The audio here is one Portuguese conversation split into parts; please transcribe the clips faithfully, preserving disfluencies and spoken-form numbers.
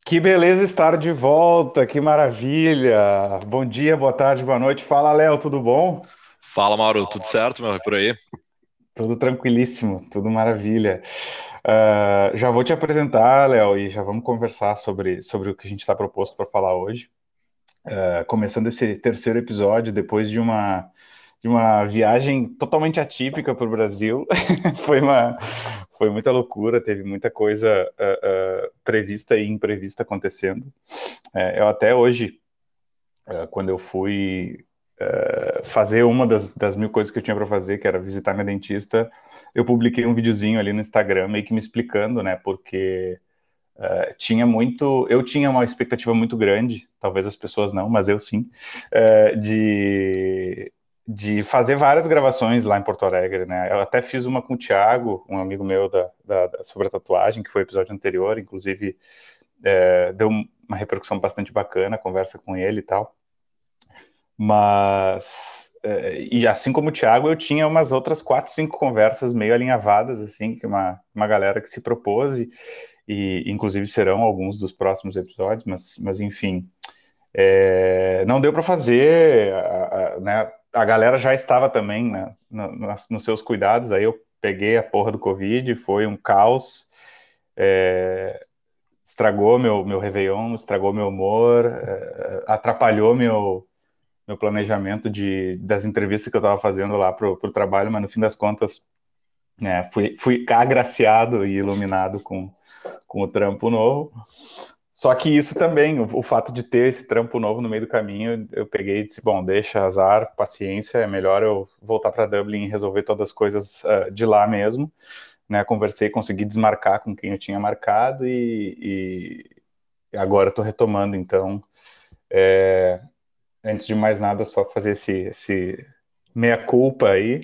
Que beleza estar de volta, que maravilha! Bom dia, boa tarde, boa noite. Fala, Léo, tudo bom? Fala, Mauro, tudo certo, meu? E por aí? Tudo tranquilíssimo, tudo maravilha. Ah, já vou te apresentar, Léo, e já vamos conversar sobre, sobre o que a gente está proposto para falar hoje. Ah, começando esse terceiro episódio, depois de uma, de uma viagem totalmente atípica para o Brasil. Foi uma, foi muita loucura, teve muita coisa ah, ah, prevista e imprevista acontecendo. É, eu até hoje. Eh, quando eu fui eh, fazer uma das, das mil coisas que eu tinha para fazer, que era visitar minha dentista, eu publiquei um videozinho ali no Instagram, meio que me explicando, né, porque eh, tinha muito, eu tinha uma expectativa muito grande, talvez as pessoas não, mas eu sim, eh, de de fazer várias gravações lá em Porto Alegre, né? Eu até fiz uma com o Thiago, um amigo meu da, da- da- sobre a tatuagem, que foi o episódio anterior, inclusive eh, deu uma repercussão bastante bacana, a conversa com ele e tal. Mas, eh, e assim como o Thiago, eu tinha umas outras quatro, cinco conversas meio alinhavadas, assim, que uma, uma galera que se propôs, e, e inclusive serão alguns dos próximos episódios, mas, mas enfim, eh, não deu para fazer, a, a, né, a galera já estava também, né, no- nas- nos seus cuidados, aí eu peguei a porra do Covid, foi um caos, eh, estragou meu, meu Réveillon, estragou meu humor, eh, atrapalhou meu meu planejamento de, das entrevistas que eu estava fazendo lá pro, pro trabalho, mas no fim das contas, né, fui, fui agraciado e iluminado com, com o trampo novo. Só que isso também, o, o fato de ter esse trampo novo no meio do caminho, eu peguei e disse, bom, deixa azar, paciência, é melhor eu voltar para Dublin e resolver todas as coisas uh, de lá mesmo, né, conversei, consegui desmarcar com quem eu tinha marcado e, e agora estou retomando, então, é, antes de mais nada, só fazer esse, esse meia-culpa aí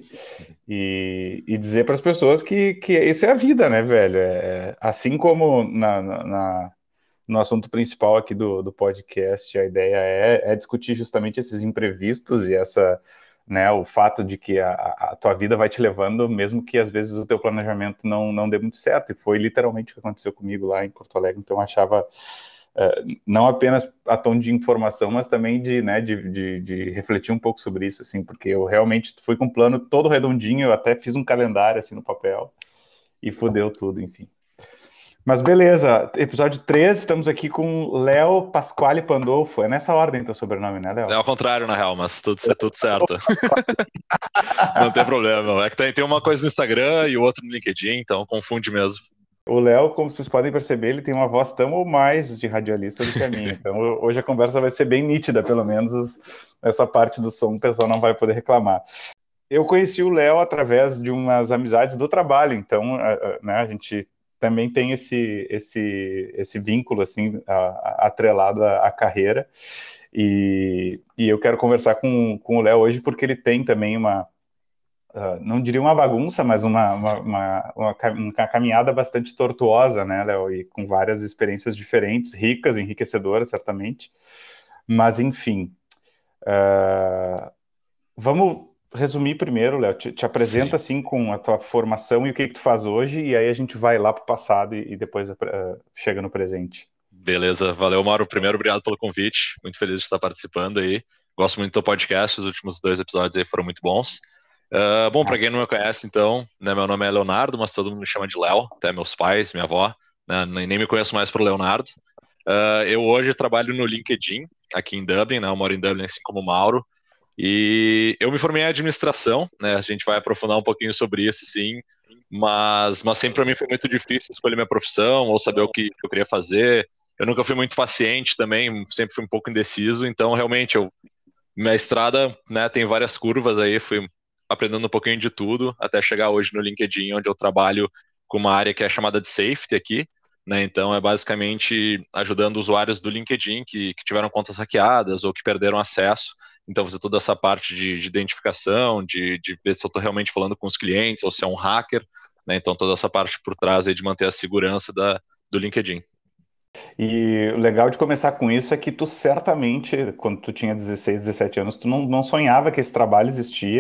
e, e dizer para as pessoas que, que isso é a vida, né, velho? É, assim como na, na, na- no assunto principal aqui do, do podcast, a ideia é, é discutir justamente esses imprevistos e essa, né, o fato de que a, a tua vida vai te levando, mesmo que às vezes o teu planejamento não, não dê muito certo, e foi literalmente o que aconteceu comigo lá em Porto Alegre, então eu achava uh, não apenas a tom de informação, mas também de, né, de, de, de, refletir um pouco sobre isso, assim, porque eu realmente fui com um plano todo redondinho, eu até fiz um calendário, assim, no papel, e fudeu tudo, enfim. Mas beleza, episódio três, estamos aqui com Léo Pasquale Pandolfo, é nessa ordem teu sobrenome, né, É Léo? ao contrário, na real, mas tudo, tudo certo. Não tem problema, meu. É que tem, tem uma coisa no Instagram e outra no LinkedIn, então confunde mesmo. O Léo, como vocês podem perceber, ele tem uma voz tão ou mais de radialista do que a minha. Então, hoje a conversa vai ser bem nítida, pelo menos essa parte do som o pessoal não vai poder reclamar. Eu conheci o Léo através de umas amizades do trabalho, então, a, a, né, a gente também tem esse esse esse vínculo assim a, a, atrelado à, à carreira. E, e eu quero conversar com, com o Léo hoje porque ele tem também uma uh, não diria uma bagunça, mas uma, uma, uma, uma, uma caminhada bastante tortuosa, né, Léo? E com várias experiências diferentes, ricas, enriquecedoras, certamente. Mas, enfim, uh, vamos resumir primeiro, Léo. Te, te apresenta, Sim. assim, com a tua formação e o que que tu faz hoje, e aí a gente vai lá para o passado e, e depois uh, chega no presente. Beleza, valeu, Mauro. Primeiro, obrigado pelo convite. Muito feliz de estar participando aí. Gosto muito do teu podcast, os últimos dois episódios aí foram muito bons. Uh, bom, para quem não me conhece, então, né, meu nome é Leonardo, mas todo mundo me chama de Léo, até meus pais, minha avó, né, nem, nem me conheço mais por Leonardo. Uh, eu hoje trabalho no LinkedIn, aqui em Dublin, né, eu moro em Dublin, assim como o Mauro. E eu me formei em administração, né? A gente vai aprofundar um pouquinho sobre isso, sim. Mas, mas sempre para mim foi muito difícil escolher minha profissão ou saber o que eu queria fazer. Eu nunca fui muito paciente também, sempre fui um pouco indeciso. Então, realmente, eu, minha estrada, né, tem várias curvas aí. Fui aprendendo um pouquinho de tudo até chegar hoje no LinkedIn, onde eu trabalho com uma área que é chamada de safety aqui. Né, então, é basicamente ajudando usuários do LinkedIn que, que tiveram contas hackeadas ou que perderam acesso, então, fazer toda essa parte de, de identificação, de, de ver se eu estou realmente falando com os clientes ou se é um hacker, né? Então, toda essa parte por trás aí de manter a segurança da, do LinkedIn. E o legal de começar com isso é que tu certamente, quando tu tinha dezesseis, dezessete anos, tu não, não sonhava que esse trabalho existia.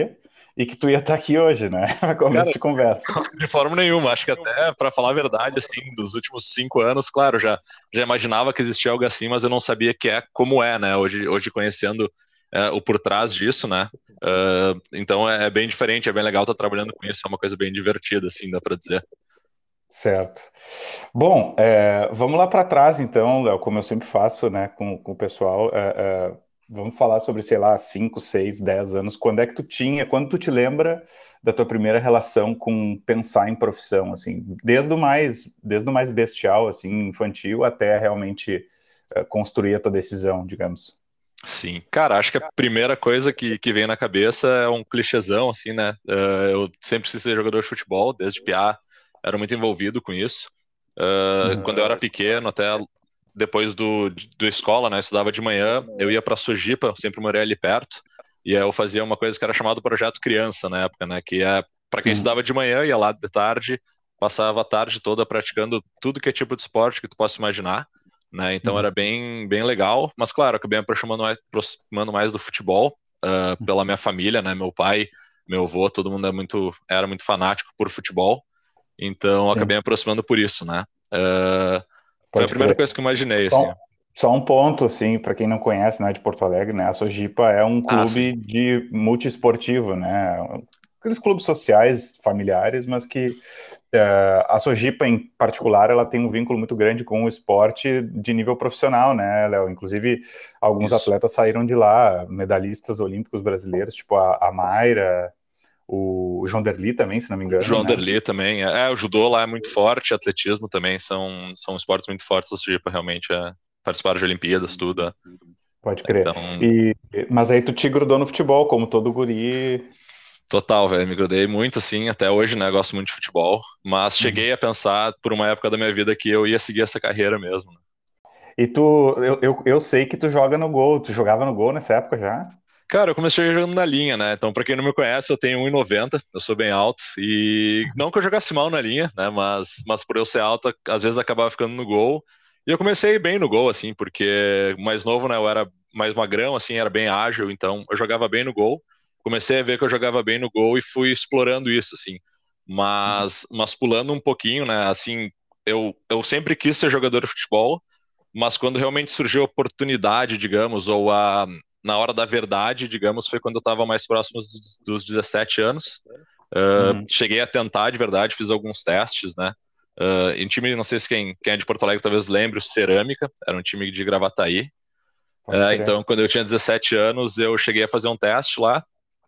e que tu ia estar aqui hoje, né? Começo Cara, de conversa. de forma nenhuma. Acho que até, para falar a verdade, assim, dos últimos cinco anos, claro, já, já imaginava que existia algo assim, mas eu não sabia que é como é, né? Hoje, hoje conhecendo é, o por trás disso, né? Uh, então é, é bem diferente, é bem legal estar trabalhando com isso, é uma coisa bem divertida, assim, dá para dizer. Certo. Bom, é, vamos lá para trás então, Léo, como eu sempre faço, né, com, com o pessoal. É, é, vamos falar sobre, sei lá, cinco, seis, dez anos. Quando é que tu tinha, quando tu te lembra da tua primeira relação com pensar em profissão, assim, desde o mais, desde o mais bestial, assim, infantil, até realmente é, construir a tua decisão, digamos. Sim, cara, acho que a primeira coisa que, que vem na cabeça é um clichêzão, assim, né? Uh, eu sempre quis ser jogador de futebol, desde piá, era muito envolvido com isso. Uh, Uhum. quando eu era pequeno, até depois do, do escola, né? Eu estudava de manhã, eu ia para Sojipa, eu sempre morei ali perto, e aí eu fazia uma coisa que era chamado Projeto Criança na época, né? Que é para quem Uhum. estudava de manhã, ia lá de tarde, passava a tarde toda praticando tudo que é tipo de esporte que tu possa imaginar, né? Então Uhum. era bem, bem legal, mas claro, acabei me aproximando mais, aproximando mais do futebol, uh, pela minha família, né? Meu pai, meu avô, todo mundo é muito, era muito fanático por futebol, então acabei Sim, me aproximando por isso, né? Uh, foi a pode primeira crer. coisa que eu imaginei, assim. Só, só um ponto, assim, para quem não conhece, né, de Porto Alegre, né, a Sojipa é um Ah, sim. clube de multiesportivo, né, aqueles clubes sociais, familiares, mas que é, a Sojipa, em particular, ela tem um vínculo muito grande com o esporte de nível profissional, né, Léo? Inclusive, alguns Isso. atletas saíram de lá, medalhistas olímpicos brasileiros, tipo a, a Mayra, o João Derli também, se não me engano, João né? Derli também. É, o judô lá é muito forte, atletismo também são, são esportes muito fortes da Sujipa, realmente. É, participaram de Olimpíadas, tudo. É. Pode crer. Então, E, mas aí tu te grudou no futebol, como todo guri. total, velho, me grudei muito, assim, até hoje, né, gosto muito de futebol, mas Uhum. cheguei a pensar, por uma época da minha vida, que eu ia seguir essa carreira mesmo, né? E tu, eu, eu, eu sei que tu joga no gol, tu jogava no gol nessa época já? Cara, eu comecei jogando na linha, né, então pra quem não me conhece, eu tenho um e noventa, eu sou bem alto, e não que eu jogasse mal na linha, né, mas, mas por eu ser alto, às vezes acabava ficando no gol, e eu comecei bem no gol, assim, porque mais novo, né, eu era mais magrão, assim, era bem ágil, então eu jogava bem no gol, comecei a ver que eu jogava bem no gol e fui explorando isso, assim, mas, mas pulando um pouquinho, né, assim, eu, eu sempre quis ser jogador de futebol, mas quando realmente surgiu a oportunidade, digamos, ou a, na hora da verdade, digamos, foi quando eu estava mais próximo dos, dos dezessete anos. Uh, Uhum. cheguei a tentar de verdade, fiz alguns testes, né? Uh, em time, não sei se quem, quem é de Porto Alegre talvez lembre, o Cerâmica, era um time de Gravataí. Pode Uh, crer. então, quando eu tinha dezessete anos, eu cheguei a fazer um teste lá,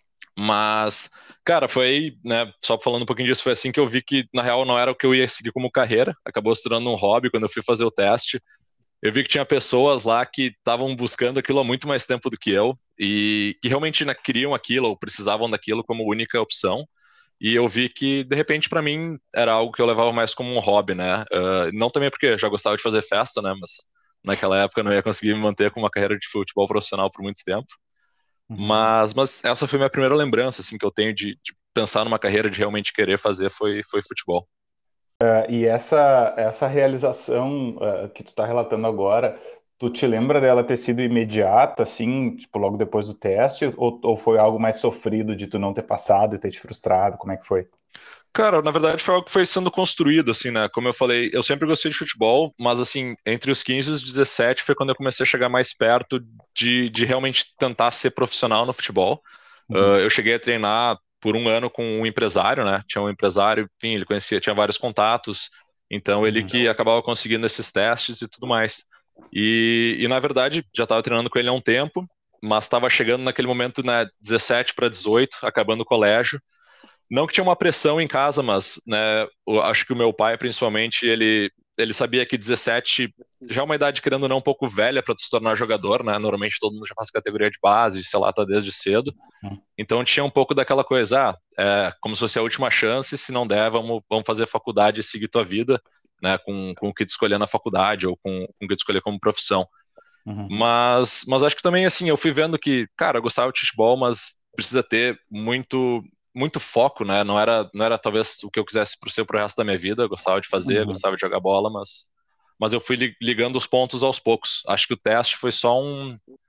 mas, cara, foi, né, só falando um pouquinho disso, foi assim que eu vi que, na real, não era o que eu ia seguir como carreira, acabou se tornando um hobby quando eu fui fazer o teste. Eu vi que tinha pessoas lá que estavam buscando aquilo há muito mais tempo do que eu e que realmente, né, queriam aquilo ou precisavam daquilo como única opção. E eu vi que, de repente, para mim, era algo que eu levava mais como um hobby, né? Uh, não também porque eu já gostava de fazer festa, né? Mas naquela época eu não ia conseguir me manter com uma carreira de futebol profissional por muito tempo. Uhum. Mas, mas essa foi minha primeira lembrança, assim, que eu tenho de, de pensar numa carreira de realmente querer fazer foi, foi futebol. E essa, essa realização uh, que tu está relatando agora, tu te lembra dela ter sido imediata, assim, tipo, logo depois do teste, ou, ou foi algo mais sofrido de tu não ter passado e ter te frustrado? Como é que foi? Cara, na verdade foi algo que foi sendo construído, assim, né? Como eu falei, eu sempre gostei de futebol, mas, assim, entre os quinze e os dezessete foi quando eu comecei a chegar mais perto de, de realmente tentar ser profissional no futebol. Uhum. Uh, eu cheguei a treinar por um ano com um empresário, né? Tinha um empresário, enfim, ele conhecia, tinha vários contatos, então ele Uhum. que acabava conseguindo esses testes e tudo mais. E, e na verdade, já estava treinando com ele há um tempo, mas estava chegando naquele momento, né, dezessete para dezoito, acabando o colégio. Não que tinha uma pressão em casa, mas, né, eu acho que o meu pai, principalmente, ele, ele sabia que dezessete já é uma idade, querendo ou não, um pouco velha para se tornar jogador, né? Normalmente todo mundo já faz categoria de base, sei lá, tá desde cedo. Então tinha um pouco daquela coisa, ah, é como se fosse a última chance, se não der, vamos, vamos fazer faculdade e seguir tua vida, né, com, com o que tu escolher na faculdade ou com, com o que tu escolher como profissão. Uhum. Mas, mas acho que também, assim, eu fui vendo que, cara, eu gostava de futebol, mas precisa ter muito muito foco, né? Não era, não era talvez o que eu quisesse pro ser pro resto da minha vida. Eu gostava de fazer, eu Uhum. gostava de jogar bola, mas, mas eu fui li- ligando os pontos aos poucos. Acho que o teste foi só um,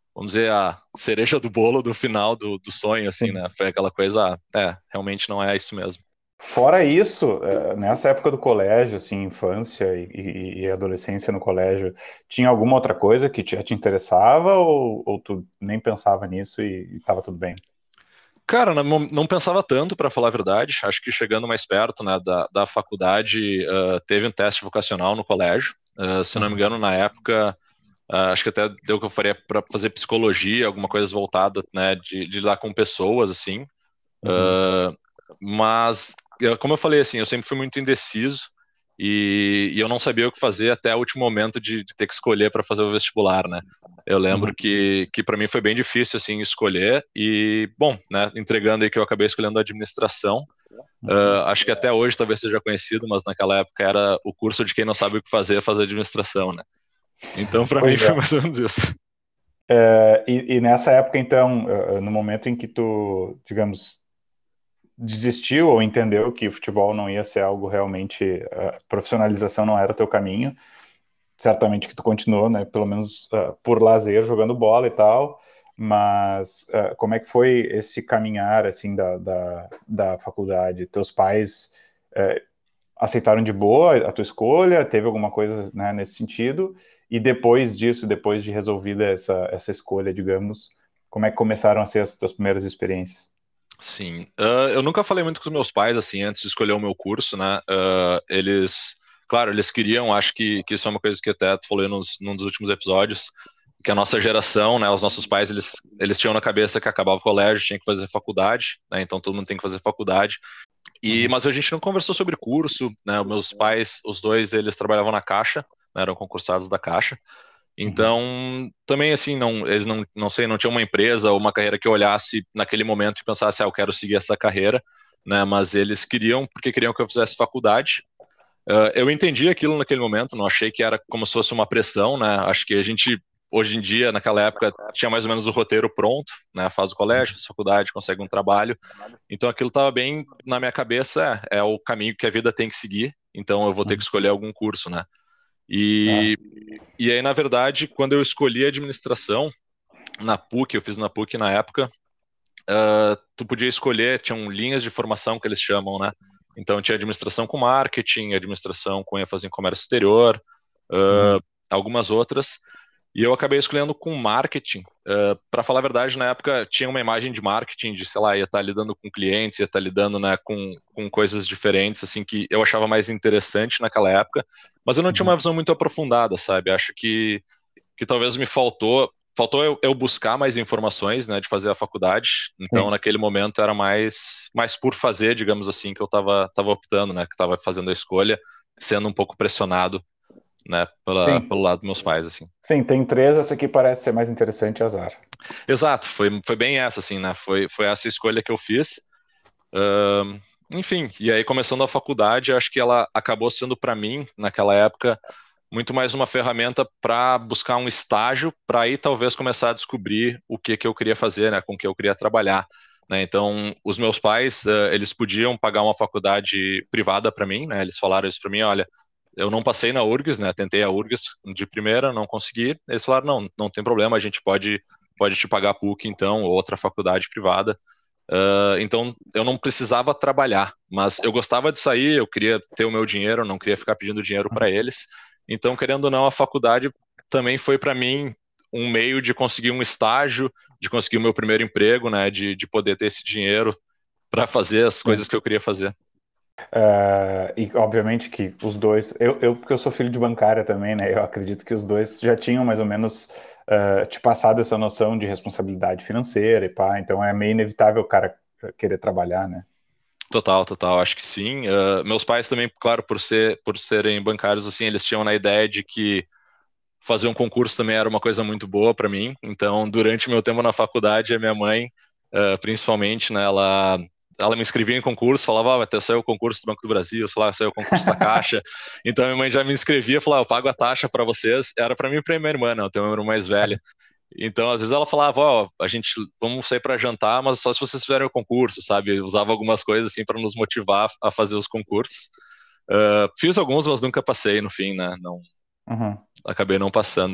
vamos dizer, a cereja do bolo do final do, do sonho, assim, Sim. né? Foi aquela coisa, é, realmente não é isso mesmo. Fora isso, eh, nessa época do colégio, assim, infância e, e- e adolescência no colégio, tinha alguma outra coisa que te, te interessava ou, ou tu nem pensava nisso e estava tudo bem? Cara, não, não pensava tanto, para falar a verdade. Acho que chegando mais perto, né, da, da faculdade, uh, teve um teste vocacional no colégio. Uh, se não me Uhum, engano, na época, uh, acho que até deu que eu faria para fazer psicologia, alguma coisa voltada, né, de, de lidar com pessoas, assim. uhum. Uh, mas, eu- como eu falei, assim, eu sempre fui muito indeciso e, e eu não sabia o que fazer até o último momento de, de ter que escolher para fazer o vestibular, né? Eu lembro Uhum. que, que para mim foi bem difícil, assim, escolher e, bom, né, entregando aí que eu acabei escolhendo administração. Uhum. Uh, acho que até hoje talvez seja conhecido, mas naquela época era o curso de quem não sabe o que fazer, fazer administração, né? Então, para mim Pois foi é. mais ou menos isso. Eh, e, e nessa época, então, eh, no momento em que tu, digamos, desistiu ou entendeu que o futebol não ia ser algo realmente, a profissionalização não era o teu caminho, certamente que tu continuou, né, pelo menos uh, por lazer, jogando bola e tal, mas uh, como é que foi esse caminhar, assim, da, da, da faculdade? Teus pais uh, aceitaram de boa a tua escolha? Teve alguma coisa, né, nesse sentido? E depois disso, depois de resolvida essa, essa escolha, digamos, como é que começaram a ser as tuas primeiras experiências? Sim, Ah, eu nunca falei muito com os meus pais, assim, antes de escolher o meu curso, né? Ah, eles, claro, eles queriam, acho que, que isso é uma coisa que até tu falou nos, num dos últimos episódios, que a nossa geração, né, os nossos pais, eles, eles tinham na cabeça que acabava o colégio, tinha que fazer faculdade, né? Então todo mundo tem que fazer faculdade. E, Uhum, mas a gente não conversou sobre curso, né? Os meus pais, os dois, eles trabalhavam na Caixa, né, eram concursados da Caixa. uhum, Então, também assim, não, eles não, não sei, não tinha uma empresa ou uma carreira que eu olhasse naquele momento e pensasse, ah, eu quero seguir essa carreira, né? Mas eles queriam, porque queriam que eu fizesse faculdade. Uh, eu entendi aquilo naquele momento, não achei que era como se fosse uma pressão, né? Acho que a gente, hoje em dia, naquela época, tinha mais ou menos o roteiro pronto, né? Faz o colégio, faz faculdade, consegue um trabalho. Então aquilo estava bem na minha cabeça, é, é o caminho que a vida tem que seguir, então eu vou ter que uhum. escolher algum curso, né? Ah, E e aí, na verdade, quando eu escolhi a administração, na PUC, eu fiz na PUC na época, uh, tu podia escolher, tinham linhas de formação que eles chamam, né? Então tinha administração com marketing, administração com ênfase em comércio exterior, uh, uhum, algumas outras. E eu acabei escolhendo com marketing. Uh, para falar a verdade, na época tinha uma imagem de marketing de, sei lá, ia estar lidando com clientes, ia estar lidando, né, com, com coisas diferentes, assim, que eu achava mais interessante naquela época, mas eu não tinha uhum. uma visão muito aprofundada, sabe? Acho que que talvez me faltou, faltou eu, eu buscar mais informações, né, de fazer a faculdade. Então, Sim, naquele momento era mais mais por fazer, digamos assim, que eu estava tava optando, né, que estava fazendo a escolha, sendo um pouco pressionado, né, pela, sim. pelo lado dos meus pais, assim. Sim, tem três, essa aqui parece ser mais interessante, azar. Exato, foi, foi bem essa, assim, né, foi, foi essa escolha que eu fiz. Ahn, enfim, e aí começando a faculdade, acho que ela acabou sendo para mim, naquela época, muito mais uma ferramenta para buscar um estágio, para aí talvez começar a descobrir o que que eu queria fazer, né, com o que eu queria trabalhar, né? Então, os meus pais, eh, eles podiam pagar uma faculdade privada para mim, né? Eles falaram isso para mim, olha, eu não passei na URGS, né? Tentei a URGS de primeira, não consegui. Eles falaram, não, não tem problema, a gente pode pode te pagar a PUC então, ou outra faculdade privada. Uh, então eu não precisava trabalhar, mas eu gostava de sair, eu queria ter o meu dinheiro, eu não queria ficar pedindo dinheiro para eles. Então, querendo ou não, a faculdade também foi para mim um meio de conseguir um estágio, de conseguir o meu primeiro emprego, né, de, de poder ter esse dinheiro para fazer as coisas Sim. que eu queria fazer. Uh, e obviamente que os dois, eu, eu, porque eu sou filho de bancária também, né? Eu acredito que os dois já tinham mais ou menos uh, te passado essa noção de responsabilidade financeira e pá, então é meio inevitável o cara querer trabalhar, né? Total, total, acho que sim. Uh, meus pais também, claro, por ser, por serem bancários, assim, eles tinham na ideia de que fazer um concurso também era uma coisa muito boa para mim. Então, durante meu tempo na faculdade, a minha mãe, uh, principalmente, né, ela, ela me inscrevia em concurso, falava, ah, vai ter saiu o concurso do Banco do Brasil, sei lá, saiu o concurso da Caixa. Então, minha mãe já me inscrevia, falava, eu pago a taxa para vocês. Era para mim e para minha irmã, né, eu tenho uma irmã mais velha. Então, às vezes ela falava, ó, a gente vamos sair para jantar, mas só se vocês fizerem o concurso, sabe? Eu usava algumas coisas assim para nos motivar a fazer os concursos. Uh, fiz alguns, mas nunca passei no fim, né? Não, Uhum. acabei não passando.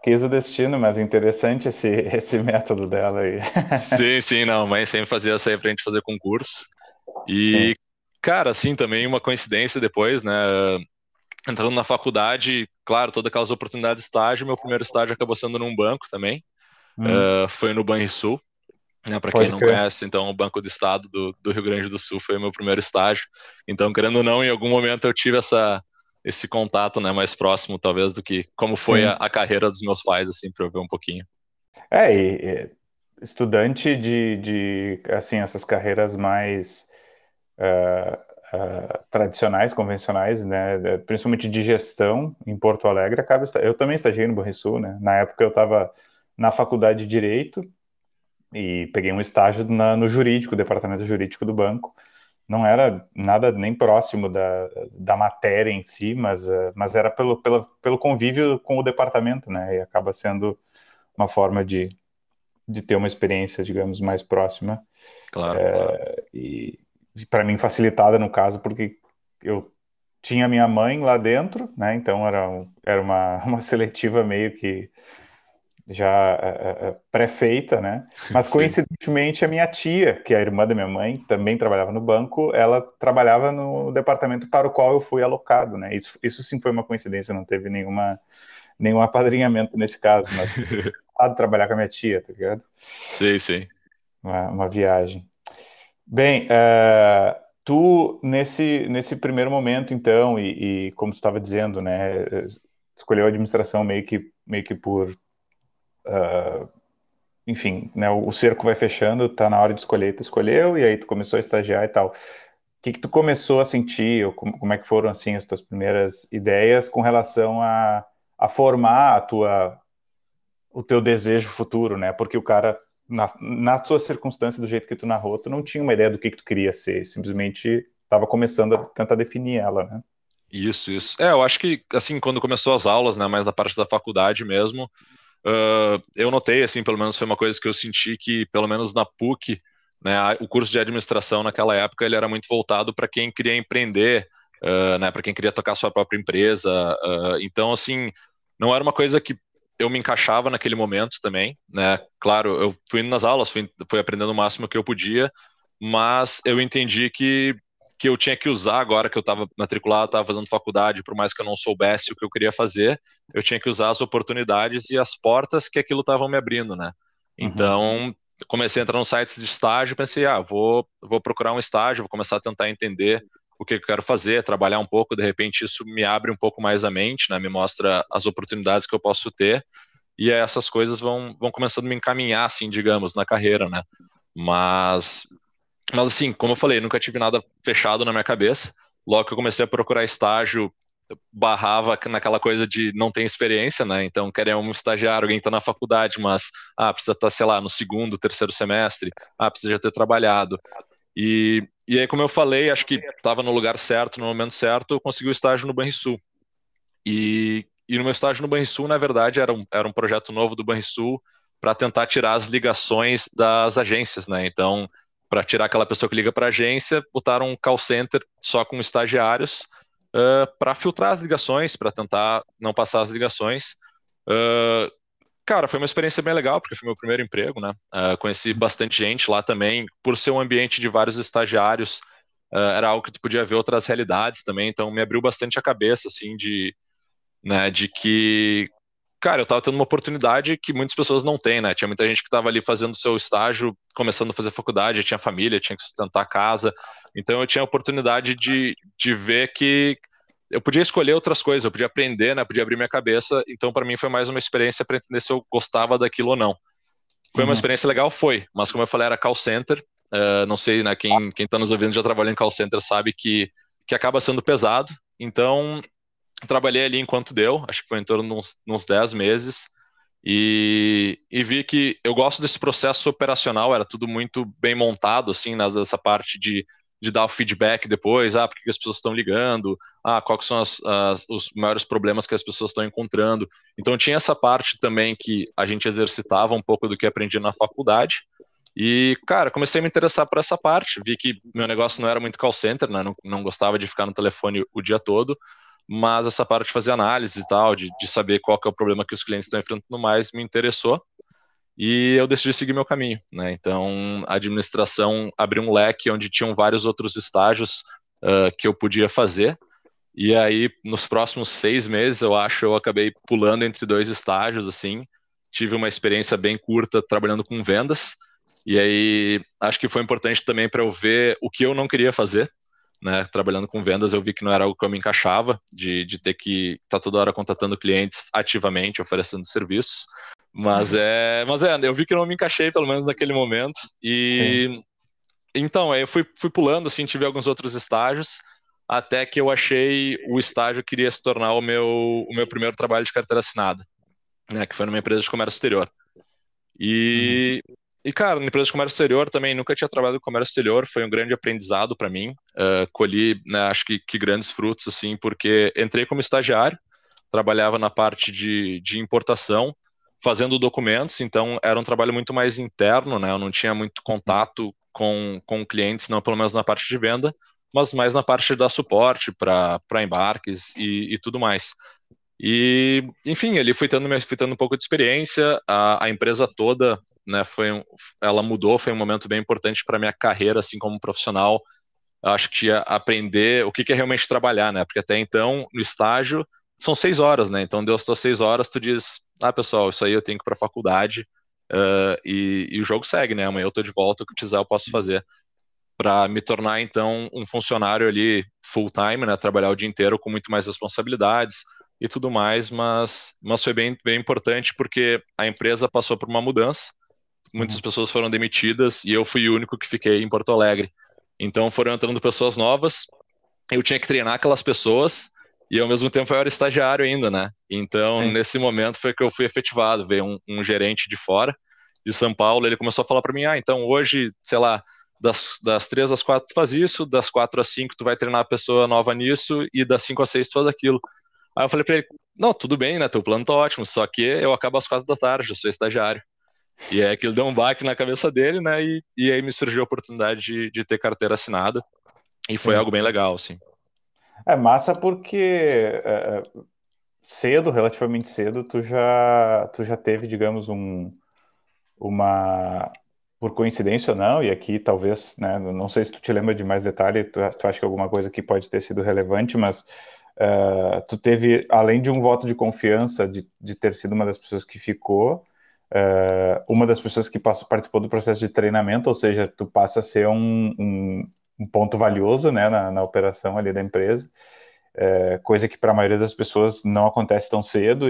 quis o destino, mas interessante esse, esse método dela aí. Sim, sim, não, mas sempre fazia sair pra gente fazer concurso. Sim. E, cara, assim, também uma coincidência depois, né? Entrando na faculdade, claro, todas aquelas oportunidades de estágio, meu primeiro estágio acabou sendo num banco também. Hum, Uh, foi no Banrisul, né? Para quem pode não crer. conhece, então o Banco do Estado do, do Rio Grande do Sul foi o meu primeiro estágio. Então, querendo ou não, em algum momento eu tive essa, esse contato, né, mais próximo, talvez, do que como foi a, Sim. a carreira dos meus pais, assim, para eu ver um pouquinho. É, e, e estudante de, de, assim, essas carreiras mais ah, ah, tradicionais, convencionais, né, de- principalmente de gestão em Porto Alegre, acaba, esta- eu também estagiei no Banrisul, né, na época eu estava na faculdade de Direito e peguei um estágio na- no jurídico, departamento jurídico do banco. Não era nada nem próximo da, da matéria em si, mas, ah, mas era pelo, pelo, pelo convívio com o departamento, né, e acaba sendo uma forma de, de ter uma experiência, digamos, mais próxima Claro. e para mim facilitada no caso, porque eu tinha minha mãe lá dentro, né? Então era, um- era uma, uma seletiva meio que já eh, eh, pré-feita, né? Mas Sim. coincidentemente a minha tia, que é a irmã da minha mãe, também trabalhava no banco, ela trabalhava no departamento para o qual eu fui alocado, né? Isso, isso sim foi uma coincidência, não teve nenhuma, nenhum apadrinhamento nesse caso, mas de trabalhar com a minha tia, tá ligado? Sim, sim. Uma, uma viagem. Bem, eh, tu nesse, nesse primeiro momento, então, e, e como tu estava dizendo, né, eh, escolheu a administração meio que, meio que por, enfim, né, o, o cerco vai fechando, tá na hora de escolher, tu escolheu, e aí tu começou a estagiar e tal. O que que tu começou a sentir, ou como, como é que foram, assim, as tuas primeiras ideias com relação a, a formar a tua, o teu desejo futuro, né? Porque o cara, na, na sua circunstância, do jeito que tu narrou, tu não tinha uma ideia do que que tu queria ser, simplesmente estava começando a tentar definir ela, né? Isso, isso. É, eu acho que, assim, quando começou as aulas, né, mais na parte da faculdade mesmo, ah, eu notei, assim, pelo menos foi uma coisa que eu senti que, pelo menos na PUC, né, a- o curso de administração naquela época, ele era muito voltado para quem queria empreender, ah, né, para quem queria tocar sua própria empresa. Ah, então, assim, não era uma coisa que eu me encaixava naquele momento também, né? Claro, eu fui indo nas aulas, fui, fui aprendendo o máximo que eu podia, mas eu entendi que que eu tinha que usar agora que eu estava matriculado, estava fazendo faculdade, por mais que eu não soubesse o que eu queria fazer, eu tinha que usar as oportunidades e as portas que aquilo estava me abrindo, né? Uhum, Então, comecei a entrar nos sites de estágio, pensei, ah, vou, vou procurar um estágio, vou começar a tentar entender o que eu quero fazer, trabalhar um pouco, de repente isso me abre um pouco mais a mente, né? Me mostra as oportunidades que eu posso ter, e aí essas coisas vão, vão começando a me encaminhar, assim, digamos, na carreira, né? Mas mas assim, como eu falei, nunca tive nada fechado na minha cabeça. Logo que eu comecei a procurar estágio, barrava naquela coisa de não ter experiência, né? Então, querer um estagiário, alguém que está na faculdade, mas ah, precisa estar, sei lá, no segundo, terceiro semestre, ah, precisa já ter trabalhado. E, e aí, como eu falei, acho que estava no lugar certo, no momento certo, eu consegui o estágio no Banrisul. E, e no meu estágio no Banrisul, na verdade, era um, era um projeto novo do Banrisul para tentar tirar as ligações das agências, né? Então, para tirar aquela pessoa que liga para a agência, botaram um call center só com estagiários uh, para filtrar as ligações, para tentar não passar as ligações. Uh, cara, foi uma experiência bem legal, porque foi meu primeiro emprego, né? Uh, conheci bastante gente lá também, por ser um ambiente de vários estagiários, uh, era algo que tu podia ver outras realidades também, então me abriu bastante a cabeça, assim, de né, de que, cara, eu tava tendo uma oportunidade que muitas pessoas não têm, né? Tinha muita gente que tava ali fazendo seu estágio, começando a fazer faculdade, tinha família, tinha que sustentar a casa. Então eu tinha a oportunidade de, de ver que eu podia escolher outras coisas, eu podia aprender, né? Podia abrir minha cabeça. Então para mim foi mais uma experiência para entender se eu gostava daquilo ou não. Foi uma uhum. experiência legal, foi, mas como eu falei, era call center. Uh, não sei, né? Quem, quem tá nos ouvindo já trabalhou em call center sabe que, que acaba sendo pesado. Então, trabalhei ali enquanto deu, acho que foi em torno de uns, uns dez meses, e, e vi que eu gosto desse processo operacional, era tudo muito bem montado, assim, nessa parte de, de dar o feedback depois, ah, por que as pessoas estão ligando, ah, quais são as, as, os maiores problemas que as pessoas estão encontrando. Então tinha essa parte também que a gente exercitava um pouco do que aprendi na faculdade, e, cara, comecei a me interessar por essa parte, vi que meu negócio não era muito call center, né, não, não gostava de ficar no telefone o dia todo, mas essa parte de fazer análise e tal, de, de saber qual que é o problema que os clientes estão enfrentando mais, me interessou. E eu decidi seguir meu caminho, né? Então, a administração abriu um leque onde tinham vários outros estágios uh, que eu podia fazer. E aí, nos próximos seis meses, eu acho, eu acabei pulando entre dois estágios, assim. Tive uma experiência bem curta trabalhando com vendas. E aí, acho que foi importante também para eu ver o que eu não queria fazer, né? Trabalhando com vendas, eu vi que não era algo que eu me encaixava, de, de ter que estar toda hora contatando clientes ativamente, oferecendo serviços. Mas é, mas é, eu vi que eu não me encaixei, pelo menos naquele momento. Sim. E então, aí eu fui, fui pulando, assim, tive alguns outros estágios, até que eu achei o estágio que iria se tornar o meu, o meu primeiro trabalho de carteira assinada, né? Que foi numa empresa de comércio exterior. Uhum. E, e cara, na empresa de comércio exterior também nunca tinha trabalhado com comércio exterior, foi um grande aprendizado para mim. Uh, colhi, né, acho que, que grandes frutos, assim, porque entrei como estagiário, trabalhava na parte de, de importação, fazendo documentos, então era um trabalho muito mais interno, né? Eu não tinha muito contato com, com clientes, não pelo menos na parte de venda, mas mais na parte de dar suporte para embarques e, e tudo mais. E, enfim, ali fui tendo, fui tendo um pouco de experiência, a, a empresa toda, né, foi, um- ela mudou, foi um momento bem importante para minha carreira, assim, como profissional. Eu acho que ia aprender o que que é realmente trabalhar, né, porque até então, no estágio, são seis horas, né, então deu as tuas seis horas, tu diz, ah, pessoal, isso aí eu tenho que ir para a faculdade, ah, e, e o jogo segue, né, amanhã eu tô de volta, o que precisar eu posso fazer para me tornar então um funcionário ali full time, né, trabalhar o dia inteiro com muito mais responsabilidades e tudo mais, mas mas foi bem bem importante porque a empresa passou por uma mudança, muitas Uhum. pessoas foram demitidas e eu fui o único que fiquei em Porto Alegre. Então foram entrando pessoas novas, eu tinha que treinar aquelas pessoas e ao mesmo tempo eu era estagiário ainda, né? Então Sim. nesse momento foi que eu fui efetivado, veio um, um gerente de fora de São Paulo, ele começou a falar para mim, ah, então hoje, sei lá, das, das três às quatro tu faz isso, das quatro às cinco tu vai treinar a pessoa nova nisso, e das cinco às seis tu faz aquilo. Aí eu falei pra ele, não, tudo bem, né, teu plano tá ótimo, só que eu acabo às quatro da tarde, eu sou estagiário. E é que ele deu um baque na cabeça dele, né, e, e aí me surgiu a oportunidade de, de ter carteira assinada, e foi Sim. algo bem legal, assim. É massa porque é, é, cedo, relativamente cedo, tu já, tu já teve, digamos, um, uma, por coincidência ou não, e aqui talvez, né, não sei se tu te lembra de mais detalhe, tu, tu acha que alguma coisa aqui pode ter sido relevante, mas uh, tu teve, além de um voto de confiança de, de ter sido uma das pessoas que ficou, uh, uma das pessoas que passou, participou do processo de treinamento, ou seja, tu passa a ser um, um, um ponto valioso, né, na, na operação ali da empresa, uh, coisa que para a maioria das pessoas não acontece tão cedo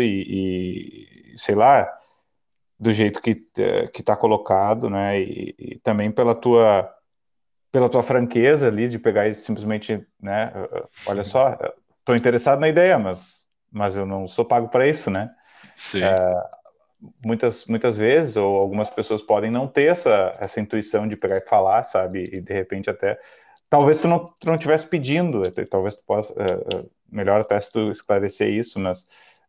e, e sei lá, do jeito que eh, que está colocado, né? E, e também pela tua pela tua franqueza ali de pegar e simplesmente, né? eh, eh, Olha só, estou interessado na ideia, mas mas eu não sou pago para isso, né? Sim, Muitas muitas vezes ou algumas pessoas podem não ter essa essa intuição de pegar e falar, sabe? E de repente até talvez tu não tu não estivesse pedindo, até- talvez tu possa eh, eh, melhor até se tu esclarecer isso, mas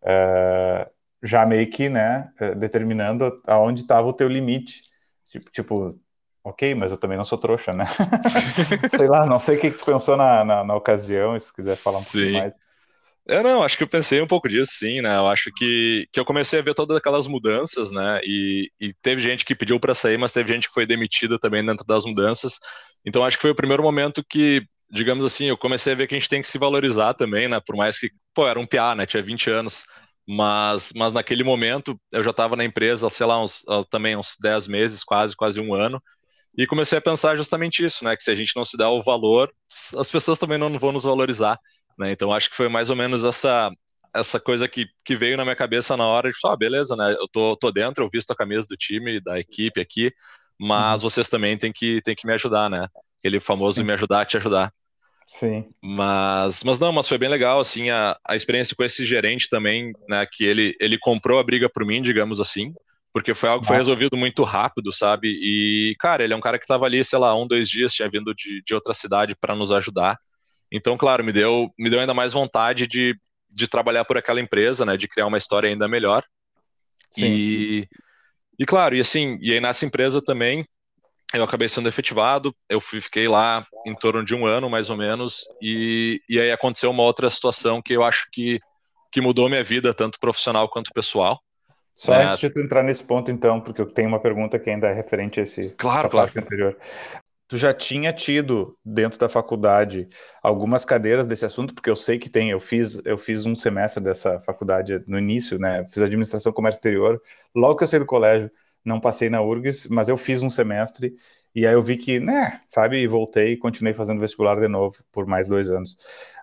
eh, já meio que, né, eh, determinando aonde estava o teu limite. Tipo, tipo, ok, mas eu também não sou trouxa, né? Sei lá, não sei o que que tu pensou na, na, na ocasião, se quiser falar um pouquinho sim. mais. Eu não, acho que eu pensei um pouco disso, sim, né? Eu acho que, que eu comecei a ver todas aquelas mudanças, né? E, e teve gente que pediu para sair, mas teve gente que foi demitida também dentro das mudanças. Então acho que foi o primeiro momento que, digamos assim, eu comecei a ver que a gente tem que se valorizar também, né? Por mais que, pô, era um piá, né? Tinha vinte anos. Mas, mas naquele momento eu já estava na empresa, sei lá, uns, ah, também uns dez meses, quase, quase um ano. E comecei a pensar justamente isso, né? Que se a gente não se dá o valor, as pessoas também não vão nos valorizar, né? Então acho que foi mais ou menos essa essa coisa que, que veio na minha cabeça na hora de falar, ah, beleza, né? Eu tô, tô dentro, eu visto a camisa do time, da equipe aqui, mas Uhum. vocês também têm que, têm que me ajudar, né? Aquele famoso Sim, me ajudar a te ajudar. sim. Mas, mas não, mas foi bem legal, assim, a, a experiência com esse gerente também, né, que ele, ele comprou a briga por mim, digamos assim, porque foi algo que foi Massa. resolvido muito rápido, sabe? E, cara, ele é um cara que tava ali, sei lá, um, dois dias, tinha vindo de, de outra cidade para nos ajudar. Então, claro, me deu, me deu ainda mais vontade de, de trabalhar por aquela empresa, né, de criar uma história ainda melhor. Sim. E, e claro, e assim, e aí nessa empresa também eu acabei sendo efetivado, eu fui, fiquei lá em torno de um ano, mais ou menos, e, e aí aconteceu uma outra situação que eu acho que, que mudou minha vida, tanto profissional quanto pessoal, Só né? antes de tu entrar nesse ponto, então, porque eu tenho uma pergunta que ainda é referente a esse, Claro, essa claro. parte anterior. Tu já tinha tido dentro da faculdade algumas cadeiras desse assunto, porque eu sei que tem, eu fiz, eu fiz um semestre dessa faculdade no início, né? Fiz administração comércio exterior, logo que eu saí do colégio, não passei na URGS, mas eu fiz um semestre e aí eu vi que, né, sabe, e voltei e continuei fazendo vestibular de novo por mais dois anos.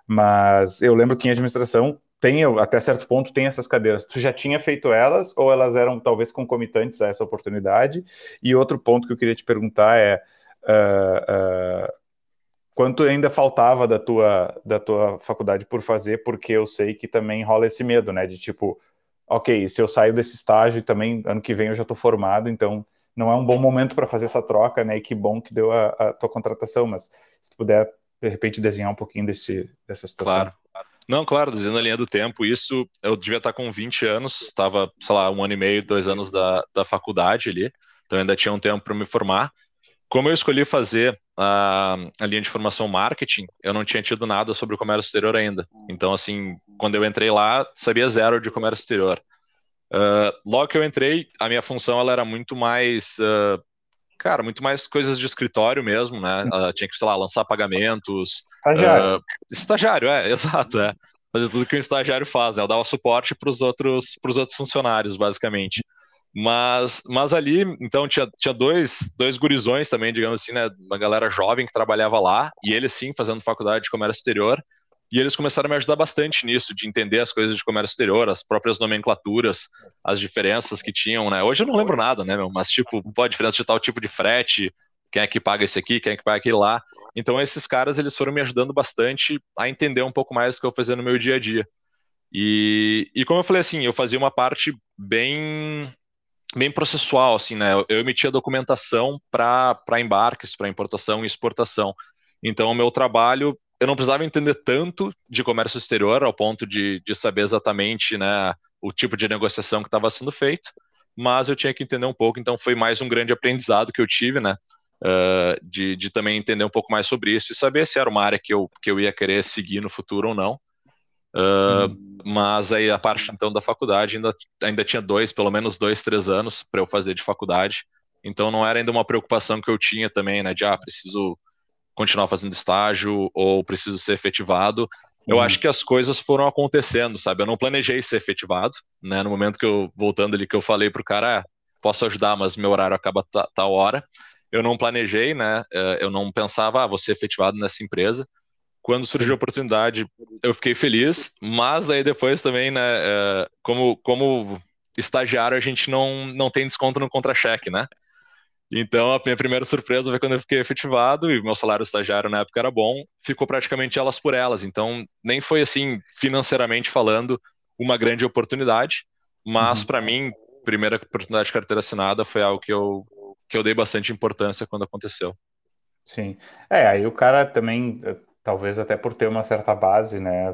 Mas eu lembro que em administração tem, até certo ponto, tem essas cadeiras. Tu já tinha feito elas ou elas eram talvez concomitantes a essa oportunidade? E outro ponto que eu queria te perguntar é Uh, uh, quanto ainda faltava da tua, da tua faculdade por fazer, porque eu sei que também rola esse medo, né? De tipo, ok, se eu saio desse estágio e também ano que vem eu já estou formado, então não é um bom momento para fazer essa troca, né? E que bom que deu a, a tua contratação, mas se tu puder, de repente, desenhar um pouquinho desse, dessa situação. Claro. Não, claro, dizendo a linha do tempo, isso eu devia estar com vinte anos, estava, sei lá, um ano e meio, dois anos da, da faculdade ali, então ainda tinha um tempo para me formar. Como eu escolhi fazer a, a linha de formação marketing, eu não tinha tido nada sobre o comércio exterior ainda. Então, assim, quando eu entrei lá, sabia zero de comércio exterior. Uh, logo que eu entrei, a minha função ela era muito mais, uh, cara, muito mais coisas de escritório mesmo, né? Uh, tinha que, sei lá, lançar pagamentos. Estagiário. Uh, estagiário, é, exato, é. Fazer tudo que um estagiário faz, né? Eu dava suporte para os outros, pros outros funcionários, basicamente. Mas, mas ali, então, tinha, tinha dois, dois gurizões também, digamos assim, né? Uma galera jovem que trabalhava lá, e eles sim, fazendo faculdade de comércio exterior. E eles começaram a me ajudar bastante nisso, de entender as coisas de comércio exterior, as próprias nomenclaturas, as diferenças que tinham, né? Hoje eu não lembro nada, né, meu? Mas, tipo, pô, a diferença de tal tipo de frete, quem é que paga esse aqui, quem é que paga aquele lá. Então, esses caras, eles foram me ajudando bastante a entender um pouco mais do que eu fazia no meu dia a dia. E, e como eu falei assim, eu fazia uma parte bem bem processual, assim, né? Eu, eu emitia documentação para para embarques, para importação e exportação. Então, o meu trabalho, eu não precisava entender tanto de comércio exterior, ao ponto de, de saber exatamente, né, o tipo de negociação que estava sendo feito, mas eu tinha que entender um pouco, então foi mais um grande aprendizado que eu tive, né? Uh, de, de também entender um pouco mais sobre isso e saber se era uma área que eu, que eu ia querer seguir no futuro ou não. Uh, Uhum. mas aí a parte então da faculdade ainda, ainda tinha dois, pelo menos dois, três anos para eu fazer de faculdade. Então não era ainda uma preocupação que eu tinha também, né? De ah, preciso continuar fazendo estágio ou preciso ser efetivado. Eu acho Uhum. que as coisas foram acontecendo, sabe? Eu não planejei ser efetivado, né? No momento que eu, voltando ali, que eu falei pro cara, ah, posso ajudar, mas meu horário acaba ta- tal hora. Eu não planejei, né? Eh, Eu não pensava, ah, vou ser efetivado nessa empresa. Quando surgiu a Sim. oportunidade, eu fiquei feliz, mas aí depois também, né, é, como, como estagiário, a gente não, não tem desconto no contra-cheque, né? Então, a minha primeira surpresa foi quando eu fiquei efetivado e meu salário estagiário na época era bom, ficou praticamente elas por elas. Então, nem foi assim, financeiramente falando, uma grande oportunidade, mas Uhum. para mim, primeira oportunidade de carteira assinada foi algo que eu, que eu dei bastante importância quando aconteceu. Sim. É, aí o cara também, eh, talvez até por ter uma certa base, né?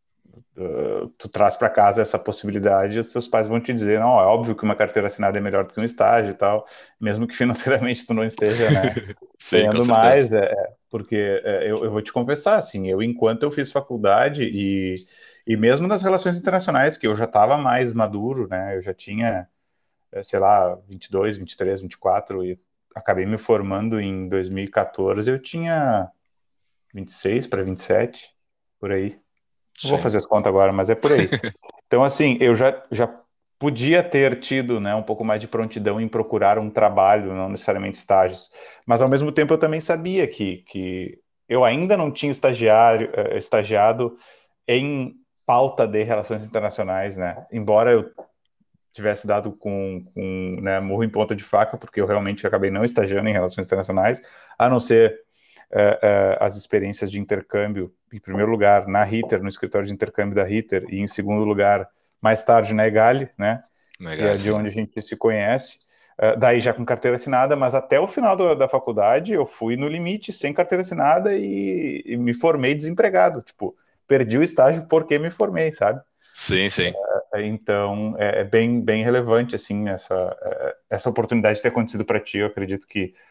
Uh, tu traz para casa essa possibilidade, os teus pais vão te dizer, não, é óbvio que uma carteira assinada é melhor do que um estágio e tal, mesmo que financeiramente tu não esteja, né, Sim, com ganhando certeza. mais, é, é, porque é, eu, eu vou te confessar, assim, eu enquanto eu fiz faculdade e, e mesmo nas relações internacionais, que eu já estava mais maduro, né, eu já tinha, eh, sei lá, vinte e dois, vinte e três, vinte e quatro e acabei me formando em dois mil e quatorze, eu tinha vinte e seis para vinte e sete, por aí. Não vou Sim. fazer as contas agora, mas é por aí. Então, assim, eu já, já podia ter tido, né, um pouco mais de prontidão em procurar um trabalho, não necessariamente estágios. Mas, ao mesmo tempo, eu também sabia que, que eu ainda não tinha estagiário, eh, estagiado em pauta de relações internacionais, né? Embora eu tivesse dado com, com né, murro em ponta de faca, porque eu realmente acabei não estagiando em relações internacionais, a não ser uh, uh, as experiências de intercâmbio, em primeiro lugar, na Ritter, no escritório de intercâmbio da Ritter, e em segundo lugar, mais tarde, na Egali, né, que Legal, é de sim. onde a gente se conhece, uh, daí já com carteira assinada, mas até o final do, da faculdade eu fui no limite, sem carteira assinada, e, e me formei desempregado, tipo, perdi o estágio porque me formei, sabe? Sim, sim. Então, é, é bem, bem relevante, assim, essa, é, essa oportunidade de ter acontecido para ti. Eu acredito que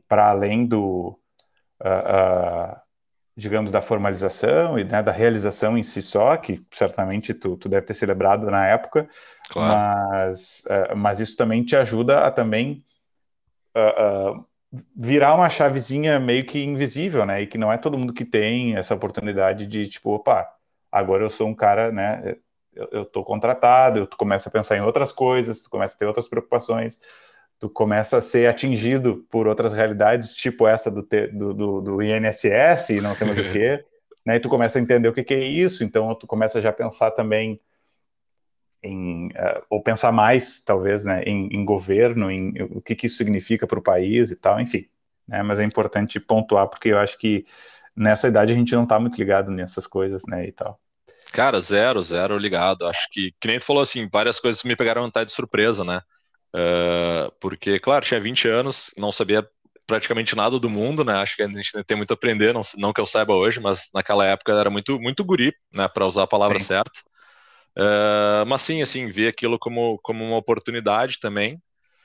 para além do, uh, uh, digamos, da formalização e, né, da realização em si só, que certamente tu, tu deve ter celebrado na época, Claro. mas, uh, mas isso também te ajuda a também uh, uh, virar uma chavezinha meio que invisível, né? E que não é todo mundo que tem essa oportunidade de, tipo, opa, agora eu sou um cara, né? Eu, eu tô contratado, eu, tu começa a pensar em outras coisas, tu começa a ter outras preocupações, tu começa a ser atingido por outras realidades, tipo essa do, do, do, do I N S S e não sei mais o quê, né? E tu começa a entender o que, que é isso, então tu começa já a pensar também em, uh, ou pensar mais, talvez, né, em, em governo, em o que, que isso significa para o país e tal, enfim. Né, mas é importante pontuar, porque eu acho que nessa idade a gente não está muito ligado nessas coisas, né, e tal. Cara, zero, zero ligado. Acho que, que nem tu falou assim, várias coisas me pegaram até de surpresa, né? Uh, porque, claro, tinha vinte anos, não sabia praticamente nada do mundo, né? Acho que a gente tem muito a aprender, não, não que eu saiba hoje, mas naquela época era muito, muito guri, né? Para usar a palavra Sim. certa. Uh, mas sim, assim, vi aquilo como, como uma oportunidade também.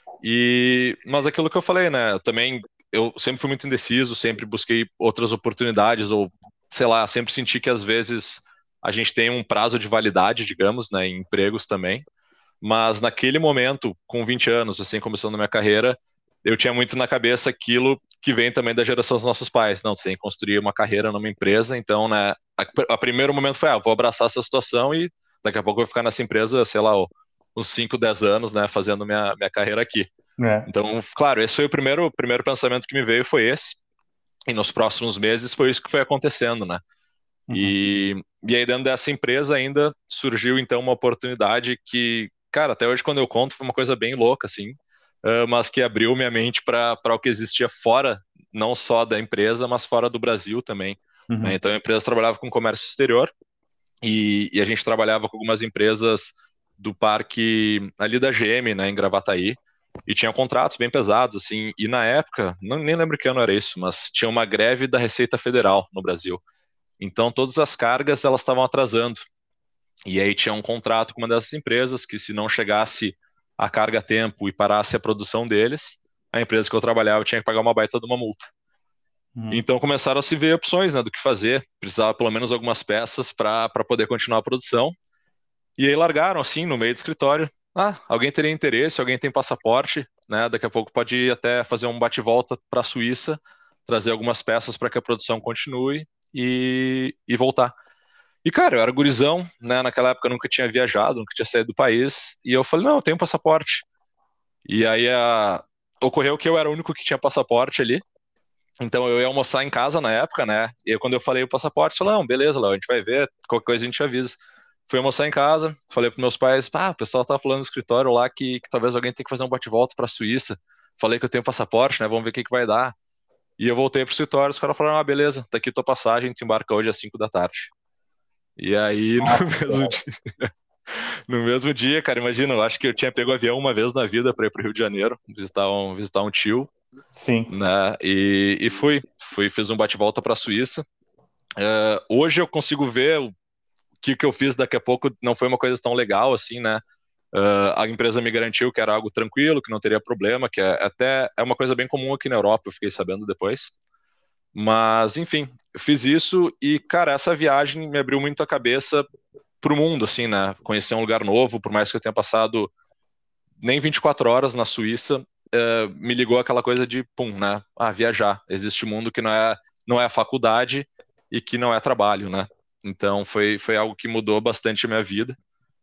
E, mas aquilo que eu falei, né? Eu também, eu sempre fui muito indeciso, sempre busquei outras oportunidades, ou sei lá, sempre senti que às vezes a gente tem um prazo de validade, digamos, né? Em empregos também. Mas naquele momento, com vinte anos, assim, começando a minha carreira, eu tinha muito na cabeça aquilo que vem também da geração dos nossos pais. Não, você tem que construir uma carreira numa empresa, então, né, a, a primeiro momento foi, ah, vou abraçar essa situação e daqui a pouco eu vou ficar nessa empresa, sei lá, uns cinco, dez anos, né, fazendo minha, minha carreira aqui. É. Então, claro, esse foi o primeiro, primeiro pensamento que me veio, foi esse. E nos próximos meses foi isso que foi acontecendo, né? Uhum. E, e aí dentro dessa empresa ainda surgiu então uma oportunidade que, cara, até hoje quando eu conto foi uma coisa bem louca, assim, uh, mas que abriu minha mente para para o que existia fora, não só da empresa, mas fora do Brasil também. Né? Uhum. Então a empresa trabalhava com comércio exterior e, e a gente trabalhava com algumas empresas do parque ali da G M, né, em Gravataí, e tinha contratos bem pesados, assim, e na época, não, nem lembro que ano era isso, mas tinha uma greve da Receita Federal no Brasil. Então todas as cargas elas estavam atrasando. E aí tinha um contrato com uma dessas empresas que se não chegasse a carga a tempo e parasse a produção deles, a empresa que eu trabalhava tinha que pagar uma baita de uma multa. Uhum. Então começaram a se ver opções, né, do que fazer. Precisava pelo menos algumas peças para para poder continuar a produção. E aí largaram assim no meio do escritório. Ah, alguém teria interesse, alguém tem passaporte, né? Daqui a pouco pode ir até fazer um bate-volta para a Suíça, trazer algumas peças para que a produção continue e, e voltar. E, cara, eu era gurizão, né? Naquela época eu nunca tinha viajado, nunca tinha saído do país. E eu falei, não, eu tenho um passaporte. E aí a... ocorreu que eu era o único que tinha passaporte ali. Então eu ia almoçar em casa na época, né? E aí, quando eu falei o passaporte, eu falei, não, beleza, Léo, a gente vai ver, qualquer coisa a gente avisa. Fui almoçar em casa, falei pros meus pais, ah, o pessoal tá falando no escritório lá que, que talvez alguém tenha que fazer um bate-volta pra Suíça. Falei que eu tenho passaporte, né? Vamos ver o que que vai dar. E eu voltei pro escritório, os caras falaram, ah, beleza, tá aqui tua passagem, tu embarca hoje às cinco da tarde. E aí, no Nossa, mesmo dia, no mesmo dia, cara, imagina, eu acho que eu tinha pego avião uma vez na vida para ir pro Rio de Janeiro, visitar um, visitar um tio, sim. né? E, e fui, fui, fiz um bate-volta para a Suíça. Uh, hoje eu consigo ver o que, que eu fiz daqui a pouco não foi uma coisa tão legal assim, né? Uh, a empresa me garantiu que era algo tranquilo, que não teria problema, que é, até é uma coisa bem comum aqui na Europa, eu fiquei sabendo depois. Mas, enfim, eu fiz isso e, cara, essa viagem me abriu muito a cabeça pro mundo, assim, né? Conhecer um lugar novo, por mais que eu tenha passado nem vinte e quatro horas na Suíça, uh, me ligou aquela coisa de, pum, né? Ah, viajar. Existe um mundo que não é, não é a faculdade e que não é trabalho, né? Então foi, foi algo que mudou bastante a minha vida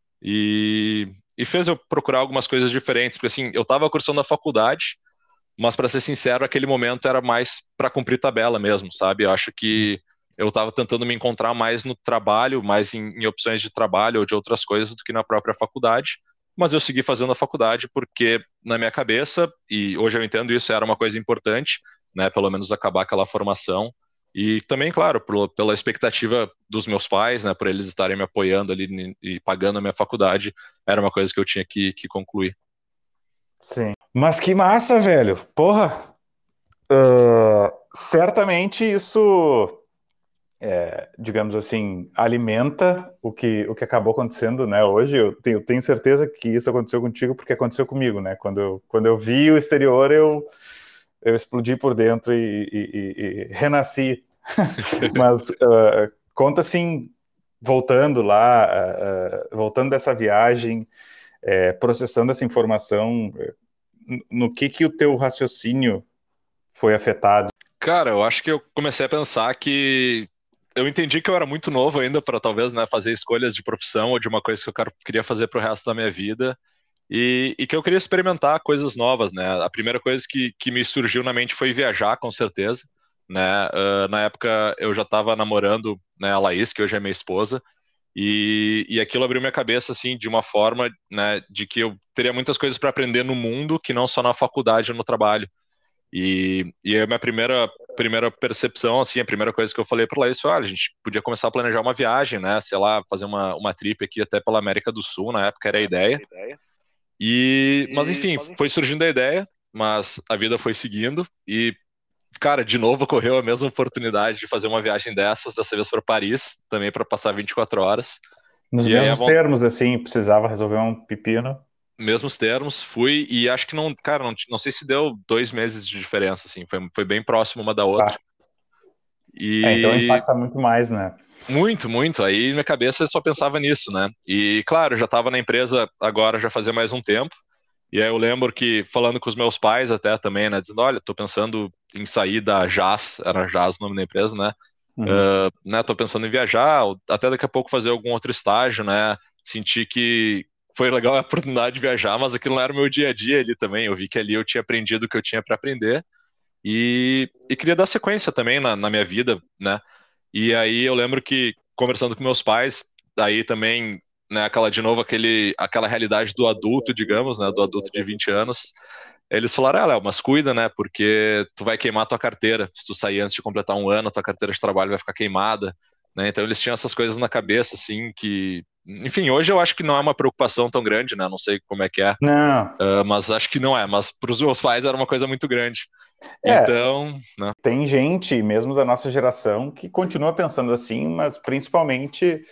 e, e fez eu procurar algumas coisas diferentes, porque assim, eu estava cursando a faculdade, mas para ser sincero, aquele momento era mais para cumprir tabela mesmo, sabe? Eu acho que eu estava tentando me encontrar mais no trabalho, mais em, em opções de trabalho ou de outras coisas do que na própria faculdade, mas eu segui fazendo a faculdade porque na minha cabeça, e hoje eu entendo isso, era uma coisa importante, né? Pelo menos acabar aquela formação. E também, claro, por, pela expectativa dos meus pais, né, por eles estarem me apoiando ali e pagando a minha faculdade, era uma coisa que eu tinha que, que concluir. Sim. Mas que massa, velho. Porra. Uh, certamente isso, é, digamos assim, alimenta o que, o que acabou acontecendo, né? Hoje eu tenho, eu tenho certeza que isso aconteceu contigo porque aconteceu comigo, né? Quando eu, quando eu vi o exterior, eu eu explodi por dentro e, e, e, e renasci. Mas uh, conta assim, voltando lá, uh, uh, voltando dessa viagem, uh, processando essa informação, uh, no que que o teu raciocínio foi afetado? Cara, eu acho que eu comecei a pensar que eu entendi que eu era muito novo ainda para talvez, né, fazer escolhas de profissão ou de uma coisa que eu quero- queria fazer pro resto da minha vida e, e que eu queria experimentar coisas novas, né? A primeira coisa que, que me surgiu na mente foi viajar, com certeza, né? Ah, na época eu já estava namorando, né, a Laís, que hoje é minha esposa, e, e aquilo abriu minha cabeça assim de uma forma, né, de que eu teria muitas coisas para aprender no mundo que não só na faculdade ou no trabalho. E, e a minha primeira, primeira percepção, assim, a primeira coisa que eu falei para Laís foi, olha, a gente podia começar a planejar uma viagem, né? Sei lá, fazer uma, uma trip aqui até pela América do Sul, na época era a ideia. E, mas enfim, foi surgindo a ideia, mas a vida foi seguindo e, cara, de novo ocorreu a mesma oportunidade de fazer uma viagem dessas, dessa vez para Paris, também para passar vinte e quatro horas. Nos E aí, a mesmos termos, assim, precisava resolver um pepino. mesmos termos, fui e acho que não, cara, não, não sei se deu dois meses de diferença, assim, foi, foi bem próximo uma da outra. Tá. É, então E impacta muito mais, né? muito, muito. Aí minha cabeça só pensava nisso, né? E claro, eu já estava na empresa agora já fazia mais um tempo. E aí eu lembro que falando com os meus pais até também, né, dizendo, olha, tô pensando em sair da Jazz, era Jazz o nome da empresa, né? Uhum. Uh, né, tô pensando em viajar, ou até daqui a pouco fazer algum outro estágio, né? Senti que foi legal a oportunidade de viajar, mas aquilo não era o meu dia a dia ali também. Eu vi que ali eu tinha aprendido o que eu tinha para aprender e, e queria dar sequência também na, na minha vida, né? E aí eu lembro que conversando com meus pais, aí também, né, aquela de novo aquele aquela realidade do adulto, digamos, né, do adulto de vinte anos. Eles falaram: "Ah, Léo, mas cuida, né, porque tu vai queimar tua carteira. Se tu sair antes de completar um ano, tua carteira de trabalho vai ficar queimada", né? Então eles tinham essas coisas na cabeça assim que, enfim, hoje eu acho que não é uma preocupação tão grande, né? Não sei como é que é, Não, uh, mas acho que não é, mas para os meus pais era uma coisa muito grande. é, Então, né? tem gente, mesmo da nossa geração, que continua pensando assim, mas principalmente,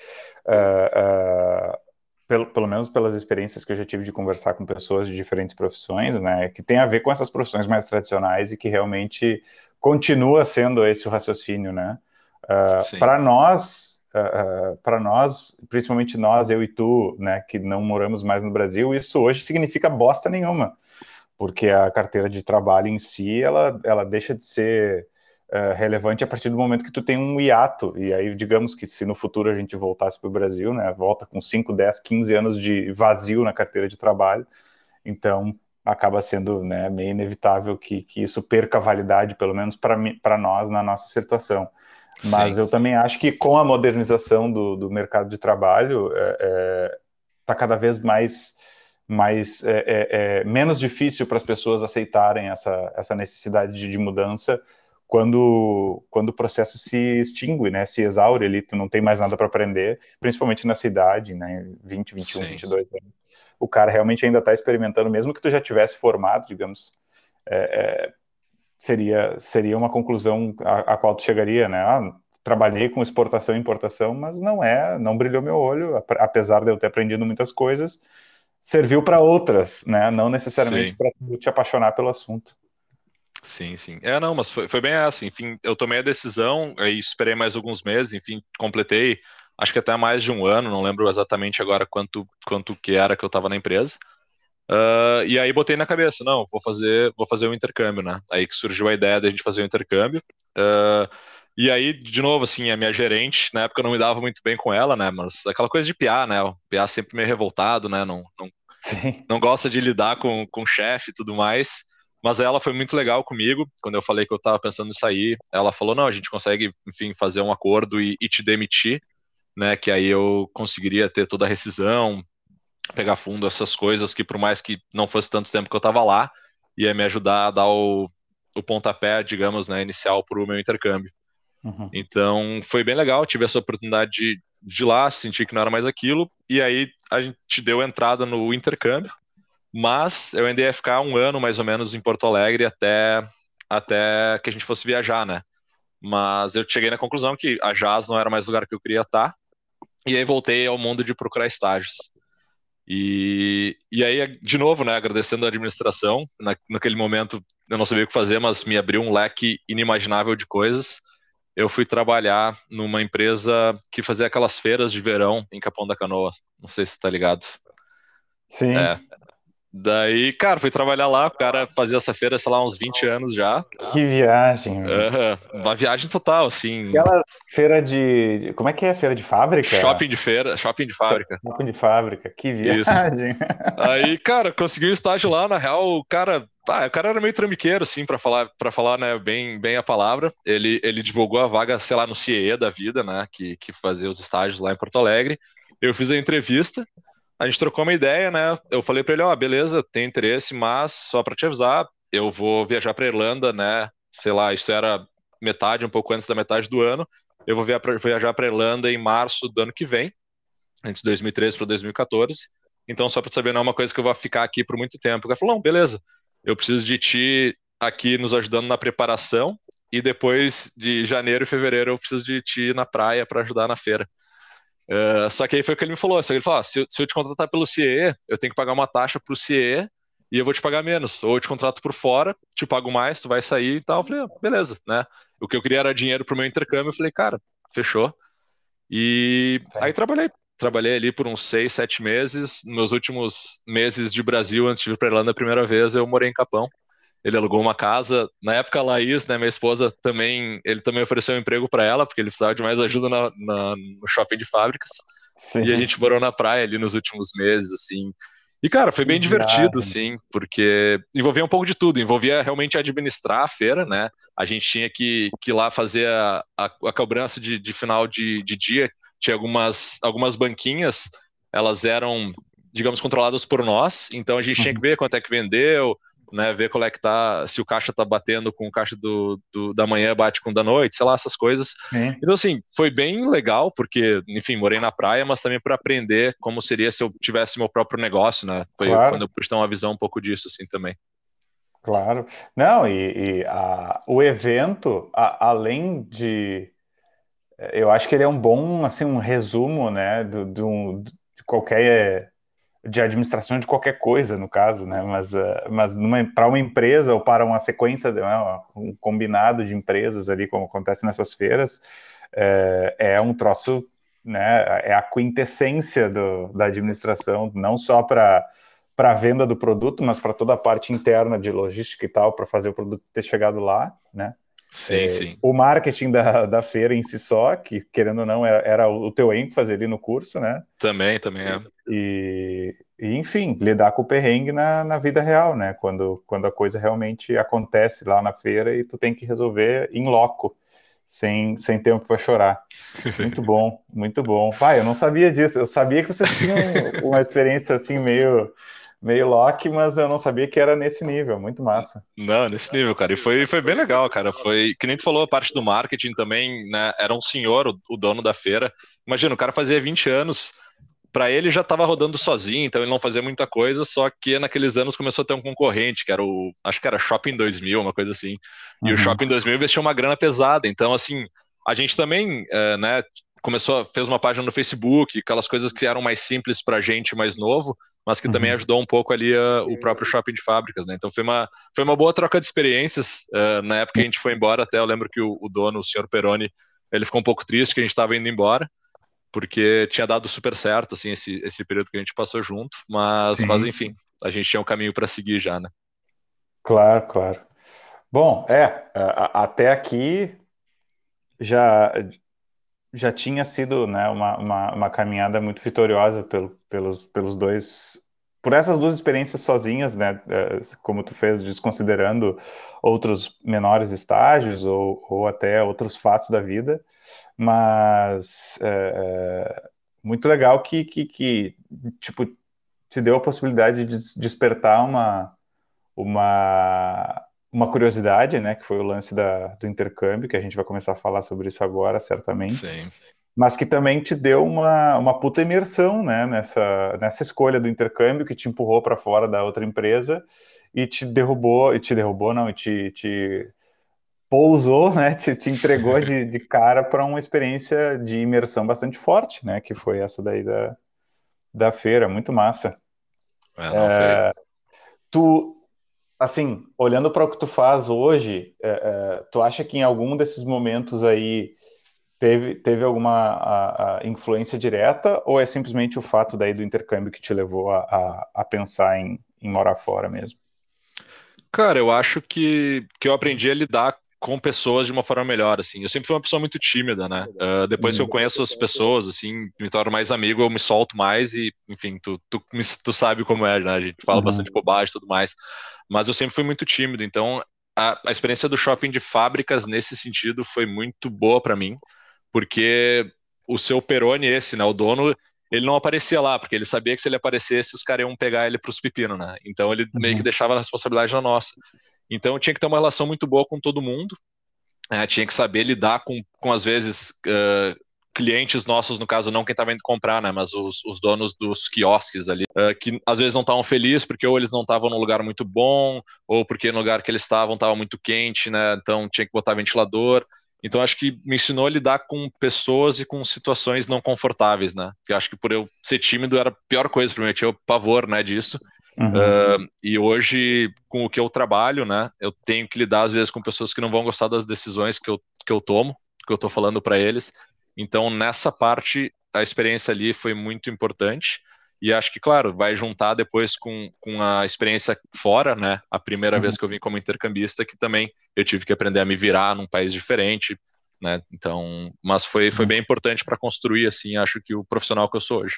uh, uh, pelo, pelo menos pelas experiências que eu já tive de conversar com pessoas de diferentes profissões, né, que tem a ver com essas profissões mais tradicionais e que realmente continua sendo esse o raciocínio, né? Uh, Sim, para nós, uh, uh, para nós, principalmente nós, eu e tu, né, que não moramos mais no Brasil, isso hoje significa bosta nenhuma, porque a carteira de trabalho em si, ela, ela deixa de ser uh, relevante a partir do momento que tu tem um hiato, e aí digamos que se no futuro a gente voltasse para o Brasil, né, volta com cinco, dez, quinze anos de vazio na carteira de trabalho, então acaba sendo, né, meio inevitável que, que isso perca a validade, pelo menos para nós, na nossa situação. sim, Mas eu também acho que com a modernização do, do mercado de trabalho, está é, é, cada vez mais, mais é, é, é, menos difícil para as pessoas aceitarem essa, essa necessidade de, de mudança quando, quando o processo se extingue, né, se exaure ali, tu não tem mais nada para aprender, principalmente nessa idade, né, vinte, vinte e um, sim, vinte e dois anos. O cara realmente ainda está experimentando, mesmo que tu já tivesse formado, digamos, é, é, seria, seria uma conclusão a, a qual tu chegaria, né? Ah, trabalhei com exportação e importação, mas não é, não brilhou meu olho, apesar de eu ter aprendido muitas coisas, serviu para outras, né? Não necessariamente sim. para te apaixonar pelo assunto. Sim, sim. É, não, mas foi, foi bem assim. Enfim, eu tomei a decisão, aí esperei mais alguns meses, enfim, completei, acho que até mais de um ano, não lembro exatamente agora quanto, quanto que era que eu estava na empresa. Ah, e aí botei na cabeça, não, vou fazer, vou fazer um intercâmbio, né? Aí que surgiu a ideia da gente fazer o intercâmbio. Ah, e aí, de novo, assim, a minha gerente, na época eu não me dava muito bem com ela, né? Mas aquela coisa de piá, né? O piá sempre meio revoltado, né? Não, não Sim. não gosta de lidar com, com chefe e tudo mais. Mas ela foi muito legal comigo. Quando eu falei que eu estava pensando em sair, ela falou: não, a gente consegue, enfim, fazer um acordo e, e te demitir, né? Que aí eu conseguiria ter toda a rescisão, pegar fundo, essas coisas que, por mais que não fosse tanto tempo que eu estava lá, ia me ajudar a dar o, o pontapé, digamos, né, inicial para o meu intercâmbio. Uhum. Então foi bem legal, tive essa oportunidade de, de ir lá, senti que não era mais aquilo, e aí a gente deu entrada no intercâmbio. Mas eu ainda ia ficar um ano mais ou menos em Porto Alegre até, até que a gente fosse viajar, né? Mas eu cheguei na conclusão que a Jazz não era mais o lugar que eu queria estar. E aí voltei ao mundo de procurar estágios. E, e aí, de novo, né, agradecendo a administração, na, naquele momento eu não sabia o que fazer, mas me abriu um leque inimaginável de coisas. Eu fui trabalhar numa empresa que fazia aquelas feiras de verão em Capão da Canoa. Não sei se você tá ligado. Sim. É. Daí, cara, fui trabalhar lá, o cara fazia essa feira, sei lá, uns vinte anos já. Que viagem, meu. Aham, uma viagem total, assim, Aquela feira de, de- Como é que é? Feira de fábrica? shopping de feira, shopping de fábrica. Shopping de fábrica. Que Isso. viagem. Aí, cara, consegui o estágio lá, na real, o cara, ah, o cara era meio trambiqueiro, assim, pra falar, para falar, né, bem, bem a palavra. Ele, ele divulgou a vaga, sei lá, no C I E da vida, né, que, que fazia os estágios lá em Porto Alegre. Eu fiz a entrevista, a gente trocou uma ideia, né? Eu falei pra ele, ó, beleza, tem interesse, mas só pra te avisar, eu vou viajar pra Irlanda, né? Sei lá, isso era metade, um pouco antes da metade do ano. Eu vou via- viajar pra Irlanda em março do ano que vem, entre dois mil e treze para dois mil e quatorze. Então, só para saber, não é uma coisa que eu vou ficar aqui por muito tempo. O cara falou, não, beleza, eu preciso de ti aqui nos ajudando na preparação e depois de janeiro e fevereiro eu preciso de ti na praia para ajudar na feira. Uh, só que aí foi o que ele me falou. Só que ele falou, ah, se, eu, se eu te contratar pelo C I E, eu tenho que pagar uma taxa pro C I E e eu vou te pagar menos. Ou eu te contrato por fora, te pago mais, tu vai sair e tal. Eu falei, ah, beleza, né? O que eu queria era dinheiro pro meu intercâmbio. Eu falei, cara, fechou. E aí Sim. trabalhei. Trabalhei ali por uns seis, sete meses. Nos últimos meses de Brasil, antes de vir para Irlanda a primeira vez, eu morei em Capão. Ele alugou uma casa. Na época, a Laís, né, minha esposa, também, ele também ofereceu um emprego para ela, porque ele precisava de mais ajuda na, na- no shopping de fábricas. E a Sim. gente morou na praia ali nos últimos meses, assim. E, cara, foi Que bem divertido, viagem. sim, porque envolvia um pouco de tudo. Envolvia realmente administrar a feira, né? A gente tinha que, que ir lá fazer a, a, a cobrança de, de final de, de dia. Tinha algumas, algumas banquinhas, elas eram, digamos, controladas por nós. Então a gente tinha que Uhum. ver quanto é que vendeu, né? Ver qual é que tá, se o caixa tá batendo com o caixa do, do, da manhã, bate com o da noite, sei lá, essas coisas. Sim, Então, assim, foi bem legal, porque, enfim, morei na praia, mas também para aprender como seria se eu tivesse meu próprio negócio, né? Foi quando claro, eu pude ter uma visão um pouco disso, assim, também. claro. Não, e, e a, o evento, a- além de. Eu acho que ele é um bom, assim, um resumo, né, do, do- de qualquer. De administração de qualquer coisa, no caso, né? Mas, eh, mas para uma empresa ou para uma sequência, né, um combinado de empresas ali, como acontece nessas feiras, é, é um troço, né? É a quintessência do, da administração, não só para para a venda do produto, mas para toda a parte interna de logística e tal, para fazer o produto ter chegado lá, né? Sim, sim. O marketing da, da feira em si só, que querendo ou não, era, era o teu ênfase ali no curso, né? Também, também é. E, e, enfim, lidar com o perrengue na, na vida real, né? Quando, quando a coisa realmente acontece lá na feira e tu tem que resolver em loco, sem, sem tempo para chorar. Muito bom, muito bom. Pai, eu não sabia disso. Eu sabia que vocês tinham uma experiência assim meio, meio Loki, mas eu não sabia que era nesse nível. Muito massa. Não, nesse nível, cara. E foi, foi bem legal, cara. Foi, que nem tu falou, a parte do marketing também, né? Era um senhor, o, o dono da feira. Imagina, o cara fazia vinte anos, para ele já estava rodando sozinho, então ele não fazia muita coisa, só que naqueles anos começou a ter um concorrente, que era o, acho que era Shopping dois mil, uma coisa assim. E o Uhum. Shopping dois mil investiu uma grana pesada, então assim, a gente também, é, né, começou, fez uma página no Facebook, aquelas coisas que eram mais simples para gente mais novo, mas que também Uhum. ajudou um pouco ali a, o próprio shopping de fábricas, né? Então foi uma, foi uma boa troca de experiências. Uh, na época que a gente foi embora, até eu lembro que o, o dono, o senhor Peroni, ele ficou um pouco triste que a gente estava indo embora, porque tinha dado super certo, assim, esse, esse período que a gente passou junto, mas, mas Sim, enfim, a gente tinha um caminho para seguir já, né? claro, claro. Bom, é, a- a- até aqui já já tinha sido, né, uma, uma, uma caminhada muito vitoriosa pelo, pelos, pelos dois, por essas duas experiências sozinhas, né, eh, como tu fez, desconsiderando outros menores estágios ou, ou até outros fatos da vida, mas é, é, muito legal que, que, que, tipo, te deu a possibilidade de des- despertar uma, uma, uma curiosidade, né, que foi o lance da, do intercâmbio, que a gente vai começar a falar sobre isso agora, certamente, Sim. mas que também te deu uma, uma puta imersão, né, nessa, nessa escolha do intercâmbio que te empurrou para fora da outra empresa e te derrubou, e te derrubou, não, e te, te pousou, né, te, te entregou de, de cara para uma experiência de imersão bastante forte, né, que foi essa daí da, da feira, muito massa. É, não, foi. Tu, assim, olhando para o que tu faz hoje, é, é, tu acha que em algum desses momentos aí teve, teve alguma a, a influência direta ou é simplesmente o fato daí do intercâmbio que te levou a, a, a pensar em, em morar fora mesmo? Cara, eu acho que, que eu aprendi a lidar com pessoas de uma forma melhor, assim. Eu sempre fui uma pessoa muito tímida, né? Ah, depois que eu Uhum. conheço as pessoas, assim, me torno mais amigo, eu me solto mais e, enfim, tu, tu, me- tu sabe como é, né? A gente fala bastante Uhum. bobagem e tudo mais. Mas eu sempre fui muito tímido, então a, a experiência do shopping de fábricas nesse sentido foi muito boa pra mim, porque o seu Peroni, esse, né? O dono, ele não aparecia lá, porque ele sabia que se ele aparecesse, os caras iam pegar ele pros pepinos, né? Então ele meio que Uhum. deixava a responsabilidade na nossa. Então eu tinha que ter uma relação muito boa com todo mundo, né? Tinha que saber lidar com, com às vezes, uh, clientes nossos, no caso, não quem estava indo comprar, né? Mas os, os donos dos quiosques ali, uh, que às vezes não estavam felizes porque ou eles não estavam num lugar muito bom, ou porque no lugar que eles estavam estava muito quente, né? Então tinha que botar ventilador. Então acho que me ensinou a lidar com pessoas e com situações não confortáveis, né? Que acho que por eu ser tímido era a pior coisa para mim, eu tinha pavor, né, disso. Uhum. Uh, e hoje, com o que eu trabalho, né, eu tenho que lidar às vezes com pessoas que não vão gostar das decisões que eu, que eu tomo, que eu estou falando para eles. Então, nessa parte, a experiência ali foi muito importante. E acho que, claro, vai juntar depois com, com a experiência fora, né? A primeira Uhum. vez que eu vim como intercambista, que também eu tive que aprender a me virar num país diferente, né? Então, mas foi, foi Uhum. bem importante para construir, assim, acho que o profissional que eu sou hoje.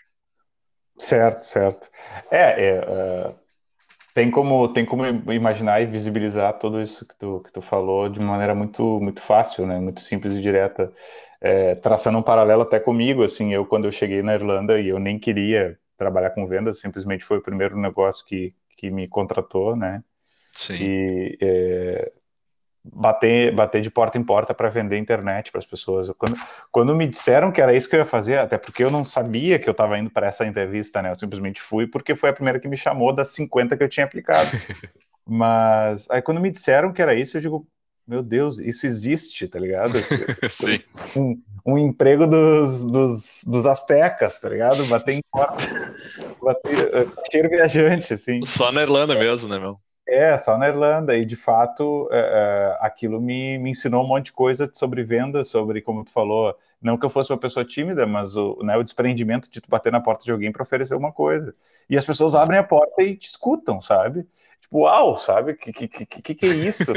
Certo, certo. É, é, é, tem como, tem como imaginar e visibilizar tudo isso que tu, que tu falou de uma maneira muito, muito fácil, né? Muito simples e direta. É, traçando um paralelo até comigo, assim, eu quando eu cheguei na Irlanda e eu nem queria trabalhar com vendas, simplesmente foi o primeiro negócio que, que me contratou, né? Sim. E é, bater, bater de porta em porta para vender internet para as pessoas. Eu, quando, quando me disseram que era isso que eu ia fazer, até porque eu não sabia que eu estava indo para essa entrevista, né? Eu simplesmente fui porque foi a primeira que me chamou das cinquenta que eu tinha aplicado. Mas aí quando me disseram que era isso, eu digo, meu Deus, isso existe, tá ligado? Sim. Um, um emprego dos, dos, dos astecas, tá ligado? Bater em porta, bater, uh, cheiro viajante, assim. Só na Irlanda mesmo, né, meu? É, só na Irlanda, e de fato é, é, aquilo me, me ensinou um monte de coisa sobre venda, sobre, como tu falou, não que eu fosse uma pessoa tímida, mas o, né, o desprendimento de tu bater na porta de alguém para oferecer uma coisa. E as pessoas Claro. abrem a porta e te escutam, sabe? Tipo, uau, sabe? Que que, que, que, que é isso?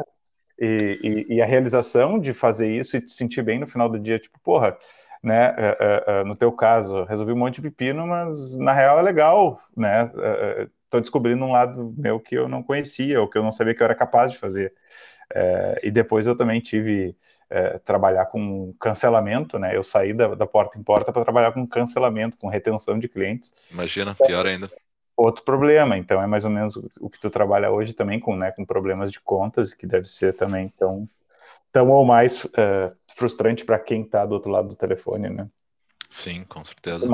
E, e, e a realização de fazer isso e te sentir bem no final do dia, tipo, porra, né? é, é, é, no teu caso, resolvi um monte de pepino, mas na real é legal, né? É, é, tô descobrindo um lado meu que eu não conhecia, ou que eu não sabia que eu era capaz de fazer. É, e depois eu também tive é, trabalhar com cancelamento, né? Eu saí da, da porta em porta para trabalhar com cancelamento, com retenção de clientes. Imagina, pior ainda. Outro problema, então é mais ou menos o, o que tu trabalha hoje também com, né, com problemas de contas, que deve ser também tão, tão ou mais é, frustrante para quem está do outro lado do telefone, né? Sim, com certeza.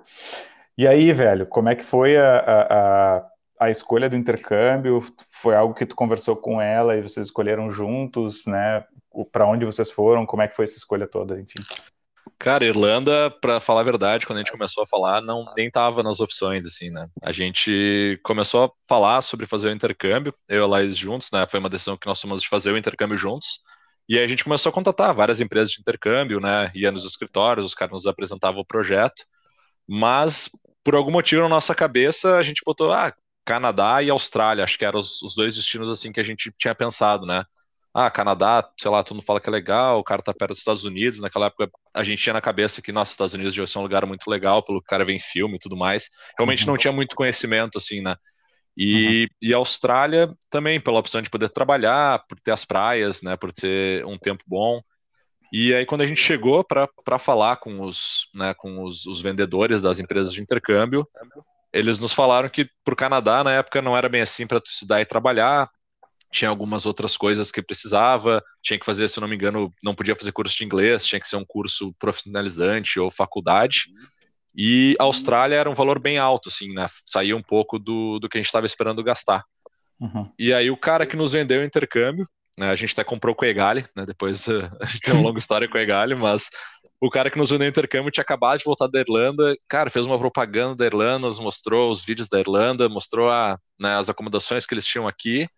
E aí, velho, como é que foi a, a, a, a escolha do intercâmbio? Foi algo que tu conversou com ela e vocês escolheram juntos, né? Para onde vocês foram? Como é que foi essa escolha toda, enfim? Cara, Irlanda, pra falar a verdade, quando a gente começou a falar, não nem tava nas opções, assim, né? A gente começou a falar sobre fazer o intercâmbio, eu e a Laís juntos, né? Foi uma decisão que nós tomamos de fazer o intercâmbio juntos. E aí a gente começou a contatar várias empresas de intercâmbio, né? Ia nos escritórios, os caras nos apresentavam o projeto. Mas, por algum motivo, na nossa cabeça, a gente botou, ah, Canadá e Austrália, acho que eram os, os dois destinos, assim, que a gente tinha pensado, né? Ah, Canadá, sei lá, todo mundo fala que é legal, o cara tá perto dos Estados Unidos. Naquela época a gente tinha na cabeça que, nossa, Estados Unidos devia ser um lugar muito legal, pelo que o cara vê em filme e tudo mais. Realmente Uhum, não tinha muito conhecimento, assim, né? uhum, E, e a Austrália também, pela opção de poder trabalhar, por ter as praias, né? Por ter um tempo bom. E aí, quando a gente chegou para para falar com os, né, com os, os vendedores das empresas de intercâmbio, eles nos falaram que para o Canadá, na época, não era bem assim para tu estudar e trabalhar, tinha algumas outras coisas que precisava, tinha que fazer, se eu não me engano, não podia fazer curso de inglês, tinha que ser um curso profissionalizante ou faculdade. E a Austrália era um valor bem alto, assim, né? Saía um pouco do, do que a gente estava esperando gastar. uhum. E aí o cara que nos vendeu o intercâmbio, né, a gente até comprou com o Egali, né? Depois uh, a gente tem uma longa história com o Egali, mas o cara que nos vendeu o intercâmbio tinha acabado de voltar da Irlanda, cara, fez uma propaganda da Irlanda, nos mostrou os vídeos da Irlanda, mostrou a, né, as acomodações que eles tinham aqui,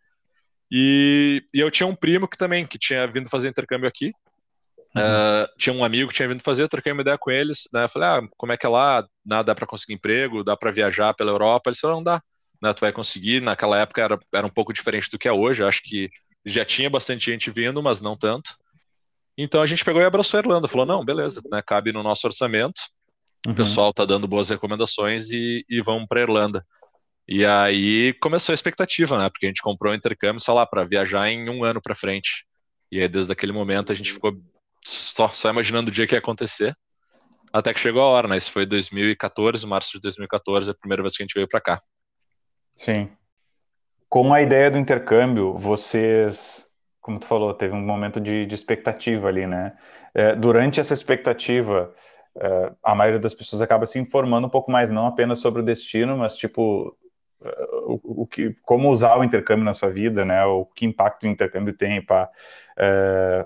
e, e eu tinha um primo que também, que tinha vindo fazer intercâmbio aqui, Uhum. uh, tinha um amigo que tinha vindo fazer, eu troquei uma ideia com eles, né, eu falei, ah, como é que é lá, dá, dá para conseguir emprego, dá para viajar pela Europa? Eles falaram, não dá, né, tu vai conseguir, naquela época era, era um pouco diferente do que é hoje, eu acho que já tinha bastante gente vindo, mas não tanto. Então a gente pegou e abraçou a Irlanda, falou, não, beleza, né, cabe no nosso orçamento, o Uhum. pessoal tá dando boas recomendações e, e vamos para Irlanda. E aí começou a expectativa, né, porque a gente comprou o intercâmbio, sei lá, para viajar em um ano para frente. E aí desde aquele momento a gente ficou só, só imaginando o dia que ia acontecer, até que chegou a hora, né, isso foi dois mil e quatorze, março de dois mil e quatorze, a primeira vez que a gente veio para cá. Sim. Com a ideia do intercâmbio, vocês, como tu falou, teve um momento de, de expectativa ali, né? É, durante essa expectativa, é, a maioria das pessoas acaba se informando um pouco mais, não apenas sobre o destino, mas tipo, é, o, o que, como usar o intercâmbio na sua vida, né? O que impacto o intercâmbio tem, pá. É,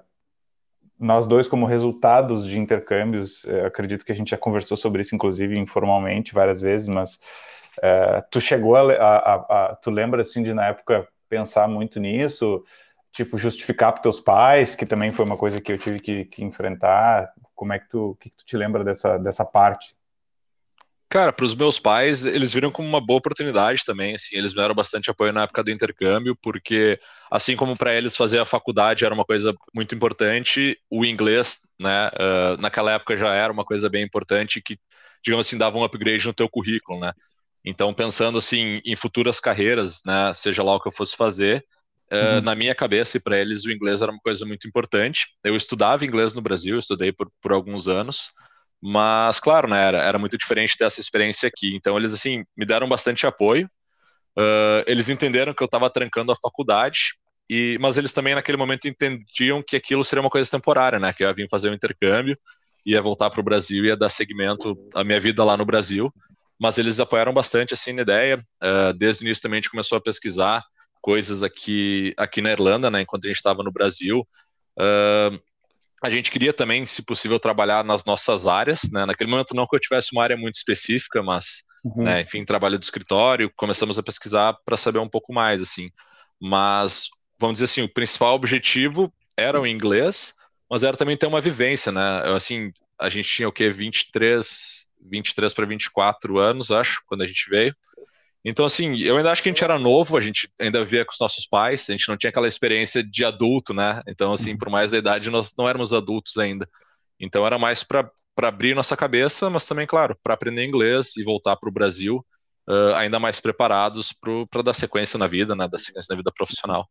nós dois, como resultados de intercâmbios, é, acredito que a gente já conversou sobre isso, inclusive informalmente, várias vezes, mas é, tu chegou a, a, a, tu lembra assim de na época pensar muito nisso, tipo justificar para teus pais, que também foi uma coisa que eu tive que, que enfrentar. Como é que tu, que, que tu te lembra dessa, dessa parte? Cara, para os meus pais, eles viram como uma boa oportunidade também, assim, eles me deram bastante apoio na época do intercâmbio, porque assim como para eles fazer a faculdade era uma coisa muito importante, o inglês, né, uh, naquela época já era uma coisa bem importante que, digamos assim, dava um upgrade no teu currículo, né? Então, pensando assim em futuras carreiras, né, seja lá o que eu fosse fazer, uh, Uhum. na minha cabeça e para eles o inglês era uma coisa muito importante. Eu estudava inglês no Brasil, eu estudei por, por alguns anos. Mas, claro, né, era, era muito diferente dessa experiência aqui. Então, eles, assim, me deram bastante apoio. Uh, eles entenderam que eu estava trancando a faculdade, e, mas eles também, naquele momento, entendiam que aquilo seria uma coisa temporária, né? Que eu ia vir fazer um intercâmbio, ia voltar para o Brasil, ia dar seguimento à minha vida lá no Brasil. Mas eles apoiaram bastante, assim, na ideia. Uh, desde o início também a gente começou a pesquisar coisas aqui, aqui na Irlanda, né? Enquanto a gente estava no Brasil. Uh, a gente queria também, se possível, trabalhar nas nossas áreas, né? Naquele momento não que eu tivesse uma área muito específica, mas, Uhum. né, enfim, trabalho do escritório, começamos a pesquisar para saber um pouco mais, assim. Mas, vamos dizer assim, o principal objetivo era o inglês, mas era também ter uma vivência, né? Eu, assim, a gente tinha o quê? vinte e três, vinte e três para vinte e quatro anos, acho, quando a gente veio. Então, assim, eu ainda acho que a gente era novo, a gente ainda vivia com os nossos pais, a gente não tinha aquela experiência de adulto, né? Então, assim, Uhum. por mais da idade, nós não éramos adultos ainda. Então, era mais para para abrir nossa cabeça, mas também, claro, para aprender inglês e voltar para o Brasil, uh, ainda mais preparados para dar sequência na vida, né? Dar sequência na vida profissional.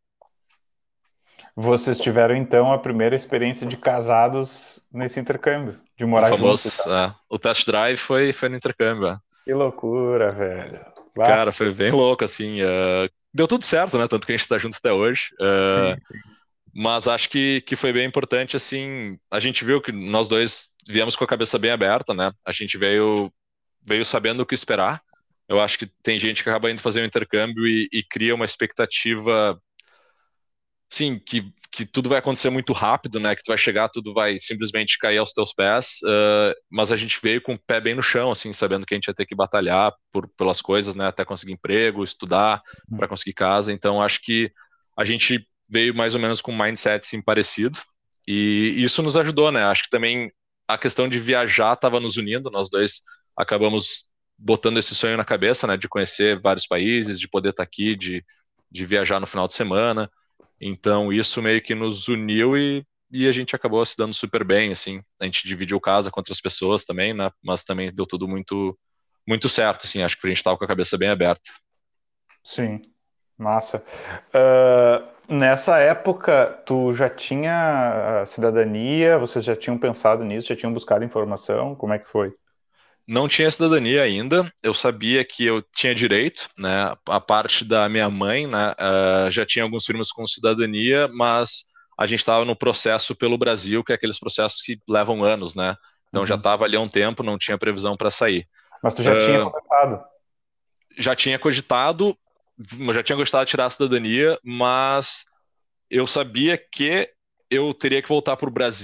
Vocês tiveram então a primeira experiência de casados nesse intercâmbio, de O morar junto e famoso, tal. uh, o test drive foi, foi no intercâmbio. Uh. Que loucura, velho. Cara, Bah, foi bem louco, assim. Uh, deu tudo certo, né? Tanto que a gente está junto até hoje. Uh, sim. Mas acho que, que foi bem importante, assim, a gente viu que nós dois viemos com a cabeça bem aberta, né? A gente veio, veio sabendo o que esperar. Eu acho que tem gente que acaba indo fazer um intercâmbio e, e cria uma expectativa, sim, que, que tudo vai acontecer muito rápido, né? Que tu vai chegar, tudo vai simplesmente cair aos teus pés. Uh, mas a gente veio com o pé bem no chão, assim, sabendo que a gente ia ter que batalhar por, pelas coisas, né? Até conseguir emprego, estudar, para conseguir casa. Então, acho que a gente veio mais ou menos com um mindset assim, parecido. E isso nos ajudou, né? Acho que também a questão de viajar estava nos unindo. Nós dois acabamos botando esse sonho na cabeça, né? De conhecer vários países, de poder estar aqui, de, de viajar no final de semana. Então, isso meio que nos uniu e, e a gente acabou se dando super bem, assim. A gente dividiu casa com outras pessoas também, né? Mas também deu tudo muito, muito certo, assim. Acho que a gente estava com a cabeça bem aberta. Sim, massa. Ah, nessa época, tu já tinha a cidadania? Vocês já tinham pensado nisso? Já tinham buscado informação? Como é que foi? Não tinha cidadania ainda, eu sabia que eu tinha direito, né? A parte da minha mãe, né? Uh, já tinha alguns primos com cidadania, mas a gente estava no processo pelo Brasil, que é aqueles processos que levam anos, né? Então já Uhum. estava ali há um tempo, não tinha previsão para sair. Mas tu já tinha Uh, comentado? já tinha cogitado, já tinha gostado de tirar a cidadania, mas eu sabia que eu teria que voltar para o Brasil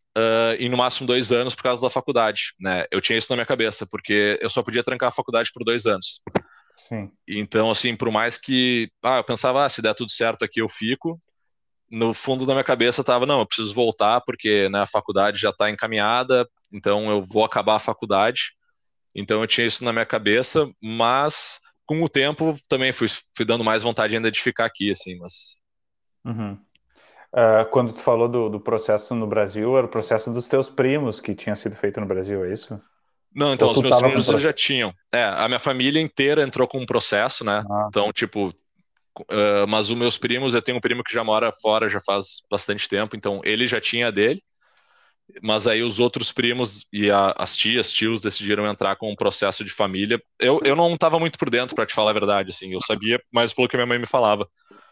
uh, em no máximo dois anos por causa da faculdade, né? Eu tinha isso na minha cabeça, porque eu só podia trancar a faculdade por dois anos. Sim. Então, assim, por mais que... Ah, eu pensava, ah, se der tudo certo aqui eu fico. No fundo da minha cabeça tava, não, eu preciso voltar porque, né, a faculdade já está encaminhada, então eu vou acabar a faculdade. Então eu tinha isso na minha cabeça, mas com o tempo também fui, fui dando mais vontade ainda de ficar aqui, assim, mas... Uhum. Uh, quando tu falou do, do processo no Brasil, era o processo dos teus primos que tinha sido feito no Brasil, é isso? Não, Ou então, os tu meus tava com primos eles já processo? tinham. É, a minha família inteira entrou com um processo, né? Ah, Então, tipo, uh, mas os meus primos, eu tenho um primo que já mora fora já faz bastante tempo, então ele já tinha a dele, mas aí os outros primos e a, as tias, tios decidiram entrar com um processo de família. Eu, eu não estava muito por dentro, para te falar a verdade, assim, eu sabia mais pelo que minha mãe me falava.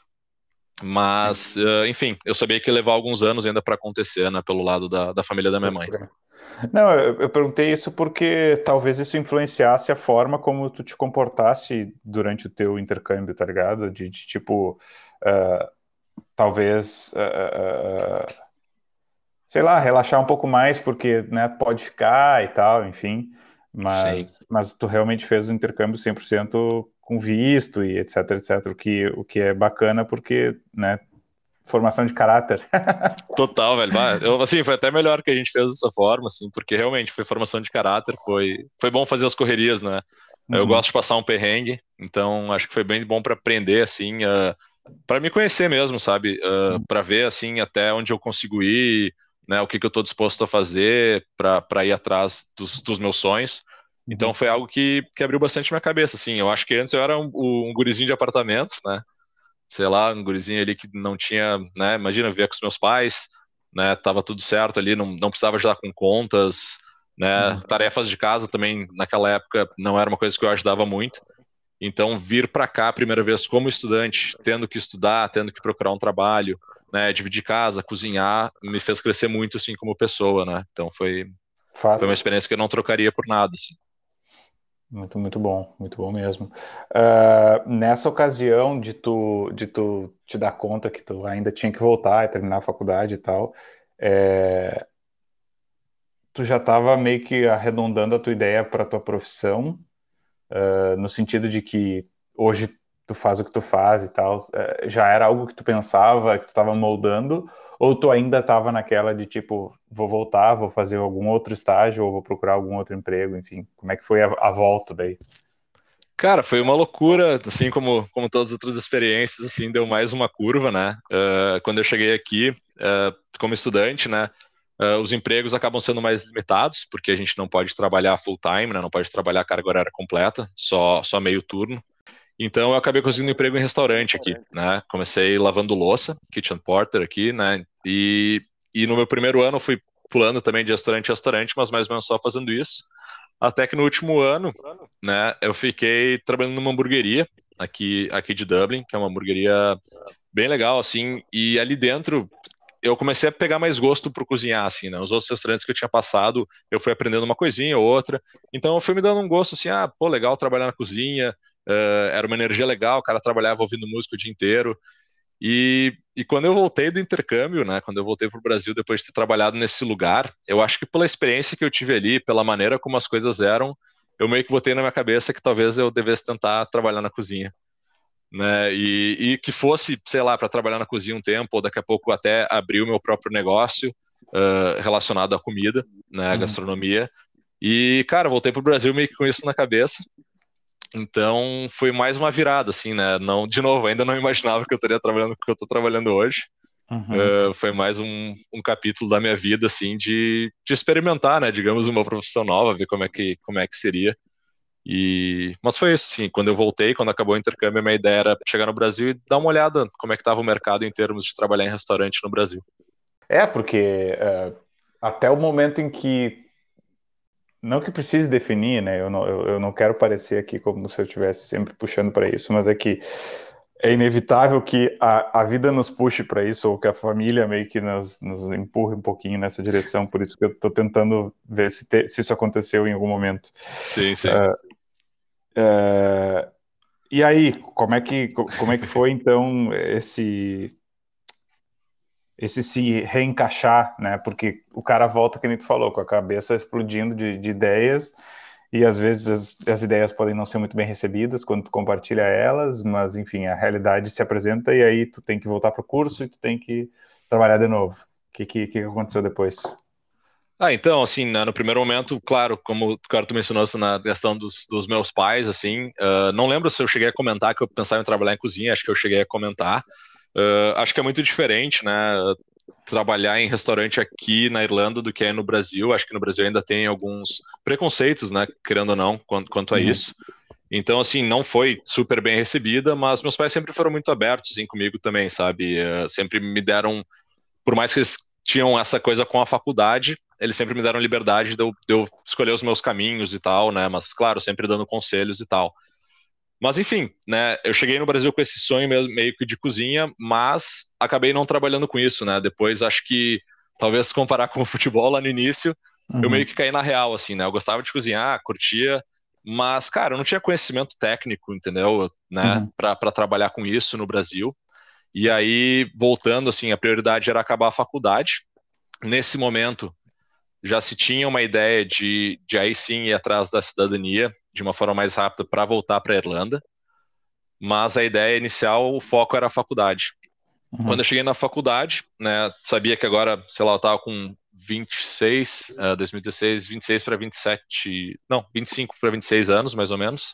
sim. Mas, uh, enfim, eu sabia que ia levar alguns anos ainda para acontecer, né, pelo lado da, da família da minha Pode mãe. crer. Não, eu, eu perguntei isso porque talvez isso influenciasse a forma como tu te comportasse durante o teu intercâmbio, tá ligado? De, de tipo, uh, talvez, uh, uh, sei lá, relaxar um pouco mais, porque, né, pode ficar e tal, enfim. Sim. Mas, mas tu realmente fez o intercâmbio cem por cento com visto e etc, etc. O que, o que é bacana porque, né, formação de caráter. Total, velho. Bah, eu, assim, foi até melhor que a gente fez dessa forma, assim, porque realmente foi formação de caráter, foi, foi bom fazer as correrias, né? Eu gosto Uhum, de passar um perrengue, então acho que foi bem bom para aprender, assim, uh, para me conhecer mesmo, sabe? Uh, para ver, assim, até onde eu consigo ir, né? O que que eu tô disposto a fazer para para ir atrás dos, dos meus sonhos. Então uhum, foi algo que, que abriu bastante minha cabeça, assim. Eu acho que antes eu era um, um gurizinho de apartamento, né? Sei lá, um gurizinho ali que não tinha, né? Imagina, vivia com os meus pais, né? Tava tudo certo ali, não, não precisava ajudar com contas, né? uhum. Tarefas de casa também, naquela época, não era uma coisa que eu ajudava muito. Então, vir para cá a primeira vez como estudante, tendo que estudar, tendo que procurar um trabalho, né? Dividir casa, cozinhar, me fez crescer muito, assim, como pessoa, né? Então, foi, foi uma Fato. experiência que eu não trocaria por nada, assim. Muito, muito bom, muito bom mesmo. Ah, nessa ocasião de tu, de tu te dar conta que tu ainda tinha que voltar e terminar a faculdade e tal, é, tu já estava meio que arredondando a tua ideia para tua profissão, ah, no sentido de que hoje tu faz o que tu faz e tal, eh, já era algo que tu pensava, que tu estava moldando, ou tu ainda estava naquela de tipo, vou voltar, vou fazer algum outro estágio, ou vou procurar algum outro emprego, enfim, como é que foi a, a volta daí? Cara, foi uma loucura, assim como, como todas as outras experiências, assim, deu mais uma curva, né? Uh, quando eu cheguei aqui, uh, como estudante, né? Uh, os empregos acabam sendo mais limitados, porque a gente não pode trabalhar full time, né? Não pode trabalhar carga horária completa, só, só meio turno. Então eu acabei conseguindo um emprego em restaurante aqui, né? Comecei lavando louça, kitchen porter aqui, né? E, e no meu primeiro ano eu fui pulando também de restaurante em restaurante, mas mais ou menos só fazendo isso. Até que no último ano, né, eu fiquei trabalhando numa hamburgueria aqui, aqui de Dublin, que é uma hamburgueria bem legal, assim, e ali dentro eu comecei a pegar mais gosto por cozinhar, assim, né? Os outros restaurantes que eu tinha passado, eu fui aprendendo uma coisinha ou outra. Então eu fui me dando um gosto assim, ah, pô, legal trabalhar na cozinha, uh, era uma energia legal, o cara trabalhava ouvindo música o dia inteiro. E, e quando eu voltei do intercâmbio, né, quando eu voltei para o Brasil depois de ter trabalhado nesse lugar, eu acho que pela experiência que eu tive ali, pela maneira como as coisas eram, eu meio que botei na minha cabeça que talvez eu devesse tentar trabalhar na cozinha, né, e, e que fosse, sei lá, para trabalhar na cozinha um tempo, ou daqui a pouco até abrir o meu próprio negócio uh, relacionado à comida, né, à Uhum. gastronomia. E, cara, eu voltei para o Brasil meio que com isso na cabeça. Então foi mais uma virada, assim, né? Não, de novo, ainda não imaginava que eu estaria trabalhando com o que eu estou trabalhando hoje. Uhum. Uh, foi mais um, um capítulo da minha vida, assim, de, de experimentar, né? Digamos, uma profissão nova, ver como é que, como é que seria. E... Mas foi isso, assim, quando eu voltei, quando acabou o intercâmbio, a minha ideia era chegar no Brasil e dar uma olhada como é que estava o mercado em termos de trabalhar em restaurante no Brasil. É, porque uh, até o momento em que, não que precise definir, né? Eu não, eu, eu não quero parecer aqui como se eu estivesse sempre puxando para isso, mas é que é inevitável que a, a vida nos puxe para isso, ou que a família meio que nos, nos empurre um pouquinho nessa direção, por isso que eu estou tentando ver se, te, se isso aconteceu em algum momento. Sim, sim. Uh, uh, e aí, como é que, como é que foi então esse esse se reencaixar, né? Porque o cara volta, que nem tu falou, com a cabeça explodindo de, de ideias, e às vezes as, as ideias podem não ser muito bem recebidas quando tu compartilha elas, mas enfim, a realidade se apresenta e aí tu tem que voltar pro curso e tu tem que trabalhar de novo. O que, que, que aconteceu depois? Ah, então, assim, né, no primeiro momento, claro, como o cara tu mencionou na questão dos, dos meus pais, assim, uh, não lembro se eu cheguei a comentar que eu pensava em trabalhar em cozinha, acho que eu cheguei a comentar. Uh, acho que é muito diferente, né, trabalhar em restaurante aqui na Irlanda do que é no Brasil. Acho que no Brasil ainda tem alguns preconceitos, né, querendo ou não, quanto, quanto a Uhum. isso. Então, assim, não foi super bem recebida, mas meus pais sempre foram muito abertos, assim, comigo também, sabe? Uh, sempre me deram, por mais que eles tinham essa coisa com a faculdade, eles sempre me deram liberdade de eu, de eu escolher os meus caminhos e tal, né? Mas, claro, sempre dando conselhos e tal. Mas, enfim, né? Eu cheguei no Brasil com esse sonho mesmo, meio que de cozinha, mas acabei não trabalhando com isso, né? Depois, acho que, talvez comparar com o futebol lá no início, eu meio Uhum. que caí na real, assim, né? Eu gostava de cozinhar, curtia, mas, cara, eu não tinha conhecimento técnico, entendeu? Né? Uhum. Para trabalhar com isso no Brasil. E aí, voltando, assim, a prioridade era acabar a faculdade. Nesse momento, já se tinha uma ideia de, de aí sim ir atrás da cidadania de uma forma mais rápida para voltar para a Irlanda, mas a ideia inicial, o foco era a faculdade. Quando Uhum. eu cheguei na faculdade, né, sabia que agora, sei lá, eu estava com vinte e seis, uh, dois mil e dezesseis, vinte e seis para vinte e sete, não, vinte e cinco para vinte e seis anos, mais ou menos,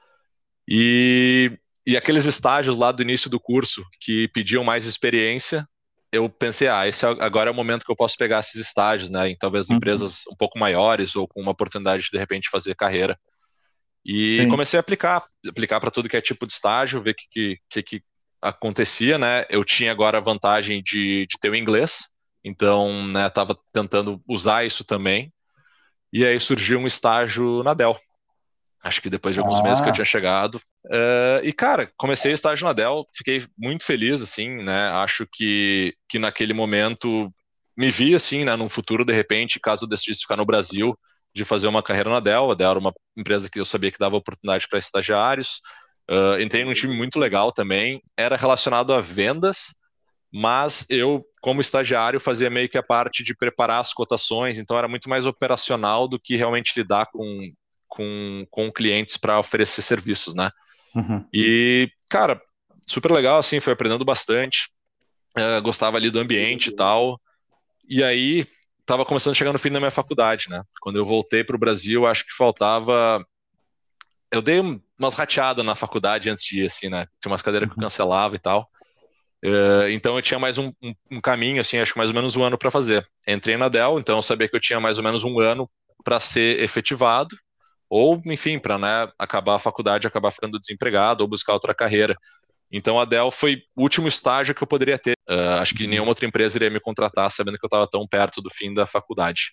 e, e aqueles estágios lá do início do curso que pediam mais experiência, eu pensei, ah, esse é- agora é o momento que eu posso pegar esses estágios, né, em talvez Uhum. empresas um pouco maiores ou com uma oportunidade de, de repente, fazer carreira. E Sim. comecei a aplicar, aplicar para tudo que é tipo de estágio, ver o que, que, que acontecia, né, eu tinha agora a vantagem de, de ter o inglês, então, né, estava tentando usar isso também, e aí surgiu um estágio na Dell. Acho que depois de alguns meses que eu tinha Ah. chegado. Uh, e, cara, comecei o estágio na Dell, fiquei muito feliz, assim, né? Acho que, que naquele momento me vi, assim, né, num futuro, de repente, caso eu decidisse ficar no Brasil, de fazer uma carreira na Dell. A Dell era uma empresa que eu sabia que dava oportunidade para estagiários. Uh, entrei num time muito legal também. Era relacionado a vendas, mas eu, como estagiário, fazia meio que a parte de preparar as cotações, então era muito mais operacional do que realmente lidar com, com, com clientes para oferecer serviços, né? Uhum. E, cara, super legal, assim, foi aprendendo bastante, uh, gostava ali do ambiente e tal, e aí tava começando a chegar no fim da minha faculdade, né? Quando eu voltei para o Brasil, acho que faltava. Eu dei umas rateadas na faculdade antes de ir, assim, né? Tinha umas cadeiras que eu Uhum. cancelava e tal. Uh, então eu tinha mais um, um, um caminho, assim, acho que mais ou menos um ano para fazer. Entrei na Dell, então eu sabia que eu tinha mais ou menos um ano para ser efetivado, ou, enfim, para, né, acabar a faculdade, acabar ficando desempregado ou buscar outra carreira. Então a Dell foi o último estágio que eu poderia ter. Uh, acho que Uhum. nenhuma outra empresa iria me contratar sabendo que eu estava tão perto do fim da faculdade.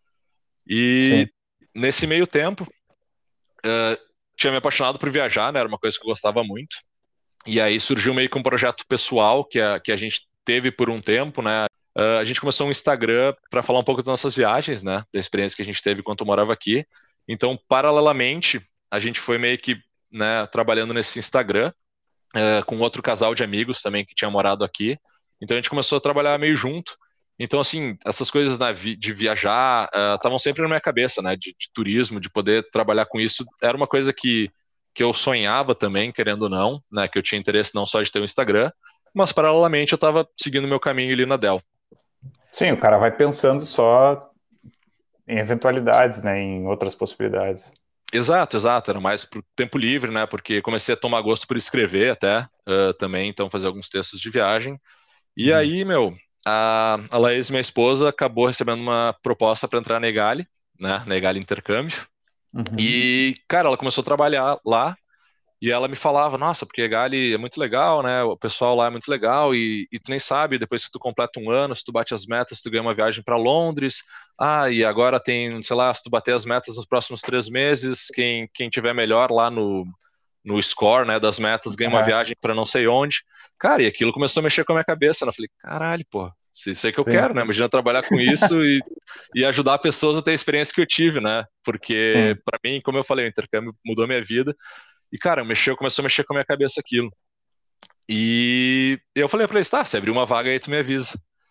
Sim. E nesse meio tempo, uh, tinha me apaixonado por viajar, né? Era uma coisa que eu gostava muito. E aí surgiu meio que um projeto pessoal que a, que a gente teve por um tempo, né? Uh, a gente começou um Instagram para falar um pouco das nossas viagens, né? Da experiência que a gente teve enquanto eu morava aqui. Então, paralelamente, a gente foi meio que, né, trabalhando nesse Instagram, uh, com outro casal de amigos também que tinha morado aqui. Então, a gente começou a trabalhar meio junto. Então, assim, essas coisas na vi de viajar estavam uh, sempre na minha cabeça, né? De, de turismo, de poder trabalhar com isso. Era uma coisa que que eu sonhava também, querendo ou não, né, que eu tinha interesse não só de ter um Instagram, mas paralelamente eu estava seguindo meu caminho ali na Dell. Sim, o cara vai pensando só em eventualidades, né, em outras possibilidades. Exato, exato, era mais pro tempo livre, né, porque comecei a tomar gosto por escrever até, uh, também, então fazer alguns textos de viagem. E Uhum. aí, meu, a, a Laís, minha esposa, acabou recebendo uma proposta para entrar na Egali, né, na Egali Intercâmbio, Uhum. e, cara, ela começou a trabalhar lá. E ela me falava, nossa, porque Gali é muito legal, né? O pessoal lá é muito legal e, e tu nem sabe, depois que tu completa um ano, se tu bate as metas, tu ganha uma viagem para Londres. Ah, e agora tem, sei lá, se tu bater as metas nos próximos três meses, quem, quem tiver melhor lá no, no score, né, das metas, ganha uma Uhum. viagem para não sei onde. Cara, e aquilo começou a mexer com a minha cabeça, né? Eu falei, caralho, pô, isso aí que eu Sim, quero, né? Imagina trabalhar com isso e, e ajudar pessoas a ter a experiência que eu tive, né? Porque, sim. para mim, como eu falei, o intercâmbio mudou minha vida. E, cara, mexeu, começou a mexer com a minha cabeça aquilo. E eu falei pra eles, tá, se abrir uma vaga aí, tu me avisa.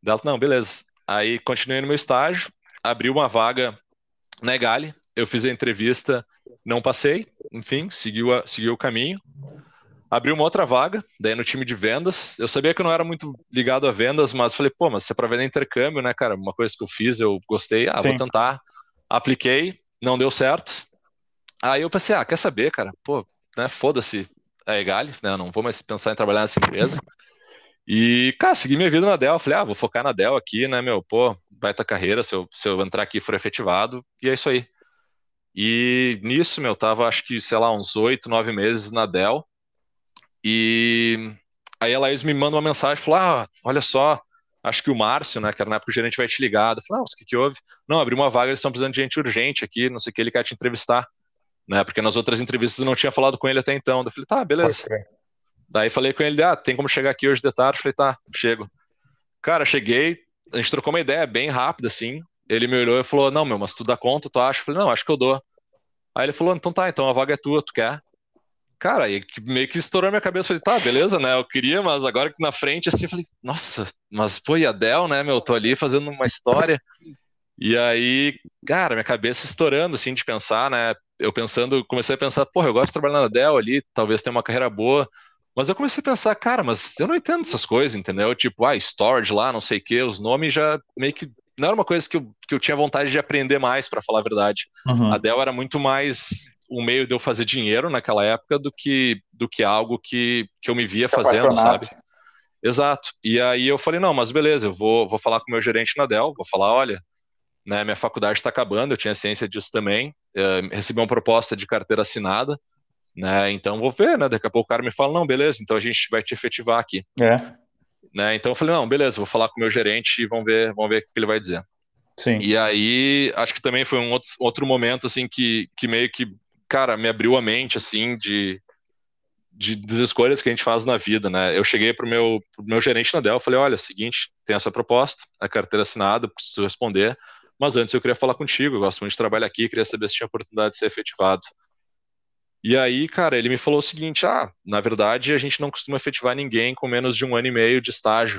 Dela, não, beleza. Aí continuei no meu estágio, abri uma vaga na Egali, eu fiz a entrevista, não passei, enfim, seguiu, a, seguiu o caminho. Abri uma outra vaga, daí no time de vendas. Eu sabia que eu não era muito ligado a vendas, mas falei, pô, mas se é pra vender intercâmbio, né, cara? Uma coisa que eu fiz, eu gostei, ah, vou Sim, tentar. Apliquei, não deu certo. Aí eu pensei, ah, quer saber, cara? Pô, né, foda-se a Egali, né? Não vou mais pensar em trabalhar nessa empresa. E, cara, segui minha vida na Dell. Falei, ah, vou focar na Dell aqui, né, meu? Pô, baita carreira, se eu, se eu entrar aqui e for efetivado. E é isso aí. E nisso, meu, tava acho que, sei lá, uns oito, nove meses na Dell. E aí a Laís me manda uma mensagem, falou, ah, olha só, acho que o Márcio, né, que era na época o gerente, vai te ligar. Eu falei, não, o que que houve? Não, abriu uma vaga, eles estão precisando de gente urgente aqui, não sei o que, ele quer te entrevistar, né, porque nas outras entrevistas eu não tinha falado com ele até então. Eu falei, tá, pode beleza. crer. Daí falei com ele, ah, tem como chegar aqui hoje de tarde? Eu falei, tá, chego. Cara, cheguei, a gente trocou uma ideia bem rápida, assim. Ele me olhou e falou, não, meu, mas tu dá conta, tu acha? Eu falei, não, acho que eu dou. Aí ele falou, então tá, então a vaga é tua, tu quer? Cara, aí que- meio que estourou a minha cabeça. Eu falei, tá, beleza, né? Eu queria, mas agora que na frente, assim, eu falei, nossa, mas pô, e a Adele, né, meu? Tô ali fazendo uma história. E aí, cara, minha cabeça estourando, assim, de pensar, né? Eu pensando, comecei a pensar, porra, eu gosto de trabalhar na Dell ali, talvez tenha uma carreira boa. Mas eu comecei a pensar, cara, mas eu não entendo essas coisas, entendeu? Tipo, ah, storage lá, não sei o quê, os nomes já meio que não era uma coisa que eu, que eu tinha vontade de aprender mais, pra falar a verdade. A Uhum. Dell era muito mais um meio de eu fazer dinheiro naquela época do que, do que algo que, que eu me via Te fazendo, sabe? apaixonasse. Exato. E aí eu falei, não, mas beleza, eu vou, vou falar com o meu gerente na Dell, vou falar, olha, né, minha faculdade está acabando, eu tinha ciência disso também, eh, recebi uma proposta de carteira assinada, né, então vou ver, né, daqui a pouco o cara me fala, não, beleza, então a gente vai te efetivar aqui, É, né, então eu falei, não, beleza, vou falar com o meu gerente e vamos ver, vamos ver o que ele vai dizer. sim. E aí, acho que também foi um outro, outro momento, assim, que, que meio que, cara, me abriu a mente, assim, de, de, das escolhas que a gente faz na vida, né, eu cheguei pro meu, pro meu gerente na Dell, falei, olha, seguinte, tem essa proposta, a carteira assinada, preciso responder, mas antes eu queria falar contigo, eu gosto muito de trabalhar aqui, queria saber se tinha oportunidade de ser efetivado. E aí, cara, ele me falou o seguinte, ah, na verdade a gente não costuma efetivar ninguém com menos de um ano e meio de estágio,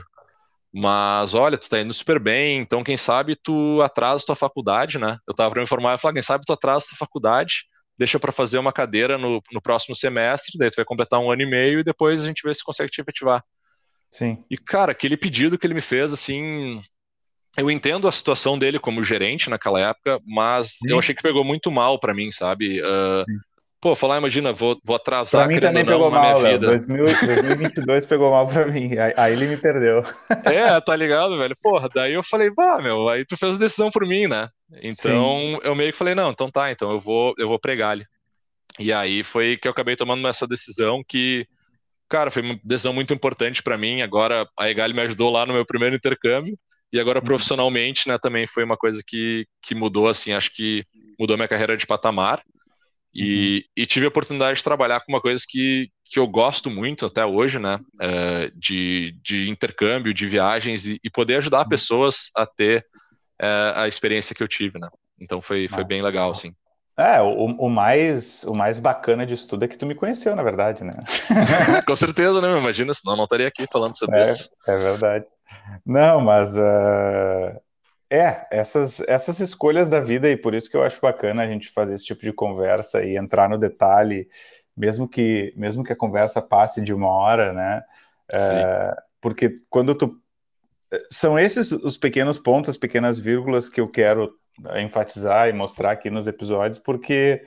mas olha, tu tá indo super bem, então quem sabe tu atrasa tua faculdade, né? Eu tava pra me informar, eu falei, ah, quem sabe tu atrasa tua faculdade, deixa pra fazer uma cadeira no, no próximo semestre, daí tu vai completar um ano e meio e depois a gente vê se consegue te efetivar. Sim. E, cara, aquele pedido que ele me fez, assim, eu entendo a situação dele como gerente naquela época, mas eu achei Sim. que pegou muito mal pra mim, sabe? Uh, pô, falar, imagina, vou, vou Pra atrasar, mim querendo ou também não, pegou na minha mal, Léo. vida. dois mil, dois mil e vinte e dois pegou mal pra mim. Aí, aí ele me perdeu. É, tá ligado, velho? Porra, daí eu falei, bah, meu, aí tu fez a decisão por mim, né? Sim. Então eu meio que falei, não, então tá, então eu vou, eu vou pregar ali. E aí foi que eu acabei tomando essa decisão que, cara, foi uma decisão muito importante pra mim. Agora a Egali me ajudou lá no meu primeiro intercâmbio e agora Uhum. profissionalmente, né, também foi uma coisa que, que mudou, assim, acho que mudou minha carreira de patamar. Uhum. E, e tive a oportunidade de trabalhar com uma coisa que, que eu gosto muito até hoje, né? É, de, de intercâmbio, de viagens e, e poder ajudar pessoas a ter é, a experiência que eu tive, né? Então foi, foi bem legal, assim. É, o, o mais, o mais bacana disso tudo é que tu me conheceu, na verdade, né? Com certeza, né? Imagina, senão eu não estaria aqui falando sobre É, isso. é verdade. Não, mas ah, é, essas, essas escolhas da vida, e por isso que eu acho bacana a gente fazer esse tipo de conversa e entrar no detalhe, mesmo que, mesmo que a conversa passe de uma hora, né? Sim, É, porque quando tu. São esses os pequenos pontos, as pequenas vírgulas que eu quero enfatizar e mostrar aqui nos episódios, porque.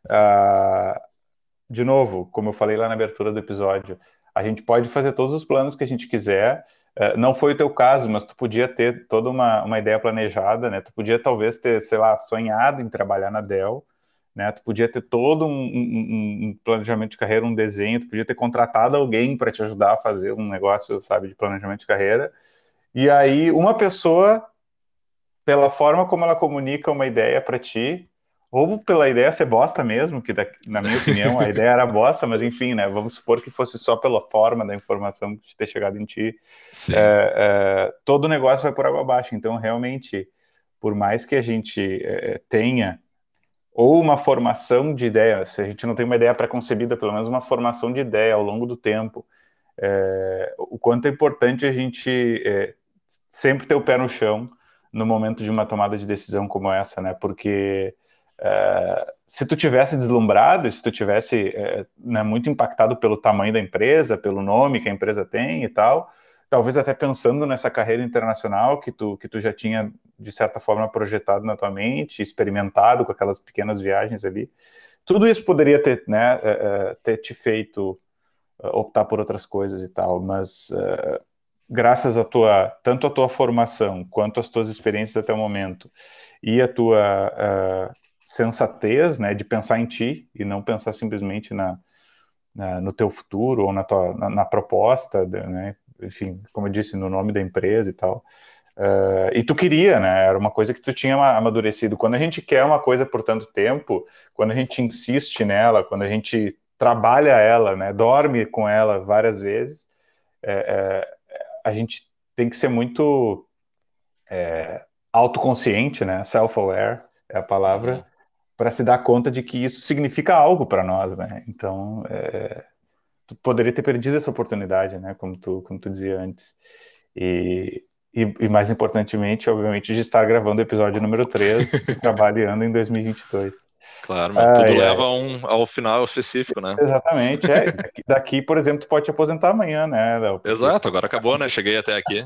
ah, de novo, como eu falei lá na abertura do episódio, a gente pode fazer todos os planos que a gente quiser. Uh, não foi o teu caso, mas tu podia ter toda uma, uma ideia planejada, né? Tu podia talvez ter, sei lá, sonhado em trabalhar na Dell, né? Tu podia ter todo um, um, um planejamento de carreira, um desenho, tu podia ter contratado alguém para te ajudar a fazer um negócio, sabe, de planejamento de carreira. E aí, uma pessoa pela forma como ela comunica uma ideia para ti, ou pela ideia ser bosta mesmo, que na minha opinião a ideia era bosta, mas enfim, né? Vamos supor que fosse só pela forma da informação que ter chegado em ti, sim, é, é, todo o negócio vai por água abaixo. Então, realmente, por mais que a gente é, tenha ou uma formação de ideia, se a gente não tem uma ideia pré-concebida, pelo menos uma formação de ideia ao longo do tempo, é, o quanto é importante a gente é, sempre ter o pé no chão no momento de uma tomada de decisão como essa, né? Porque uh, se tu tivesse deslumbrado, se tu tivesse uh, né, muito impactado pelo tamanho da empresa, pelo nome que a empresa tem e tal, talvez até pensando nessa carreira internacional que tu, que tu já tinha, de certa forma, projetado na tua mente, experimentado com aquelas pequenas viagens ali, tudo isso poderia ter, né, uh, ter te feito uh, optar por outras coisas e tal, mas uh, graças a tua, tanto a tua formação quanto as tuas experiências até o momento e a tua uh, sensatez, né, de pensar em ti e não pensar simplesmente na, na no teu futuro ou na tua na, na proposta, né, enfim, como eu disse, no nome da empresa e tal. Uh, e tu queria, né? Era uma coisa que tu tinha amadurecido. Quando a gente quer uma coisa por tanto tempo, quando a gente insiste nela, quando a gente trabalha ela, né? Dorme com ela várias vezes, é, é, a gente tem que ser muito é, autoconsciente, né? Self-aware é a Uhum. palavra, para se dar conta de que isso significa algo para nós, né? Então, é, tu poderia ter perdido essa oportunidade, né? Como tu, como tu dizia antes. E, e, e mais importantemente, obviamente, de estar gravando o episódio número três e trabalhando em dois mil e vinte e dois. Claro, mas tudo Ai, leva ai. a um, ao final específico, né? Exatamente. É, daqui, daqui, por exemplo, tu pode te aposentar amanhã, né, Léo? Porque... Exato, agora acabou, né? Cheguei até aqui.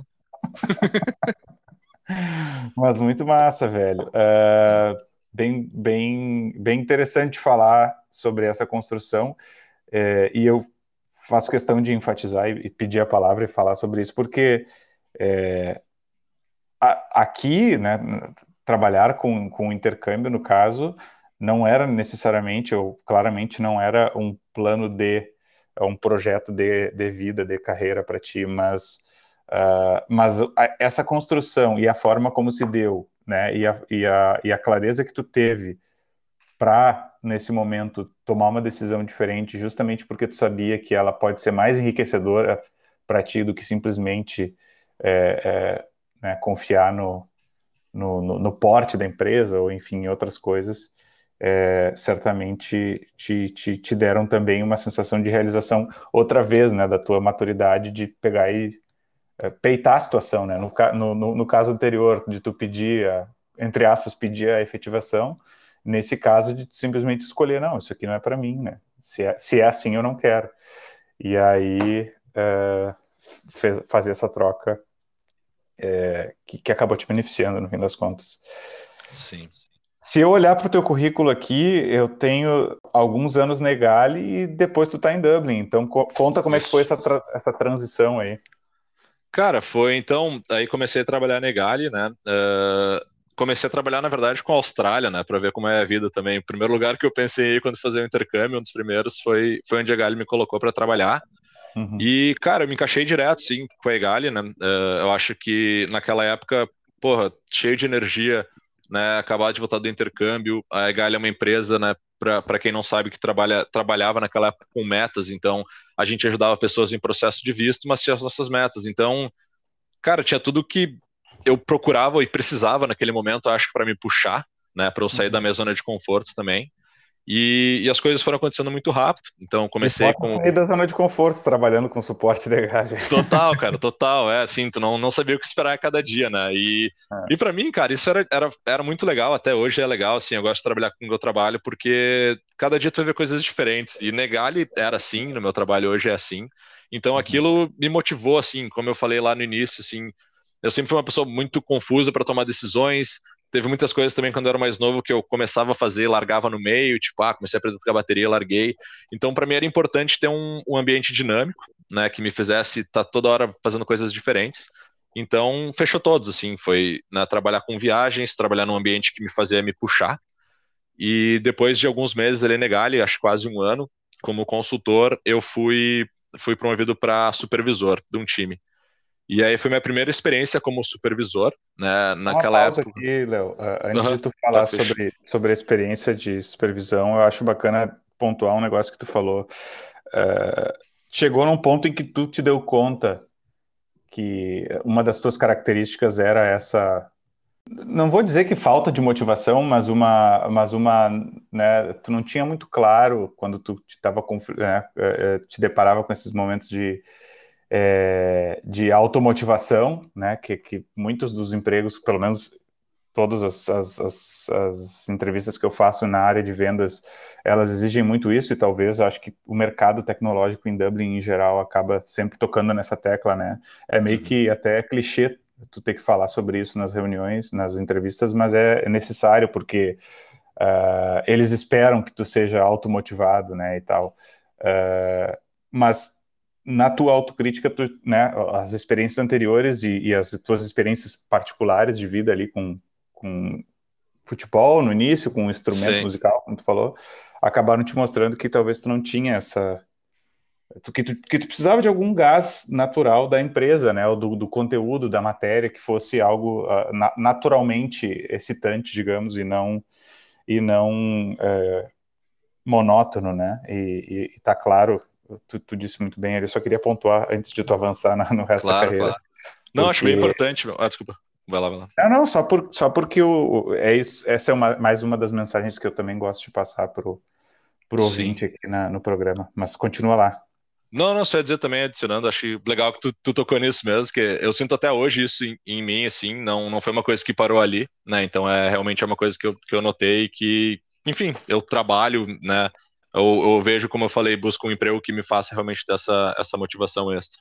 Mas muito massa, velho. Hum. Uh, bem, bem, bem interessante falar sobre essa construção. É, e eu faço questão de enfatizar e, e pedir a palavra e falar sobre isso, porque é, a, aqui, né, trabalhar com, com intercâmbio, no caso, não era necessariamente, ou claramente não era um plano de, um projeto de, de vida, de carreira para ti, mas, uh, mas a, essa construção e a forma como se deu, né, e a, e a, e a clareza que tu teve para, nesse momento, tomar uma decisão diferente, justamente porque tu sabia que ela pode ser mais enriquecedora para ti do que simplesmente é, é, né, confiar no, no, no, no porte da empresa ou, enfim, em outras coisas, é, certamente te, te, te deram também uma sensação de realização outra vez, né, da tua maturidade de pegar e é, peitar a situação, né? No, no, no, no caso anterior, de tu pedir, a, entre aspas, pedir a efetivação, nesse caso de simplesmente escolher, não, isso aqui não é para mim, né? Se é, se é assim, eu não quero. E aí é, fez, fazer essa troca é, que, que acabou te beneficiando, no fim das contas. Sim. Se eu olhar para o teu currículo aqui, eu tenho alguns anos na Egali e depois tu tá em Dublin. Então co conta como é que foi Isso. essa, tra essa transição aí. Cara, foi então. Aí comecei a trabalhar na Egali, né? Uh, comecei a trabalhar, na verdade, com a Austrália, né? Pra ver como é a vida também. O primeiro lugar que eu pensei quando fazia o intercâmbio, um dos primeiros, foi, foi onde a Egali me colocou para trabalhar. Uhum. E, cara, eu me encaixei direto, sim, com a Egali, né? Uh, eu acho que naquela época, porra, cheio de energia, né? Acabado de voltar do intercâmbio. A Egali é uma empresa, né? Para quem não sabe, que trabalha, trabalhava naquela época com metas, então a gente ajudava pessoas em processo de visto, mas tinha as nossas metas. Então, cara, tinha tudo que eu procurava e precisava naquele momento, acho, para me puxar, né? Para eu sair da Uhum. minha zona de conforto também. E, e as coisas foram acontecendo muito rápido. Então, E comecei pode com sair da zona de conforto trabalhando com suporte de Egali. total, cara, total, é assim, tu não, não sabia o que esperar a cada dia, né? E, e para mim, cara, isso era, era, era muito legal, até hoje é legal, assim, eu gosto de trabalhar com o meu trabalho, porque cada dia tu vai ver coisas diferentes, e Negali era assim, no meu trabalho hoje é assim, então Uhum. aquilo me motivou, assim, como eu falei lá no início, assim, eu sempre fui uma pessoa muito confusa para tomar decisões. Teve muitas coisas também quando eu era mais novo que eu começava a fazer, largava no meio, tipo, ah, comecei a aprender a tocar bateria, larguei. Então, para mim era importante ter um, um ambiente dinâmico, né, que me fizesse estar toda hora fazendo coisas diferentes. Então, fechou todos, assim, foi, né, trabalhar com viagens, trabalhar num ambiente que me fazia me puxar. E depois de alguns meses ali na Egali, acho quase um ano, como consultor, eu fui, fui promovido para supervisor de um time. E aí foi minha primeira experiência como supervisor, né, Só uma naquela pausa época. aqui, Léo. Ah, antes de Aham, tu tá, falar fechou. sobre, sobre a experiência de supervisão, eu acho bacana pontuar um negócio que tu falou. Ah, chegou num ponto em que tu te deu conta que uma das tuas características era essa, não vou dizer que falta de motivação, mas uma, mas uma, né, tu não tinha muito claro quando tu te, tava, né, eh, te deparava com esses momentos de, é, de automotivação, né, que, que muitos dos empregos, pelo menos todas as, as, as, as entrevistas que eu faço na área de vendas, elas exigem muito isso, e talvez, acho que o mercado tecnológico em Dublin, em geral, acaba sempre tocando nessa tecla, né? É meio Uhum. que até clichê tu ter que falar sobre isso nas reuniões, nas entrevistas, mas é, é necessário, porque uh, eles esperam que tu seja automotivado, né, e tal. Uh, mas na tua autocrítica, tu, né, as experiências anteriores e, e as tuas experiências particulares de vida ali com com futebol no início, com um instrumento Sim, musical, como tu falou, acabaram te mostrando que talvez tu não tinha essa... Que tu, que tu precisava de algum gás natural da empresa, né? Ou do, do conteúdo, da matéria, que fosse algo uh, na, naturalmente excitante, digamos, e não, e não uh, monótono, né? E, e, e tá claro, tu, tu disse muito bem, eu só queria pontuar antes de tu avançar na, no resto da claro, carreira, claro. Não, acho bem porque... importante. Meu. Ah, desculpa. Vai lá, vai lá. Ah, não, só, por, só porque o, o- é isso, essa é uma, mais uma das mensagens que eu também gosto de passar pro, pro Sim. ouvinte aqui na, no programa. Mas continua lá. Não, não, só ia dizer também, adicionando, acho legal que tu, tu tocou nisso mesmo, que eu sinto até hoje isso em, em mim, assim, não, não foi uma coisa que parou ali, né, então é realmente é uma coisa que eu, que eu notei que, enfim, eu trabalho, né, eu, eu vejo, como eu falei, busco um emprego que me faça realmente ter essa, essa motivação extra.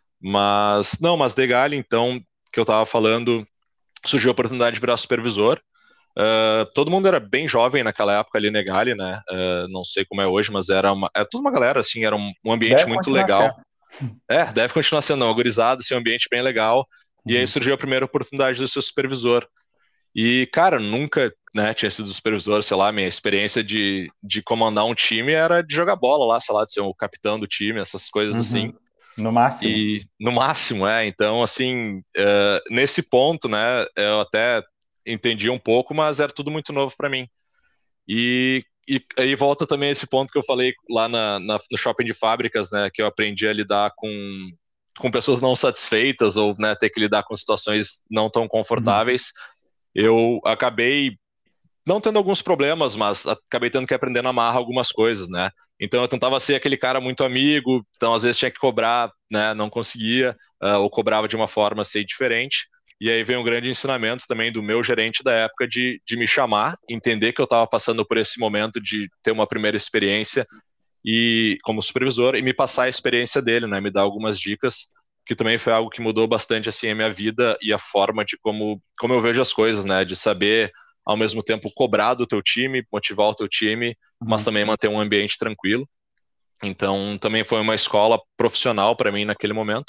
Mas, não, mas Degali, então, que eu tava falando, surgiu a oportunidade de virar supervisor. Uh, todo mundo era bem jovem naquela época ali, Negali, né? Uh, não sei como é hoje, mas era uma, era toda uma galera, assim, era um, um ambiente Deve muito continuar legal. sendo. É, deve continuar sendo, uma gurizada, assim, um ambiente bem legal. E aí Uhum. surgiu a primeira oportunidade de ser supervisor. E, cara, nunca, né, tinha sido supervisor, sei lá, minha experiência de, de comandar um time era de jogar bola lá, sei lá, de ser o capitão do time, essas coisas assim. Uhum. No máximo. E no máximo, é. Então, assim, uh, nesse ponto, né, eu até entendi um pouco, mas era tudo muito novo para mim. E, e aí volta também esse ponto que eu falei lá na, na, no shopping de fábricas, né, que eu aprendi a lidar com, com pessoas não satisfeitas ou, né, ter que lidar com situações não tão Uhum. confortáveis. Eu acabei não tendo alguns problemas, mas acabei tendo que aprender na marra algumas coisas, né? Então eu tentava ser aquele cara muito amigo, então às vezes tinha que cobrar, né? Não conseguia, uh, ou cobrava de uma forma assim diferente. E aí vem um grande ensinamento também do meu gerente da época de, de me chamar, entender que eu estava passando por esse momento de ter uma primeira experiência e como supervisor e me passar a experiência dele, né? Me dar algumas dicas, que também foi algo que mudou bastante assim a minha vida e a forma de como, como eu vejo as coisas, né? De saber ao mesmo tempo cobrar do teu time, motivar o teu time, mas Uhum. também manter um ambiente tranquilo. Então, também foi uma escola profissional para mim naquele momento.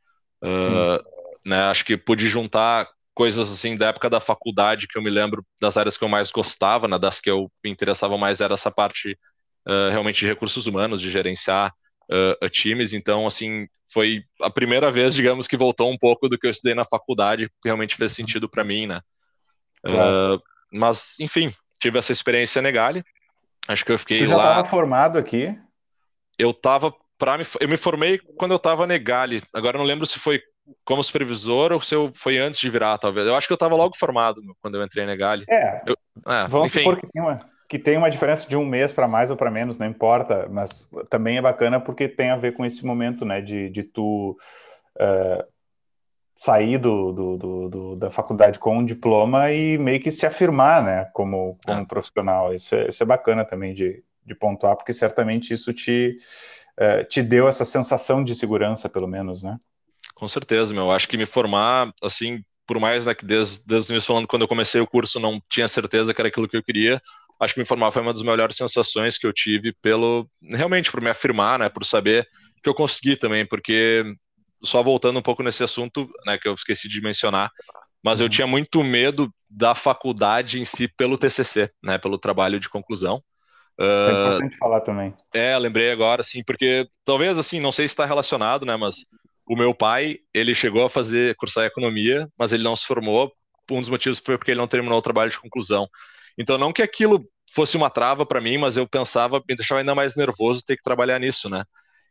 Sim. Uh, né, acho que pude juntar coisas assim da época da faculdade que eu me lembro das áreas que eu mais gostava, né, das que eu me interessava mais era essa parte uh, realmente de recursos humanos, de gerenciar uh, times. Então, assim, foi a primeira vez, digamos, que voltou um pouco do que eu estudei na faculdade, que realmente fez sentido para mim, né? Claro. Uh, mas, enfim, tive essa experiência Negali. Acho que eu Tu fiquei já estava lá. formado aqui? Eu tava para me, eu me formei quando eu tava Negali. Agora eu não lembro se foi como supervisor ou se eu foi antes de virar, talvez. Eu acho que eu tava logo formado quando eu entrei em Negali. É. Eu, é, Vamos enfim, supor que tem uma, que tem uma diferença de um mês para mais ou para menos, não importa, mas também é bacana porque tem a ver com esse momento, né, de, de tu uh, sair do, do, do, do, da faculdade com um diploma e meio que se afirmar, né, como, é, como profissional. Isso é, isso é bacana também de, de pontuar, porque certamente isso te, uh, te deu essa sensação de segurança, pelo menos, né? com certeza, meu. Acho que me formar, assim, por mais né, que desde, desde o início falando, quando eu comecei o curso, não tinha certeza que era aquilo que eu queria. Acho que me formar foi uma das melhores sensações que eu tive pelo, realmente, por me afirmar, né, por saber que eu consegui também, porque só voltando um pouco nesse assunto, né, que eu esqueci de mencionar, mas eu Uhum. tinha muito medo da faculdade em si pelo T C C, né, pelo trabalho de conclusão. Isso é Uh, importante falar também. é, lembrei agora, assim, porque talvez, assim, não sei se está relacionado, né, mas o meu pai, ele chegou a fazer, cursar economia, mas ele não se formou, um dos motivos foi porque ele não terminou o trabalho de conclusão. Então, não que aquilo fosse uma trava para mim, mas eu pensava, me deixava ainda mais nervoso ter que trabalhar nisso, né?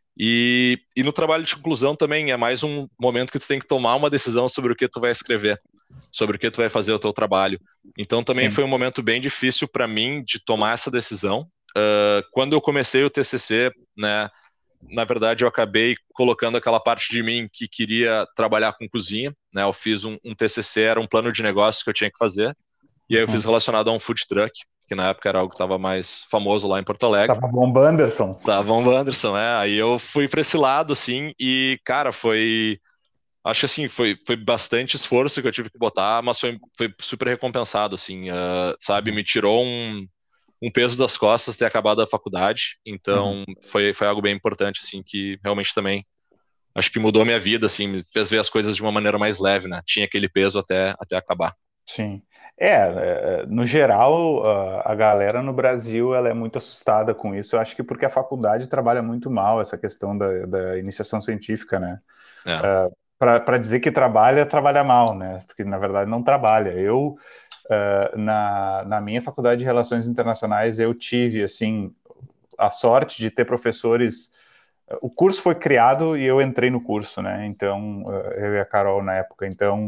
E, e no trabalho de conclusão também é mais um momento que tu tem que tomar uma decisão sobre o que tu vai escrever, sobre o que tu vai fazer o teu trabalho. Então também Sim. foi um momento bem difícil para mim de tomar essa decisão. Uh, quando eu comecei o T C C, né, na verdade, eu acabei colocando aquela parte de mim que queria trabalhar com cozinha, né? Eu fiz um, um T C C, era um plano de negócio que eu tinha que fazer, e aí eu fiz Uhum. relacionado a um food truck, que na época era algo que estava mais famoso lá em Porto Alegre. Tava bombando, Anderson. Tava um Anderson, é. Aí eu fui para esse lado, assim, e, cara, foi... Acho que, assim, foi, foi bastante esforço que eu tive que botar, mas foi, foi super recompensado, assim, uh, sabe? Me tirou um, um peso das costas ter acabado a faculdade, então Uhum. foi, foi algo bem importante, assim, que realmente também acho que mudou minha vida, assim, me fez ver as coisas de uma maneira mais leve, né? Tinha aquele peso até, até acabar. Sim. É, é, no geral, a a galera no Brasil ela é muito assustada com isso. Eu acho que porque a faculdade trabalha muito mal essa questão da, da iniciação científica, né? É, Para dizer que trabalha, trabalha mal, né? Porque na verdade não trabalha. Eu, uh, na, na minha faculdade de Relações Internacionais, eu tive, assim, a sorte de ter professores. O curso foi criado e eu entrei no curso, né? Então, uh, eu e a Carol na época. Então,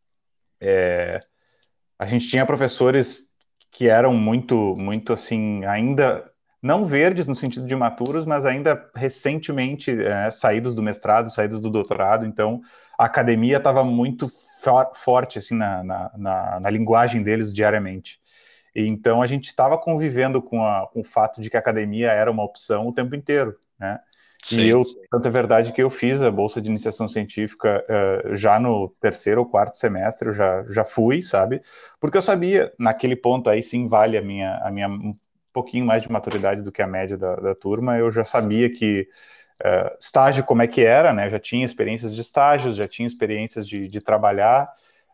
a gente tinha professores que eram muito, muito assim, ainda não verdes no sentido de maturos, mas ainda recentemente é, saídos do mestrado, saídos do doutorado. Então, a academia estava muito for, forte assim na, na, na, na linguagem deles diariamente. E, então, a gente estava convivendo com, a, com o fato de que a academia era uma opção o tempo inteiro, né? E sim, eu, tanto é verdade que eu fiz a bolsa de iniciação científica uh, já no terceiro ou quarto semestre, eu já, já fui, sabe? Porque eu sabia, naquele ponto aí sim vale a minha, a minha um pouquinho mais de maturidade do que a média da, da turma, eu já sabia que uh, estágio como é que era, né? Eu já tinha experiências de estágios, já tinha experiências de, de trabalhar,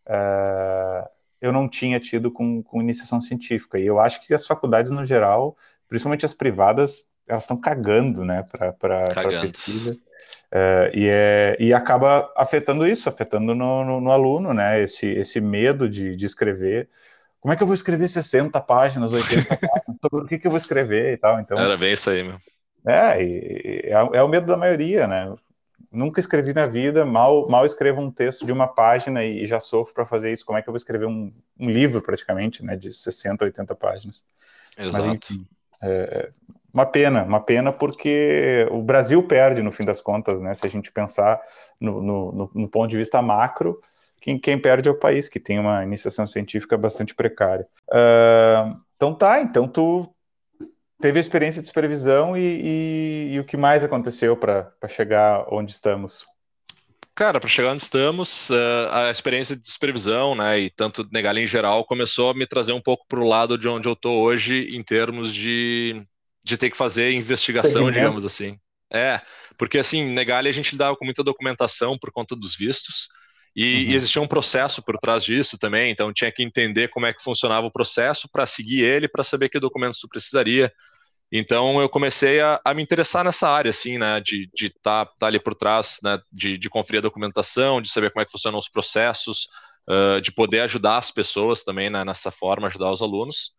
uh, eu não tinha tido com, com iniciação científica. E eu acho que as faculdades no geral, principalmente as privadas, elas estão cagando, né, para cagando. pesquisa, é, e, é, e acaba afetando isso, afetando no, no, no aluno, né, esse, esse medo de, de escrever. Como é que eu vou escrever sessenta páginas, oitenta páginas, sobre o que, que eu vou escrever e tal, então, Era bem isso aí, meu. é, e, é, é o medo da maioria, né, nunca escrevi na vida, mal, mal escrevo um texto de uma página e, e já sofro para fazer isso, como é que eu vou escrever um, um livro, praticamente, né, de sessenta, oitenta páginas, mas Exato. enfim, é, uma pena, uma pena porque o Brasil perde no fim das contas, né? Se a gente pensar no, no, no, no ponto de vista macro, quem, quem perde é o país, que tem uma iniciação científica bastante precária. Uh, então tá, então tu teve a experiência de supervisão e, e, e o que mais aconteceu para chegar onde estamos? Cara, para chegar onde estamos, uh, a experiência de supervisão, né, e tanto Negali em geral, começou a me trazer um pouco para o lado de onde eu tô hoje, em termos de, de ter que fazer investigação, Segmento. digamos assim. É, porque assim, Negali a gente lidava com muita documentação por conta dos vistos, e, e Uhum. existia um processo por trás disso também, então tinha que entender como é que funcionava o processo para seguir ele, para saber que documentos tu precisaria. Então eu comecei a, a me interessar nessa área, assim, né, de de estar tá, tá ali por trás, né, de, de conferir a documentação, de saber como é que funcionam os processos, uh, de poder ajudar as pessoas também, né, nessa forma, ajudar os alunos.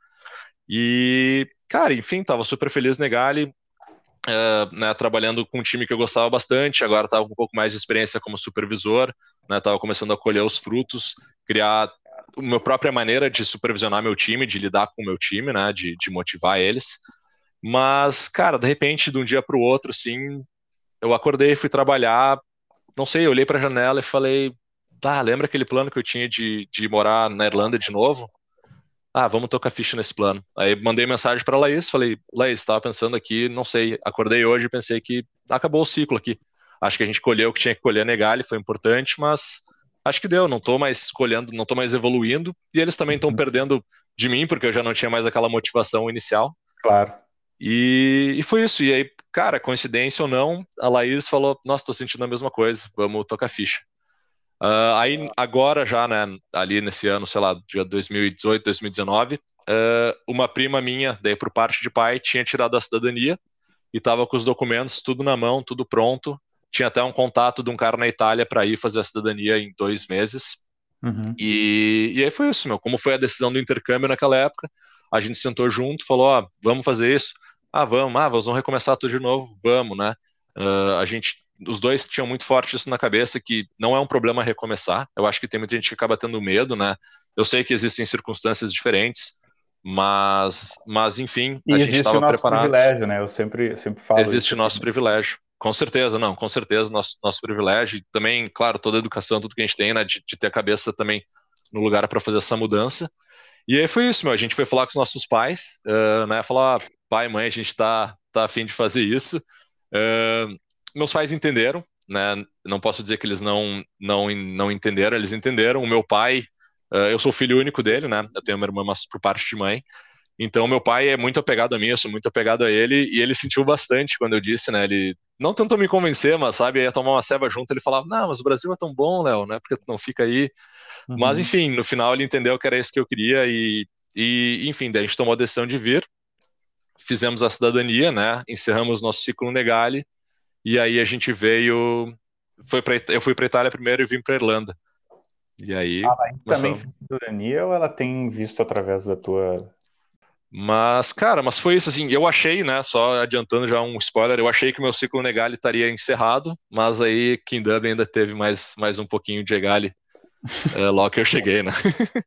E, cara, enfim, estava super feliz na Negali, uh, né, trabalhando com um time que eu gostava bastante, agora estava com um pouco mais de experiência como supervisor, né, estava começando a colher os frutos, criar a minha própria maneira de supervisionar meu time, de lidar com o meu time, né, de, de motivar eles. Mas, cara, de repente, de um dia para o outro, assim, eu acordei, fui trabalhar, não sei, eu olhei para a janela e falei, tá, lembra aquele plano que eu tinha de, de morar na Irlanda de novo? Ah, vamos tocar ficha nesse plano. Aí mandei mensagem para Laís, falei, Laís, estava pensando aqui, não sei, acordei hoje e pensei que acabou o ciclo aqui. Acho que a gente colheu o que tinha que colher, negar, foi importante, mas acho que deu, não tô mais escolhendo, não tô mais evoluindo, e eles também estão perdendo de mim, porque eu já não tinha mais aquela motivação inicial. Claro. E, e foi isso. E aí, cara, coincidência ou não, a Laís falou: Nossa, tô sentindo a mesma coisa, vamos tocar ficha. Uh, aí, agora já, né, ali nesse ano, sei lá, dia dois mil e dezoito, dois mil e dezenove, uh, uma prima minha, daí por parte de pai, tinha tirado a cidadania e tava com os documentos tudo na mão, tudo pronto. Tinha até um contato de um cara na Itália para ir fazer a cidadania em dois meses. Uhum. E, e aí foi isso, meu. Como foi a decisão do intercâmbio naquela época, a gente sentou junto, falou: Ó, vamos fazer isso. Ah, vamos, ah, vamos recomeçar tudo de novo, vamos, né? Uh, a gente, os dois tinham muito forte isso na cabeça, que não é um problema recomeçar. Eu acho que tem muita gente que acaba tendo medo, né? Eu sei que existem circunstâncias diferentes, mas, mas enfim, E a gente existe o estava nosso preparado. privilégio, né? Eu sempre, sempre falo Existe isso o nosso aqui. privilégio. Com certeza, não, com certeza, nosso, nosso privilégio. E também, claro, toda a educação, tudo que a gente tem, né, de, de ter a cabeça também no lugar para fazer essa mudança. E aí foi isso, meu. A gente foi falar com os nossos pais, uh, né? Falar, ah, pai, mãe, a gente tá, tá a fim de fazer isso. Uh, meus pais entenderam, né? Não posso dizer que eles não, não, não entenderam, eles entenderam. O meu pai, uh, eu sou filho único dele, né? Eu tenho uma irmã, mas por parte de mãe. Então, meu pai é muito apegado a mim, eu sou muito apegado a ele, e ele sentiu bastante quando eu disse, né? Ele não tentou me convencer, mas, sabe, ia tomar uma ceva junto, ele falava, não, mas o Brasil é tão bom, Léo, né? Porque tu não fica aí. Mas, Uhum. enfim, no final ele entendeu que era isso que eu queria e, e enfim, daí a gente tomou a decisão de vir, fizemos a cidadania, né? Encerramos nosso ciclo Negali e aí a gente veio, foi pra, eu fui para Itália primeiro e vim para Irlanda. E aí Ela também começamos. fez cidadania ou ela tem visto através da tua... Mas, cara, mas foi isso assim, eu achei, né, só adiantando já um spoiler, eu achei que o meu ciclo Negali estaria encerrado, mas aí Kindub ainda teve mais, mais um pouquinho de Egali, é, logo que eu cheguei, né?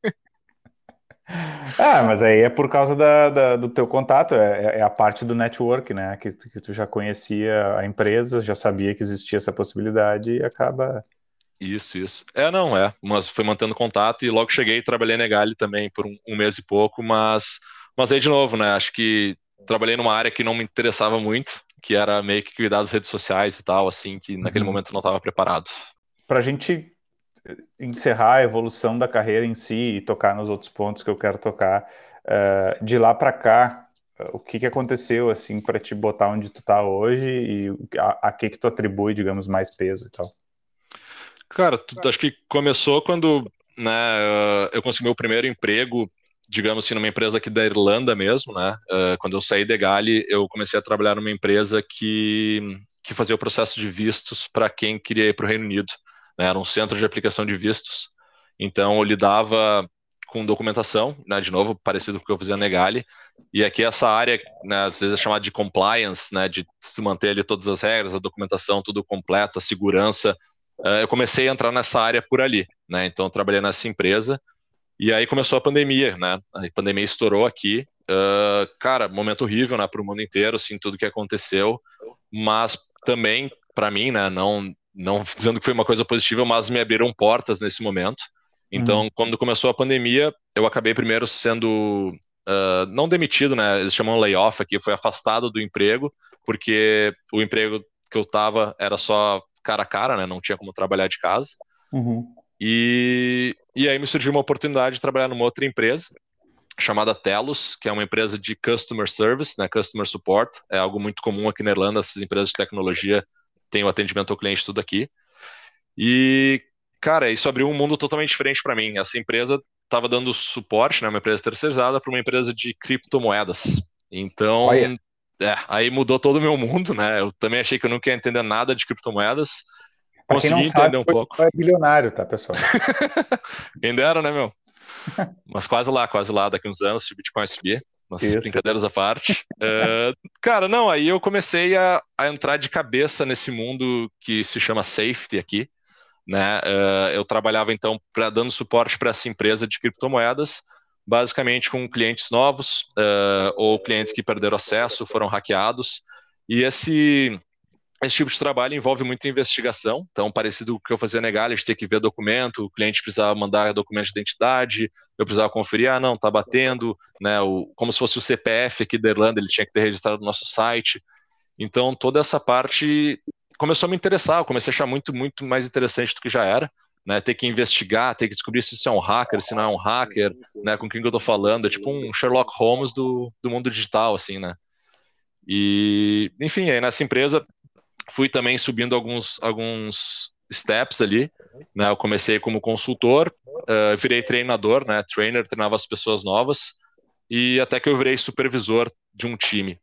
Ah, mas aí é por causa da, da- do teu contato, é, é a parte do network, né? Que, que tu já conhecia a empresa, já sabia que existia essa possibilidade e acaba. Isso, isso. É, não, é. Mas foi mantendo contato e logo cheguei e trabalhei na Egali também por um, um mês e pouco, mas, mas aí de novo, né? Acho que trabalhei numa área que não me interessava muito, que era meio que cuidar das redes sociais e tal, assim, que naquele Uhum. momento eu não estava preparado. Para a gente encerrar a evolução da carreira em si e tocar nos outros pontos que eu quero tocar, eh, de lá para cá, eh, o que que aconteceu assim para te botar onde tu tá hoje e a, a que que tu atribui, digamos, mais peso e tal? Cara, tu- acho que começou quando, né, eh, eu consegui meu primeiro emprego, digamos assim, numa empresa aqui da Irlanda mesmo, né? Eh, Quando eu saí da Egali, eu comecei a trabalhar numa empresa que, que fazia o processo de vistos para quem queria ir para o Reino Unido, né? Era um centro de aplicação de vistos. Então, eu lidava com documentação, né? De novo, parecido com o que eu fazia na Egali. E aqui essa área, né, às vezes é chamada de compliance, né? De se manter ali todas as regras, a documentação tudo completa, segurança. Eh, eu comecei a entrar nessa área por ali, né? Então, eu trabalhei nessa empresa e aí começou a pandemia, né? A pandemia estourou aqui. Uh, cara, momento horrível, né? Para o mundo inteiro, assim, tudo que aconteceu. Mas também, para mim, né? Não, não dizendo que foi uma coisa positiva, mas me abriram portas nesse momento. Uhum. Então, quando começou a pandemia, eu acabei primeiro sendo uh, não demitido, né? Eles chamam layoff aqui, foi afastado do emprego, porque o emprego que eu estava era só cara a cara, né? Não tinha como trabalhar de casa. Uhum. E, e aí me surgiu uma oportunidade de trabalhar numa outra empresa chamada Telos, que é uma empresa de customer service, né, customer support. É algo muito comum aqui na Irlanda, essas empresas de tecnologia têm o atendimento ao cliente tudo aqui. E, cara, isso abriu um mundo totalmente diferente para mim. Essa empresa estava dando suporte, né, uma empresa terceirizada, para uma empresa de criptomoedas. Olha, Então, é, aí mudou todo o meu mundo, né? Eu também achei que eu nunca ia entender nada de criptomoedas. para quem não Consegui sabe, entender um o pouco. é bilionário, tá, pessoal? Quem dera, né, meu? Mas quase lá, quase lá, daqui uns anos, se o Bitcoin subir, mas Isso. brincadeiras à parte. Uh, cara, não, aí eu comecei a, a entrar de cabeça nesse mundo que se chama safety aqui, né? Uh, eu trabalhava então pra, dando suporte para essa empresa de criptomoedas, basicamente com clientes novos uh, ou clientes que perderam acesso, foram hackeados. E esse esse tipo de trabalho envolve muita investigação, então parecido com o que eu fazia na Egali, a gente tem que ver documento, o cliente precisava mandar documento de identidade, eu precisava conferir, ah, não, tá batendo, né, o, como se fosse o C P F aqui da Irlanda, ele tinha que ter registrado no nosso site. Então toda essa parte começou a me interessar, eu comecei a achar muito, muito mais interessante do que já era, né, ter que investigar, ter que descobrir se isso é um hacker, se não é um hacker, né, com quem que eu tô falando, é tipo um Sherlock Holmes do, do mundo digital, assim, né. E, enfim, aí nessa empresa fui também subindo alguns, alguns steps ali, né? Eu comecei como consultor, uh, virei treinador, né? Trainer, treinava as pessoas novas, e até que eu virei supervisor de um time.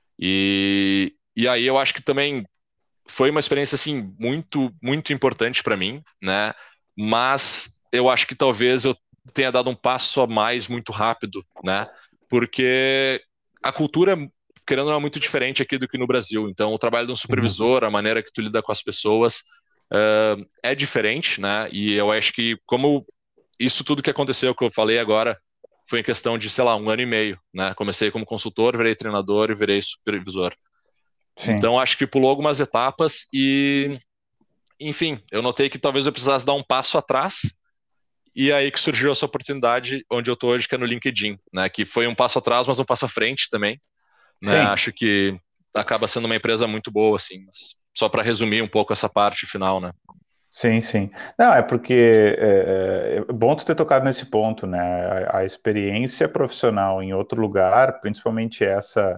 E, e aí eu acho que também foi uma experiência, assim, muito, muito importante para mim, né? Mas eu acho que talvez eu tenha dado um passo a mais muito rápido, né? Porque a cultura, querendo ou não, é muito diferente aqui do que no Brasil. Então, o trabalho de um Uhum. supervisor, a maneira que tu lida com as pessoas, uh, é diferente, né? E eu acho que como isso tudo que aconteceu, que eu falei agora, foi em questão de, sei lá, um ano e meio, né? Comecei como consultor, virei treinador e virei supervisor. Sim. Então, acho que pulou algumas etapas e, enfim, eu notei que talvez eu precisasse dar um passo atrás e aí que surgiu essa oportunidade onde eu tô hoje, que é no LinkedIn, né? Que foi um passo atrás, mas um passo à frente também, né? Sim. Acho que acaba sendo uma empresa muito boa, assim, mas só para resumir um pouco essa parte final, né? Sim, sim. Não, é porque é, é é bom tu ter tocado nesse ponto, né? A, a experiência profissional em outro lugar, principalmente essa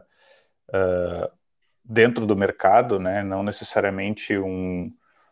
dentro do mercado, né? Não necessariamente um,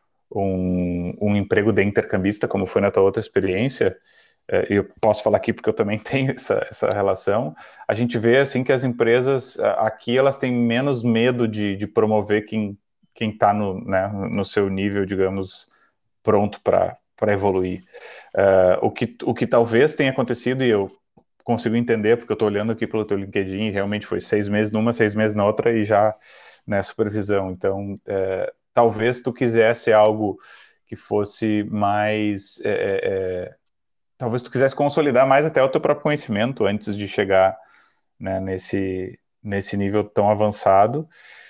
um, um emprego de intercambista, como foi na tua outra experiência. É, eu posso falar aqui porque eu também tenho essa, essa relação. A gente vê assim que as empresas a- aqui elas têm menos medo de, de promover quem quem está no, né, no seu nível, digamos, pronto para para evoluir. Uh, o, que, o que talvez tenha acontecido, e eu consigo entender, porque eu estou olhando aqui pelo teu LinkedIn, e realmente foi seis meses numa, seis meses na outra, e já, né, supervisão. Então, uh, talvez tu quisesse algo que fosse mais... É, é, é, talvez tu quisesse consolidar mais até o teu próprio conhecimento antes de chegar, né, nesse, nesse nível tão avançado.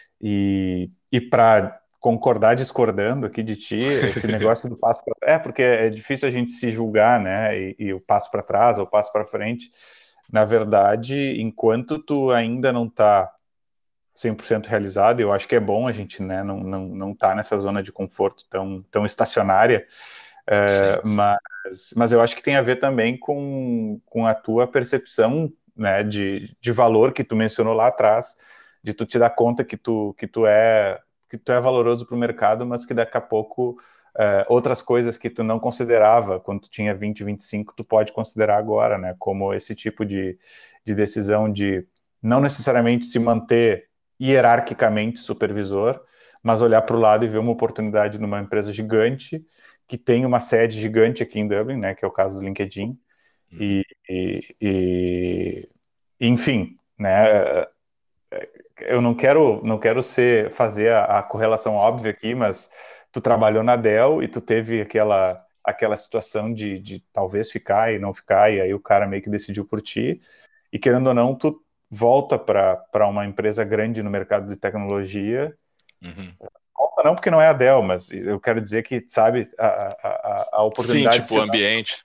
E, e para concordar discordando aqui de ti, esse negócio do passo para é porque é difícil a gente se julgar, né? E, e o passo para trás ou o passo para frente. Na verdade, enquanto tu ainda não está cem por cento realizado, eu acho que é bom a gente, né, não não não tá nessa zona de conforto tão tão estacionária, Sim. é, mas mas eu acho que tem a ver também com, com a tua percepção, né, de, de valor que tu mencionou lá atrás, de tu te dar conta que tu que tu é que tu é valoroso para o mercado, mas que daqui a pouco é, outras coisas que tu não considerava quando tu tinha vinte, vinte e cinco, tu pode considerar agora, né? Como esse tipo de, de decisão de não necessariamente se manter hierarquicamente supervisor, mas olhar para o lado e ver uma oportunidade numa empresa gigante que tem uma sede gigante aqui em Dublin, né? Que é o caso do LinkedIn. Uhum. E, e, e enfim, né? Eu não quero, não quero ser fazer a, a correlação óbvia aqui, mas tu trabalhou na Dell e tu teve aquela aquela situação de, de talvez ficar e não ficar, e aí o cara meio que decidiu por ti, e querendo ou não, tu volta para para uma empresa grande no mercado de tecnologia. Uhum. Volta não porque não é a Dell, mas eu quero dizer que, sabe, a, a, a a Sim, oportunidade tipo, se o dá, ambiente.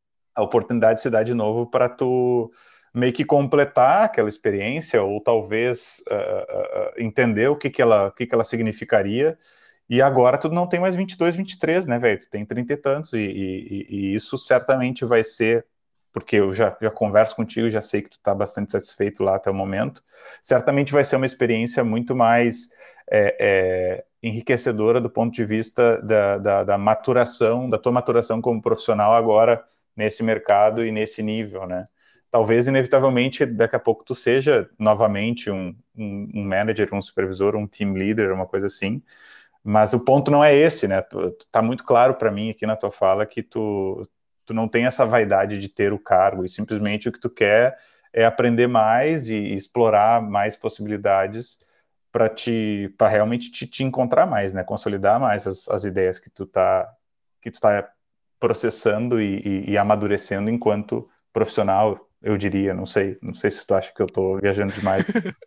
a oportunidade se dá de novo para tu meio que completar aquela experiência, ou talvez uh, uh, uh, entender o que que ela, o que que ela significaria. E agora tu não tem mais vinte e dois, vinte e três, né, velho? Tu tem trinta e tantos, e, e, e isso certamente vai ser, porque eu já, já converso contigo, já sei que tu tá bastante satisfeito lá até o momento, certamente vai ser uma experiência muito mais é, é, enriquecedora do ponto de vista da, da, da maturação, da tua maturação como profissional agora nesse mercado e nesse nível, né? Talvez, inevitavelmente, daqui a pouco tu seja novamente um, um, um manager, um supervisor, um team leader, uma coisa assim, mas o ponto não é esse, né? Tu, tu tá muito claro para mim aqui na tua fala que tu, tu não tem essa vaidade de ter o cargo, e simplesmente o que tu quer é aprender mais e explorar mais possibilidades para te para realmente te, te encontrar mais, né? Consolidar mais as, as ideias que tu tá que tu tá processando e, e, e amadurecendo enquanto profissional, eu diria, não sei, não sei se tu acha que eu tô viajando demais.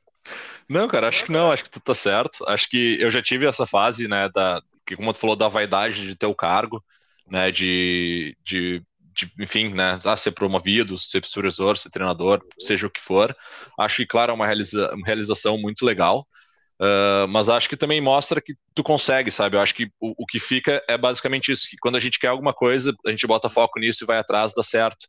Não, cara, acho que não, acho que tu tá certo. Acho que eu já tive essa fase, né, da, que como tu falou, da vaidade de ter o cargo, né, de, de, de enfim, né, ah, ser promovido, ser supervisor, ser treinador, seja o que for. Acho que, claro, é uma, realiza, uma realização muito legal, uh, mas acho que também mostra que tu consegue, sabe? Eu acho que o, o que fica é basicamente isso, que quando a gente quer alguma coisa, a gente bota foco nisso e vai atrás, dá certo.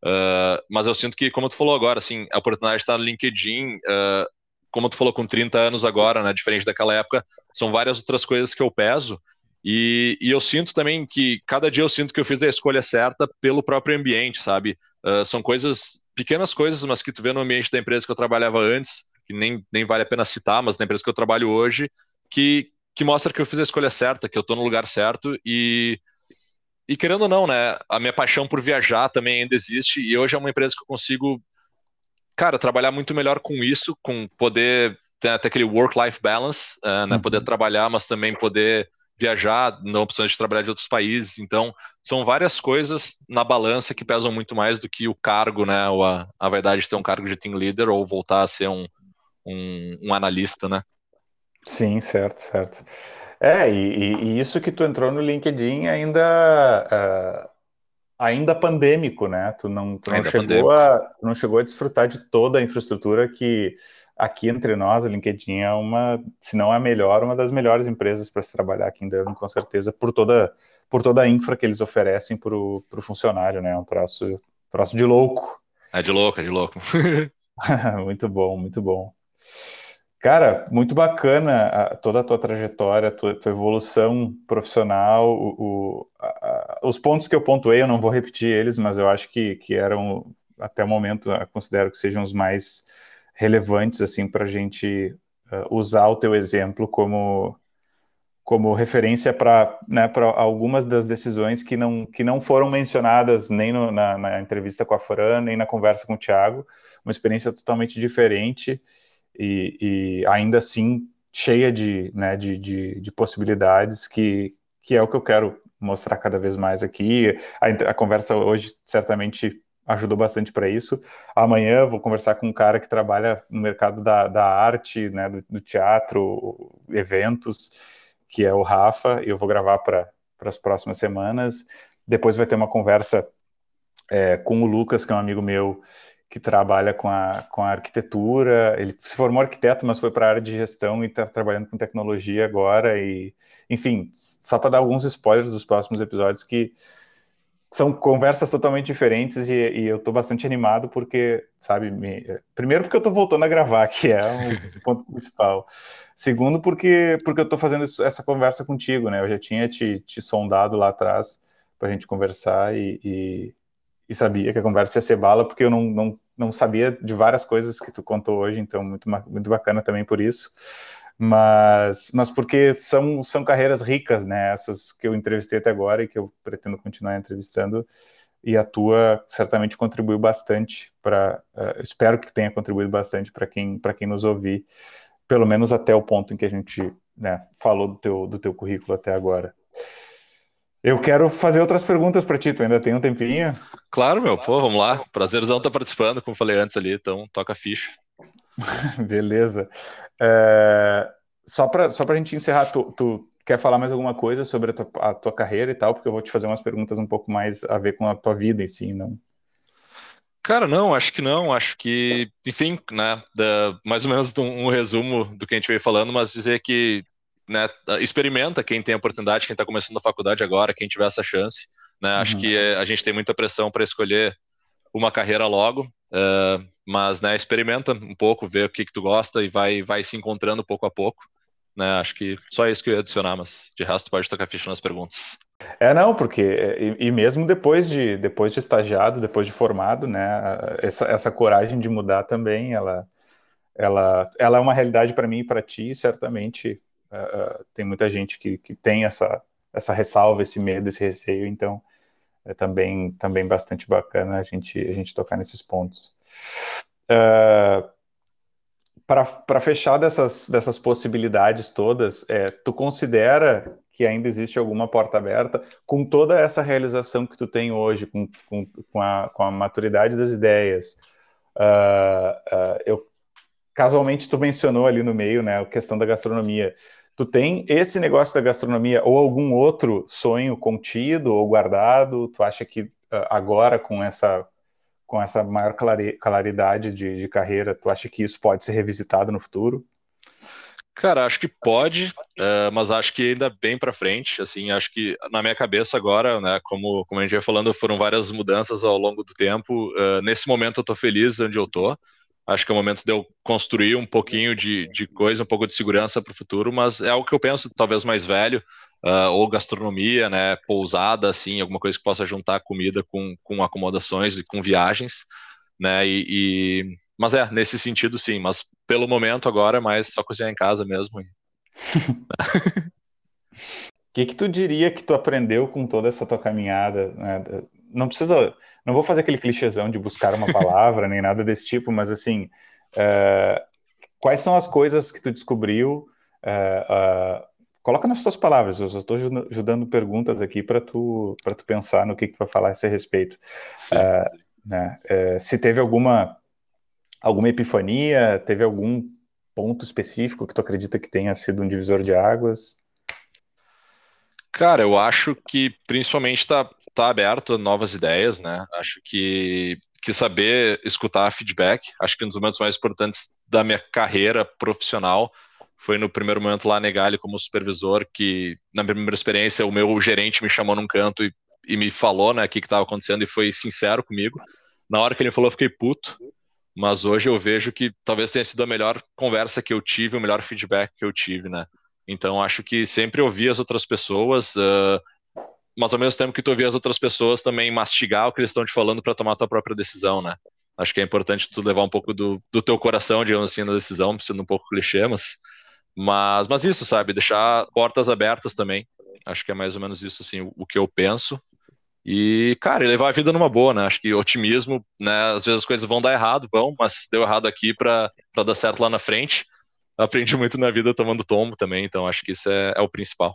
Uh, mas eu sinto que, como tu falou agora, assim, a oportunidade está no LinkedIn, uh, como tu falou, com trinta anos agora, né, diferente daquela época, são várias outras coisas que eu peso, e, e eu sinto também que, cada dia eu sinto que eu fiz a escolha certa pelo próprio ambiente, sabe? Uh, são coisas, pequenas coisas, mas que tu vê no ambiente da empresa que eu trabalhava antes, que nem, nem vale a pena citar, mas na empresa que eu trabalho hoje, que, que mostra que eu fiz a escolha certa, que eu tô no lugar certo, e e querendo ou não, né, a minha paixão por viajar também ainda existe, e hoje é uma empresa que eu consigo, cara, trabalhar muito melhor com isso, com poder ter até aquele work-life balance, uh, né, poder Uhum. trabalhar, mas também poder viajar, não opções de trabalhar de outros países. Então, são várias coisas na balança que pesam muito mais do que o cargo, né, ou a, a vaidade de ter um cargo de team leader ou voltar a ser um, um, um analista, né? Sim, certo, certo. É, e, e- e isso que tu entrou no LinkedIn ainda, ah, ainda pandêmico, né? Tu não, tu não Ainda é chegou pandêmico. a, tu não chegou a desfrutar de toda a infraestrutura que aqui entre nós, o LinkedIn é uma, se não a melhor, uma das melhores empresas para se trabalhar aqui em Dublin, com certeza, por toda, por toda a infra que eles oferecem para o funcionário, né? É um troço, troço de louco. É de louco, é de louco. Muito bom, muito bom. Cara, muito bacana a- toda a tua trajetória, a tua, tua evolução profissional, o, o- a- a- os pontos que eu pontuei, eu não vou repetir eles, mas eu acho que, que eram, até o momento, eu considero que sejam os mais relevantes, assim, para a gente eh, usar o teu exemplo como, como referência para, né, para algumas das decisões que não, que não foram mencionadas nem no- na, na entrevista com a Fran, nem na conversa com o Thiago, uma experiência totalmente diferente e, e ainda assim cheia de, né, de, de, de possibilidades que, que é o que eu quero mostrar cada vez mais aqui. A, a conversa hoje certamente ajudou bastante para isso. Amanhã eu vou conversar com um cara que trabalha no mercado da, da arte, né, do, do teatro, eventos, que é o Rafa, e eu vou gravar para as próximas semanas. Depois vai ter uma conversa é, com o Lucas, que é um amigo meu que trabalha com a, com a arquitetura. Ele se formou arquiteto, mas foi para a área de gestão e está trabalhando com tecnologia agora. E, enfim, só para dar alguns spoilers dos próximos episódios, que são conversas totalmente diferentes e, e eu estou bastante animado porque, sabe, me, primeiro porque eu estou voltando a gravar, que é o ponto principal. Segundo, porque, porque eu estou fazendo isso- essa conversa contigo, né? Eu já tinha te, te sondado lá atrás para a gente conversar e, e e sabia que a conversa ia ser bala, porque eu não, não, não sabia de várias coisas que tu contou hoje, então muito, muito bacana também por isso. Mas, mas porque são, são carreiras ricas, né? Essas que eu entrevistei até agora e que eu pretendo continuar entrevistando. E a tua certamente contribuiu bastante para. Uh, espero que tenha contribuído bastante para quem, para quem nos ouvir, pelo menos até o ponto em que a gente, né, falou do teu, do teu currículo até agora. Eu quero fazer outras perguntas para ti, tu ainda tem um tempinho? Claro, meu, pô, vamos lá. Prazerzão estar participando, como falei antes ali, então toca a ficha. Beleza. É, só para só para a gente encerrar, tu, tu quer falar mais alguma coisa sobre a tua, a tua carreira e tal? Porque eu vou te fazer umas perguntas um pouco mais a ver com a tua vida em si, não? Cara, não, acho que não. Acho que, enfim, né, da- mais ou menos um, um resumo do que a gente veio falando, mas dizer que, né, experimenta quem tem a oportunidade, quem está começando a faculdade agora, quem tiver essa chance, né? Acho Uhum. que eh, a gente tem muita pressão para escolher uma carreira logo, eh, mas, né, experimenta um pouco, vê o que que tu gosta e vai, vai se encontrando pouco a pouco, né? Acho que só isso que eu ia adicionar, mas de resto pode tocar ficha nas perguntas. É, não, porque e, e mesmo depois de depois de estagiado, depois de formado, né, essa, essa coragem de mudar também, ela ela ela é uma realidade para mim e para ti, certamente. Uh, uh, tem muita gente que, que tem essa essa ressalva, esse medo, esse receio, então é também, também bastante bacana a gente, a gente tocar nesses pontos. Uh, para fechar dessas, dessas possibilidades todas, é, tu considera que ainda existe alguma porta aberta com toda essa realização que tu tem hoje, com, com, com, a, com a maturidade das ideias? Uh, uh, eu casualmente tu mencionou ali no meio, né, a questão da gastronomia. Tu tem esse negócio da gastronomia ou algum outro sonho contido ou guardado? Tu acha que uh, agora com essa com essa maior claridade de, de carreira, tu acha que isso pode ser revisitado no futuro? Cara, acho que pode, eh, mas acho que ainda bem para frente. Assim, acho que na minha cabeça agora, né, como, como a gente ia falando, foram várias mudanças ao longo do tempo. Eh, nesse momento eu tô feliz onde eu tô. Acho que é o momento de eu construir um pouquinho de, de coisa, um pouco de segurança para o futuro, mas é algo que eu penso, talvez mais velho, ah, ou gastronomia, né, pousada, assim, alguma coisa que possa juntar comida com, com acomodações e com viagens, né, e, e- mas é, nesse sentido sim, mas pelo momento agora é mais só cozinhar em casa mesmo. O que que tu diria que tu aprendeu com toda essa tua caminhada, né? Não precisa, não vou fazer aquele clichêzão de buscar uma palavra nem nada desse tipo, mas assim, é, quais são as coisas que tu descobriu? É, é, coloca nas tuas palavras, eu só estou ajudando perguntas aqui para tu para tu pensar no que que tu vai falar a esse respeito. Sim. É, né? É, se teve alguma alguma epifania, teve algum ponto específico que tu acredita que tenha sido um divisor de águas? Cara, eu acho que principalmente tá, tá aberto a novas ideias, né? Acho que, que saber escutar feedback, acho que um dos momentos mais importantes da minha carreira profissional foi no primeiro momento lá na Egali como supervisor, que na minha primeira experiência o meu gerente me chamou num canto e, e me falou, né, o que estava acontecendo e foi sincero comigo. Na hora que ele falou, eu fiquei puto, mas hoje eu vejo que talvez tenha sido a melhor conversa que eu tive, o melhor feedback que eu tive, né? Então acho que sempre ouvir as outras pessoas, uh, mas ao mesmo tempo que tu ouvir as outras pessoas também mastigar o que eles estão te falando para tomar a tua própria decisão, né? Acho que é importante tu levar um pouco do, do teu coração, digamos assim, na decisão, sendo um pouco clichê, mas, mas, mas isso, sabe? Deixar portas abertas também. Acho que é mais ou menos isso, assim, o, o que eu penso. E, cara, e levar a vida numa boa, né? Acho que otimismo, né? Às vezes as coisas vão dar errado, vão, mas deu errado aqui para para dar certo lá na frente. Aprendi muito na vida tomando tombo também, então acho que isso é, é o principal.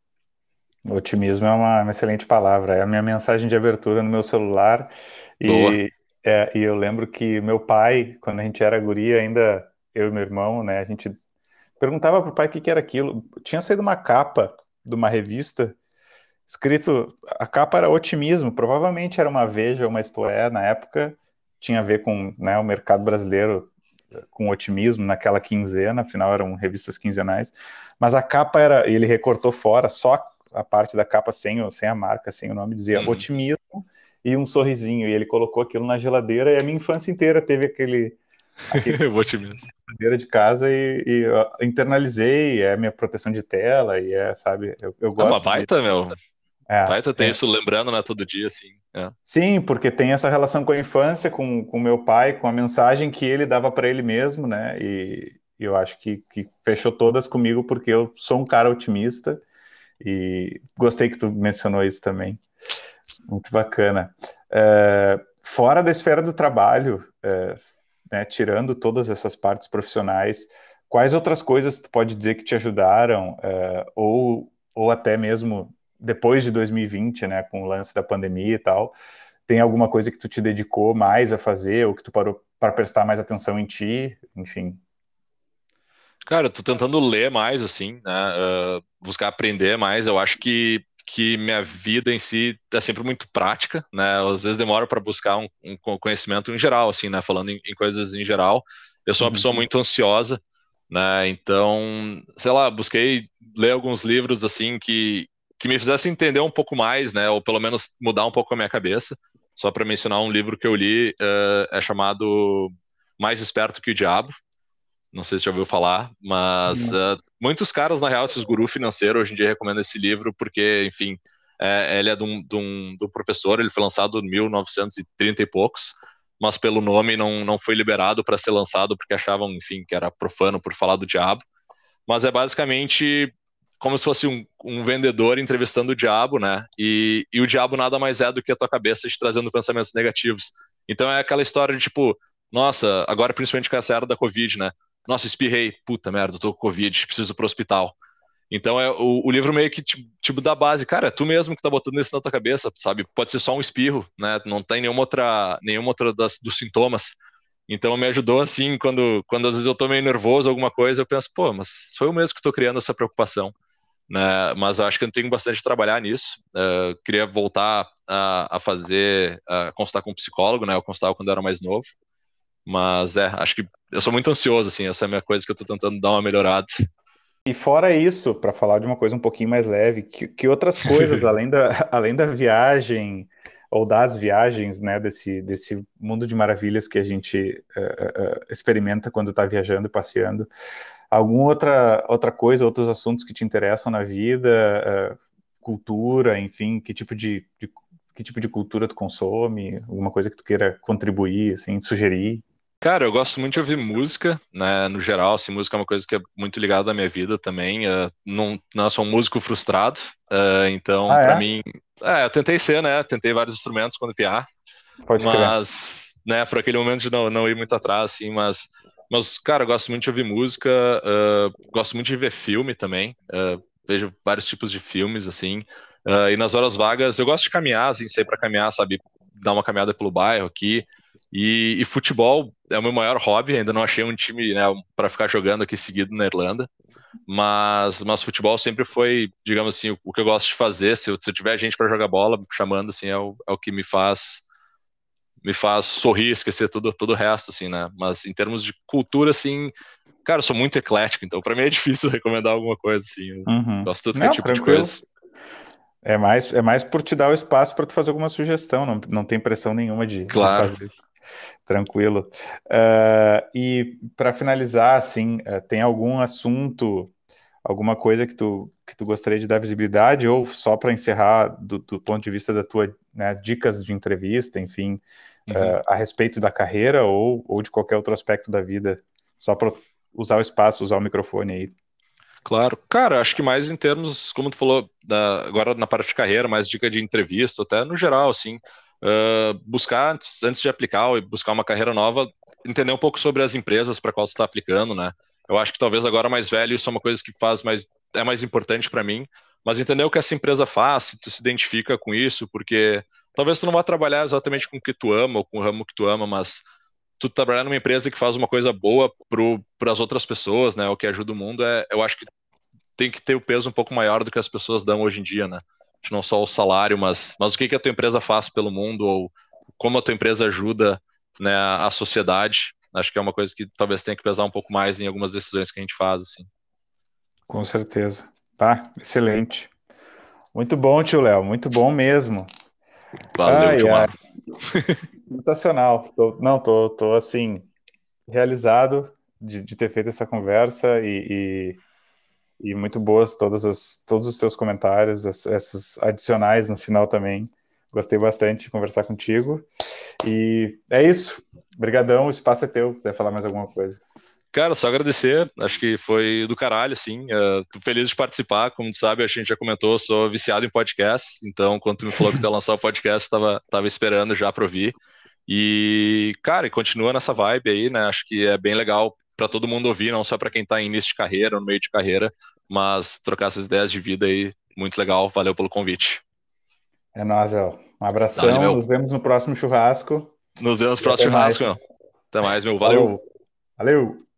O otimismo é uma, uma excelente palavra. É a minha mensagem de abertura no meu celular. Boa. E, é, e eu lembro que meu pai, quando a gente era guria, ainda eu e meu irmão, né? A gente perguntava pro pai o que que era aquilo. Tinha saído uma capa de uma revista escrito, a capa era otimismo, provavelmente era uma Veja, uma Isto É, na época, tinha a ver com, né, o mercado brasileiro com otimismo naquela quinzena, afinal eram revistas quinzenais, mas a capa era, ele recortou fora, só a parte da capa sem, o- sem a marca, sem o nome, dizia Uhum. otimismo e um sorrisinho, e ele colocou aquilo na geladeira, e a minha infância inteira teve aquele, aquele Eu vou otimismo. geladeira de casa, e, e eu internalizei, é minha proteção de tela, e é, sabe, eu, eu É uma gosto de... baita, meu. É, Baita ter é, isso lembrando, né, todo dia, assim. É. sim, porque tem essa relação com a infância, com o meu pai, com a mensagem que ele dava para ele mesmo, né? E, e eu acho que, que fechou todas comigo, porque eu sou um cara otimista e gostei que tu mencionou isso também. Muito bacana. É, fora da esfera do trabalho, é, né, tirando todas essas partes profissionais, quais outras coisas tu pode dizer que te ajudaram, é, ou, ou até mesmo depois de dois mil e vinte, né, com o lance da pandemia e tal, tem alguma coisa que tu te dedicou mais a fazer, ou que tu parou para prestar mais atenção em ti, enfim. Cara, eu tô tentando ler mais, assim, né? Uh, buscar aprender mais. Eu acho que, que minha vida em si é sempre muito prática, né? Às vezes demora para buscar um, um conhecimento em geral, assim, né? Falando em, em coisas em geral. Eu sou uma Uhum. pessoa muito ansiosa, né? Então, sei lá, busquei ler alguns livros, assim, que, que me fizessem entender um pouco mais, né? Ou pelo menos mudar um pouco a minha cabeça. Só para mencionar um livro que eu li, uh, é chamado Mais Esperto que o Diabo. Não sei se já ouviu falar, mas Uhum. uh, muitos caras, na real, esses gurus financeiros, hoje em dia recomendam esse livro porque, enfim, é, ele é de um, de, um, de um professor, ele foi lançado em mil novecentos e trinta e poucos, mas pelo nome não, não foi liberado para ser lançado porque achavam, enfim, que era profano por falar do diabo. Mas é basicamente como se fosse um, um vendedor entrevistando o diabo, né? E, e o diabo nada mais é do que a tua cabeça te trazendo pensamentos negativos. Então é aquela história de tipo, nossa, agora principalmente com essa era da Covid, né? Nossa, espirrei, puta merda, tô com Covid, preciso ir pro hospital. Então é o, o livro meio que tipo, tipo dá base, cara, é tu mesmo que tá botando isso na tua cabeça, sabe? Pode ser só um espirro, né? Não tem nenhuma outra, nenhuma outra das, dos sintomas. Então me ajudou assim, quando, quando às vezes eu tô meio nervoso, alguma coisa, eu penso, pô, mas sou eu mesmo que tô criando essa preocupação, né? Mas eu acho que eu tenho bastante de trabalhar nisso. Uh, queria voltar a, a fazer, a consultar com um psicólogo, né? Eu consultava quando eu era mais novo. Mas é, acho que eu sou muito ansioso, assim, essa é a minha coisa que eu tô tentando dar uma melhorada. E fora isso, para falar de uma coisa um pouquinho mais leve, que, que outras coisas, além da, além da viagem, ou das viagens, né, desse, desse mundo de maravilhas que a gente uh, uh, experimenta quando está viajando e passeando, alguma outra, outra coisa, outros assuntos que te interessam na vida, uh, cultura, enfim, que tipo de, de, que tipo de cultura tu consome, alguma coisa que tu queira contribuir, assim, sugerir? Cara, eu gosto muito de ouvir música, né, no geral, assim, música é uma coisa que é muito ligada à minha vida também. Uh, não, não sou um músico frustrado, uh, então, Ah, pra é? mim, é, eu tentei ser, né, tentei vários instrumentos quando piá, Pode crer. mas, né, por aquele momento de não, não ir muito atrás, assim, mas, mas, cara, eu gosto muito de ouvir música, uh, gosto muito de ver filme também, uh, vejo vários tipos de filmes, assim, uh, e nas horas vagas, eu gosto de caminhar, assim, sair pra caminhar, sabe, dar uma caminhada pelo bairro aqui, E, e futebol é o meu maior hobby, ainda não achei um time, né, para ficar jogando aqui seguido na Irlanda, mas, mas futebol sempre foi, digamos assim, o, o que eu gosto de fazer. Se eu, se eu tiver gente para jogar bola, chamando, assim, é o, é o que me faz me faz sorrir, esquecer tudo, todo o resto, assim, né? Mas em termos de cultura, assim, cara, eu sou muito eclético, então para mim é difícil recomendar alguma coisa, assim. Eu Uhum. gosto de tudo que é Não, tipo de tranquilo. coisa. É mais, é mais por te dar o espaço para tu fazer alguma sugestão, não, não tem pressão nenhuma de, de Claro. fazer. Tranquilo. Uh, e para finalizar, assim, uh, tem algum assunto, alguma coisa que tu, que tu gostaria de dar visibilidade, ou só para encerrar do, do ponto de vista da tua, né, dicas de entrevista, enfim, Uhum. uh, a respeito da carreira ou, ou de qualquer outro aspecto da vida, só para usar o espaço, usar o microfone aí. Claro. Cara, acho que mais em termos, como tu falou, da, agora na parte de carreira, mais dica de entrevista, até no geral, assim, uh, buscar, antes, antes de aplicar ou buscar uma carreira nova, entender um pouco sobre as empresas para qual você está aplicando, né? Eu acho que talvez agora mais velho, isso é uma coisa que faz mais, é mais importante para mim, mas entender o que essa empresa faz, se tu se identifica com isso, porque talvez tu não vá trabalhar exatamente com o que tu ama ou com o ramo que tu ama, mas tu trabalhar numa empresa que faz uma coisa boa para as outras pessoas, né, o que ajuda o mundo, é, eu acho que tem que ter o peso um pouco maior do que as pessoas dão hoje em dia, né? Não só o salário, mas, mas o que, que a tua empresa faz pelo mundo ou como a tua empresa ajuda, né, a sociedade. Acho que é uma coisa que talvez tenha que pesar um pouco mais em algumas decisões que a gente faz, assim. Com certeza. Tá, excelente. Muito bom, tio Léo, muito bom mesmo. Valeu, Ai, tio ai, Maro. sensacional. Tô- não, tô, tô assim, realizado de, de ter feito essa conversa e, e, e muito boas todas as, todos os teus comentários, as- esses adicionais no final também. Gostei bastante de conversar contigo. E é isso. Obrigadão, o espaço é teu. Se quiser falar mais alguma coisa. Cara, só agradecer, acho que foi do caralho, assim, uh, tô feliz de participar, como tu sabe, a gente já comentou, sou viciado em podcasts, então quando tu me falou que tu ia lançar o podcast, tava, tava esperando já pra ouvir, e, cara, e continua nessa vibe aí, né, acho que é bem legal pra todo mundo ouvir, não só pra quem tá em início de carreira, no meio de carreira, mas trocar essas ideias de vida aí, muito legal, valeu pelo convite. É nóis, El. Um Dale, abração, meu, nos vemos no próximo churrasco nos vemos no e até próximo mais. churrasco, meu. Até mais, meu, valeu. Falou. Valeu!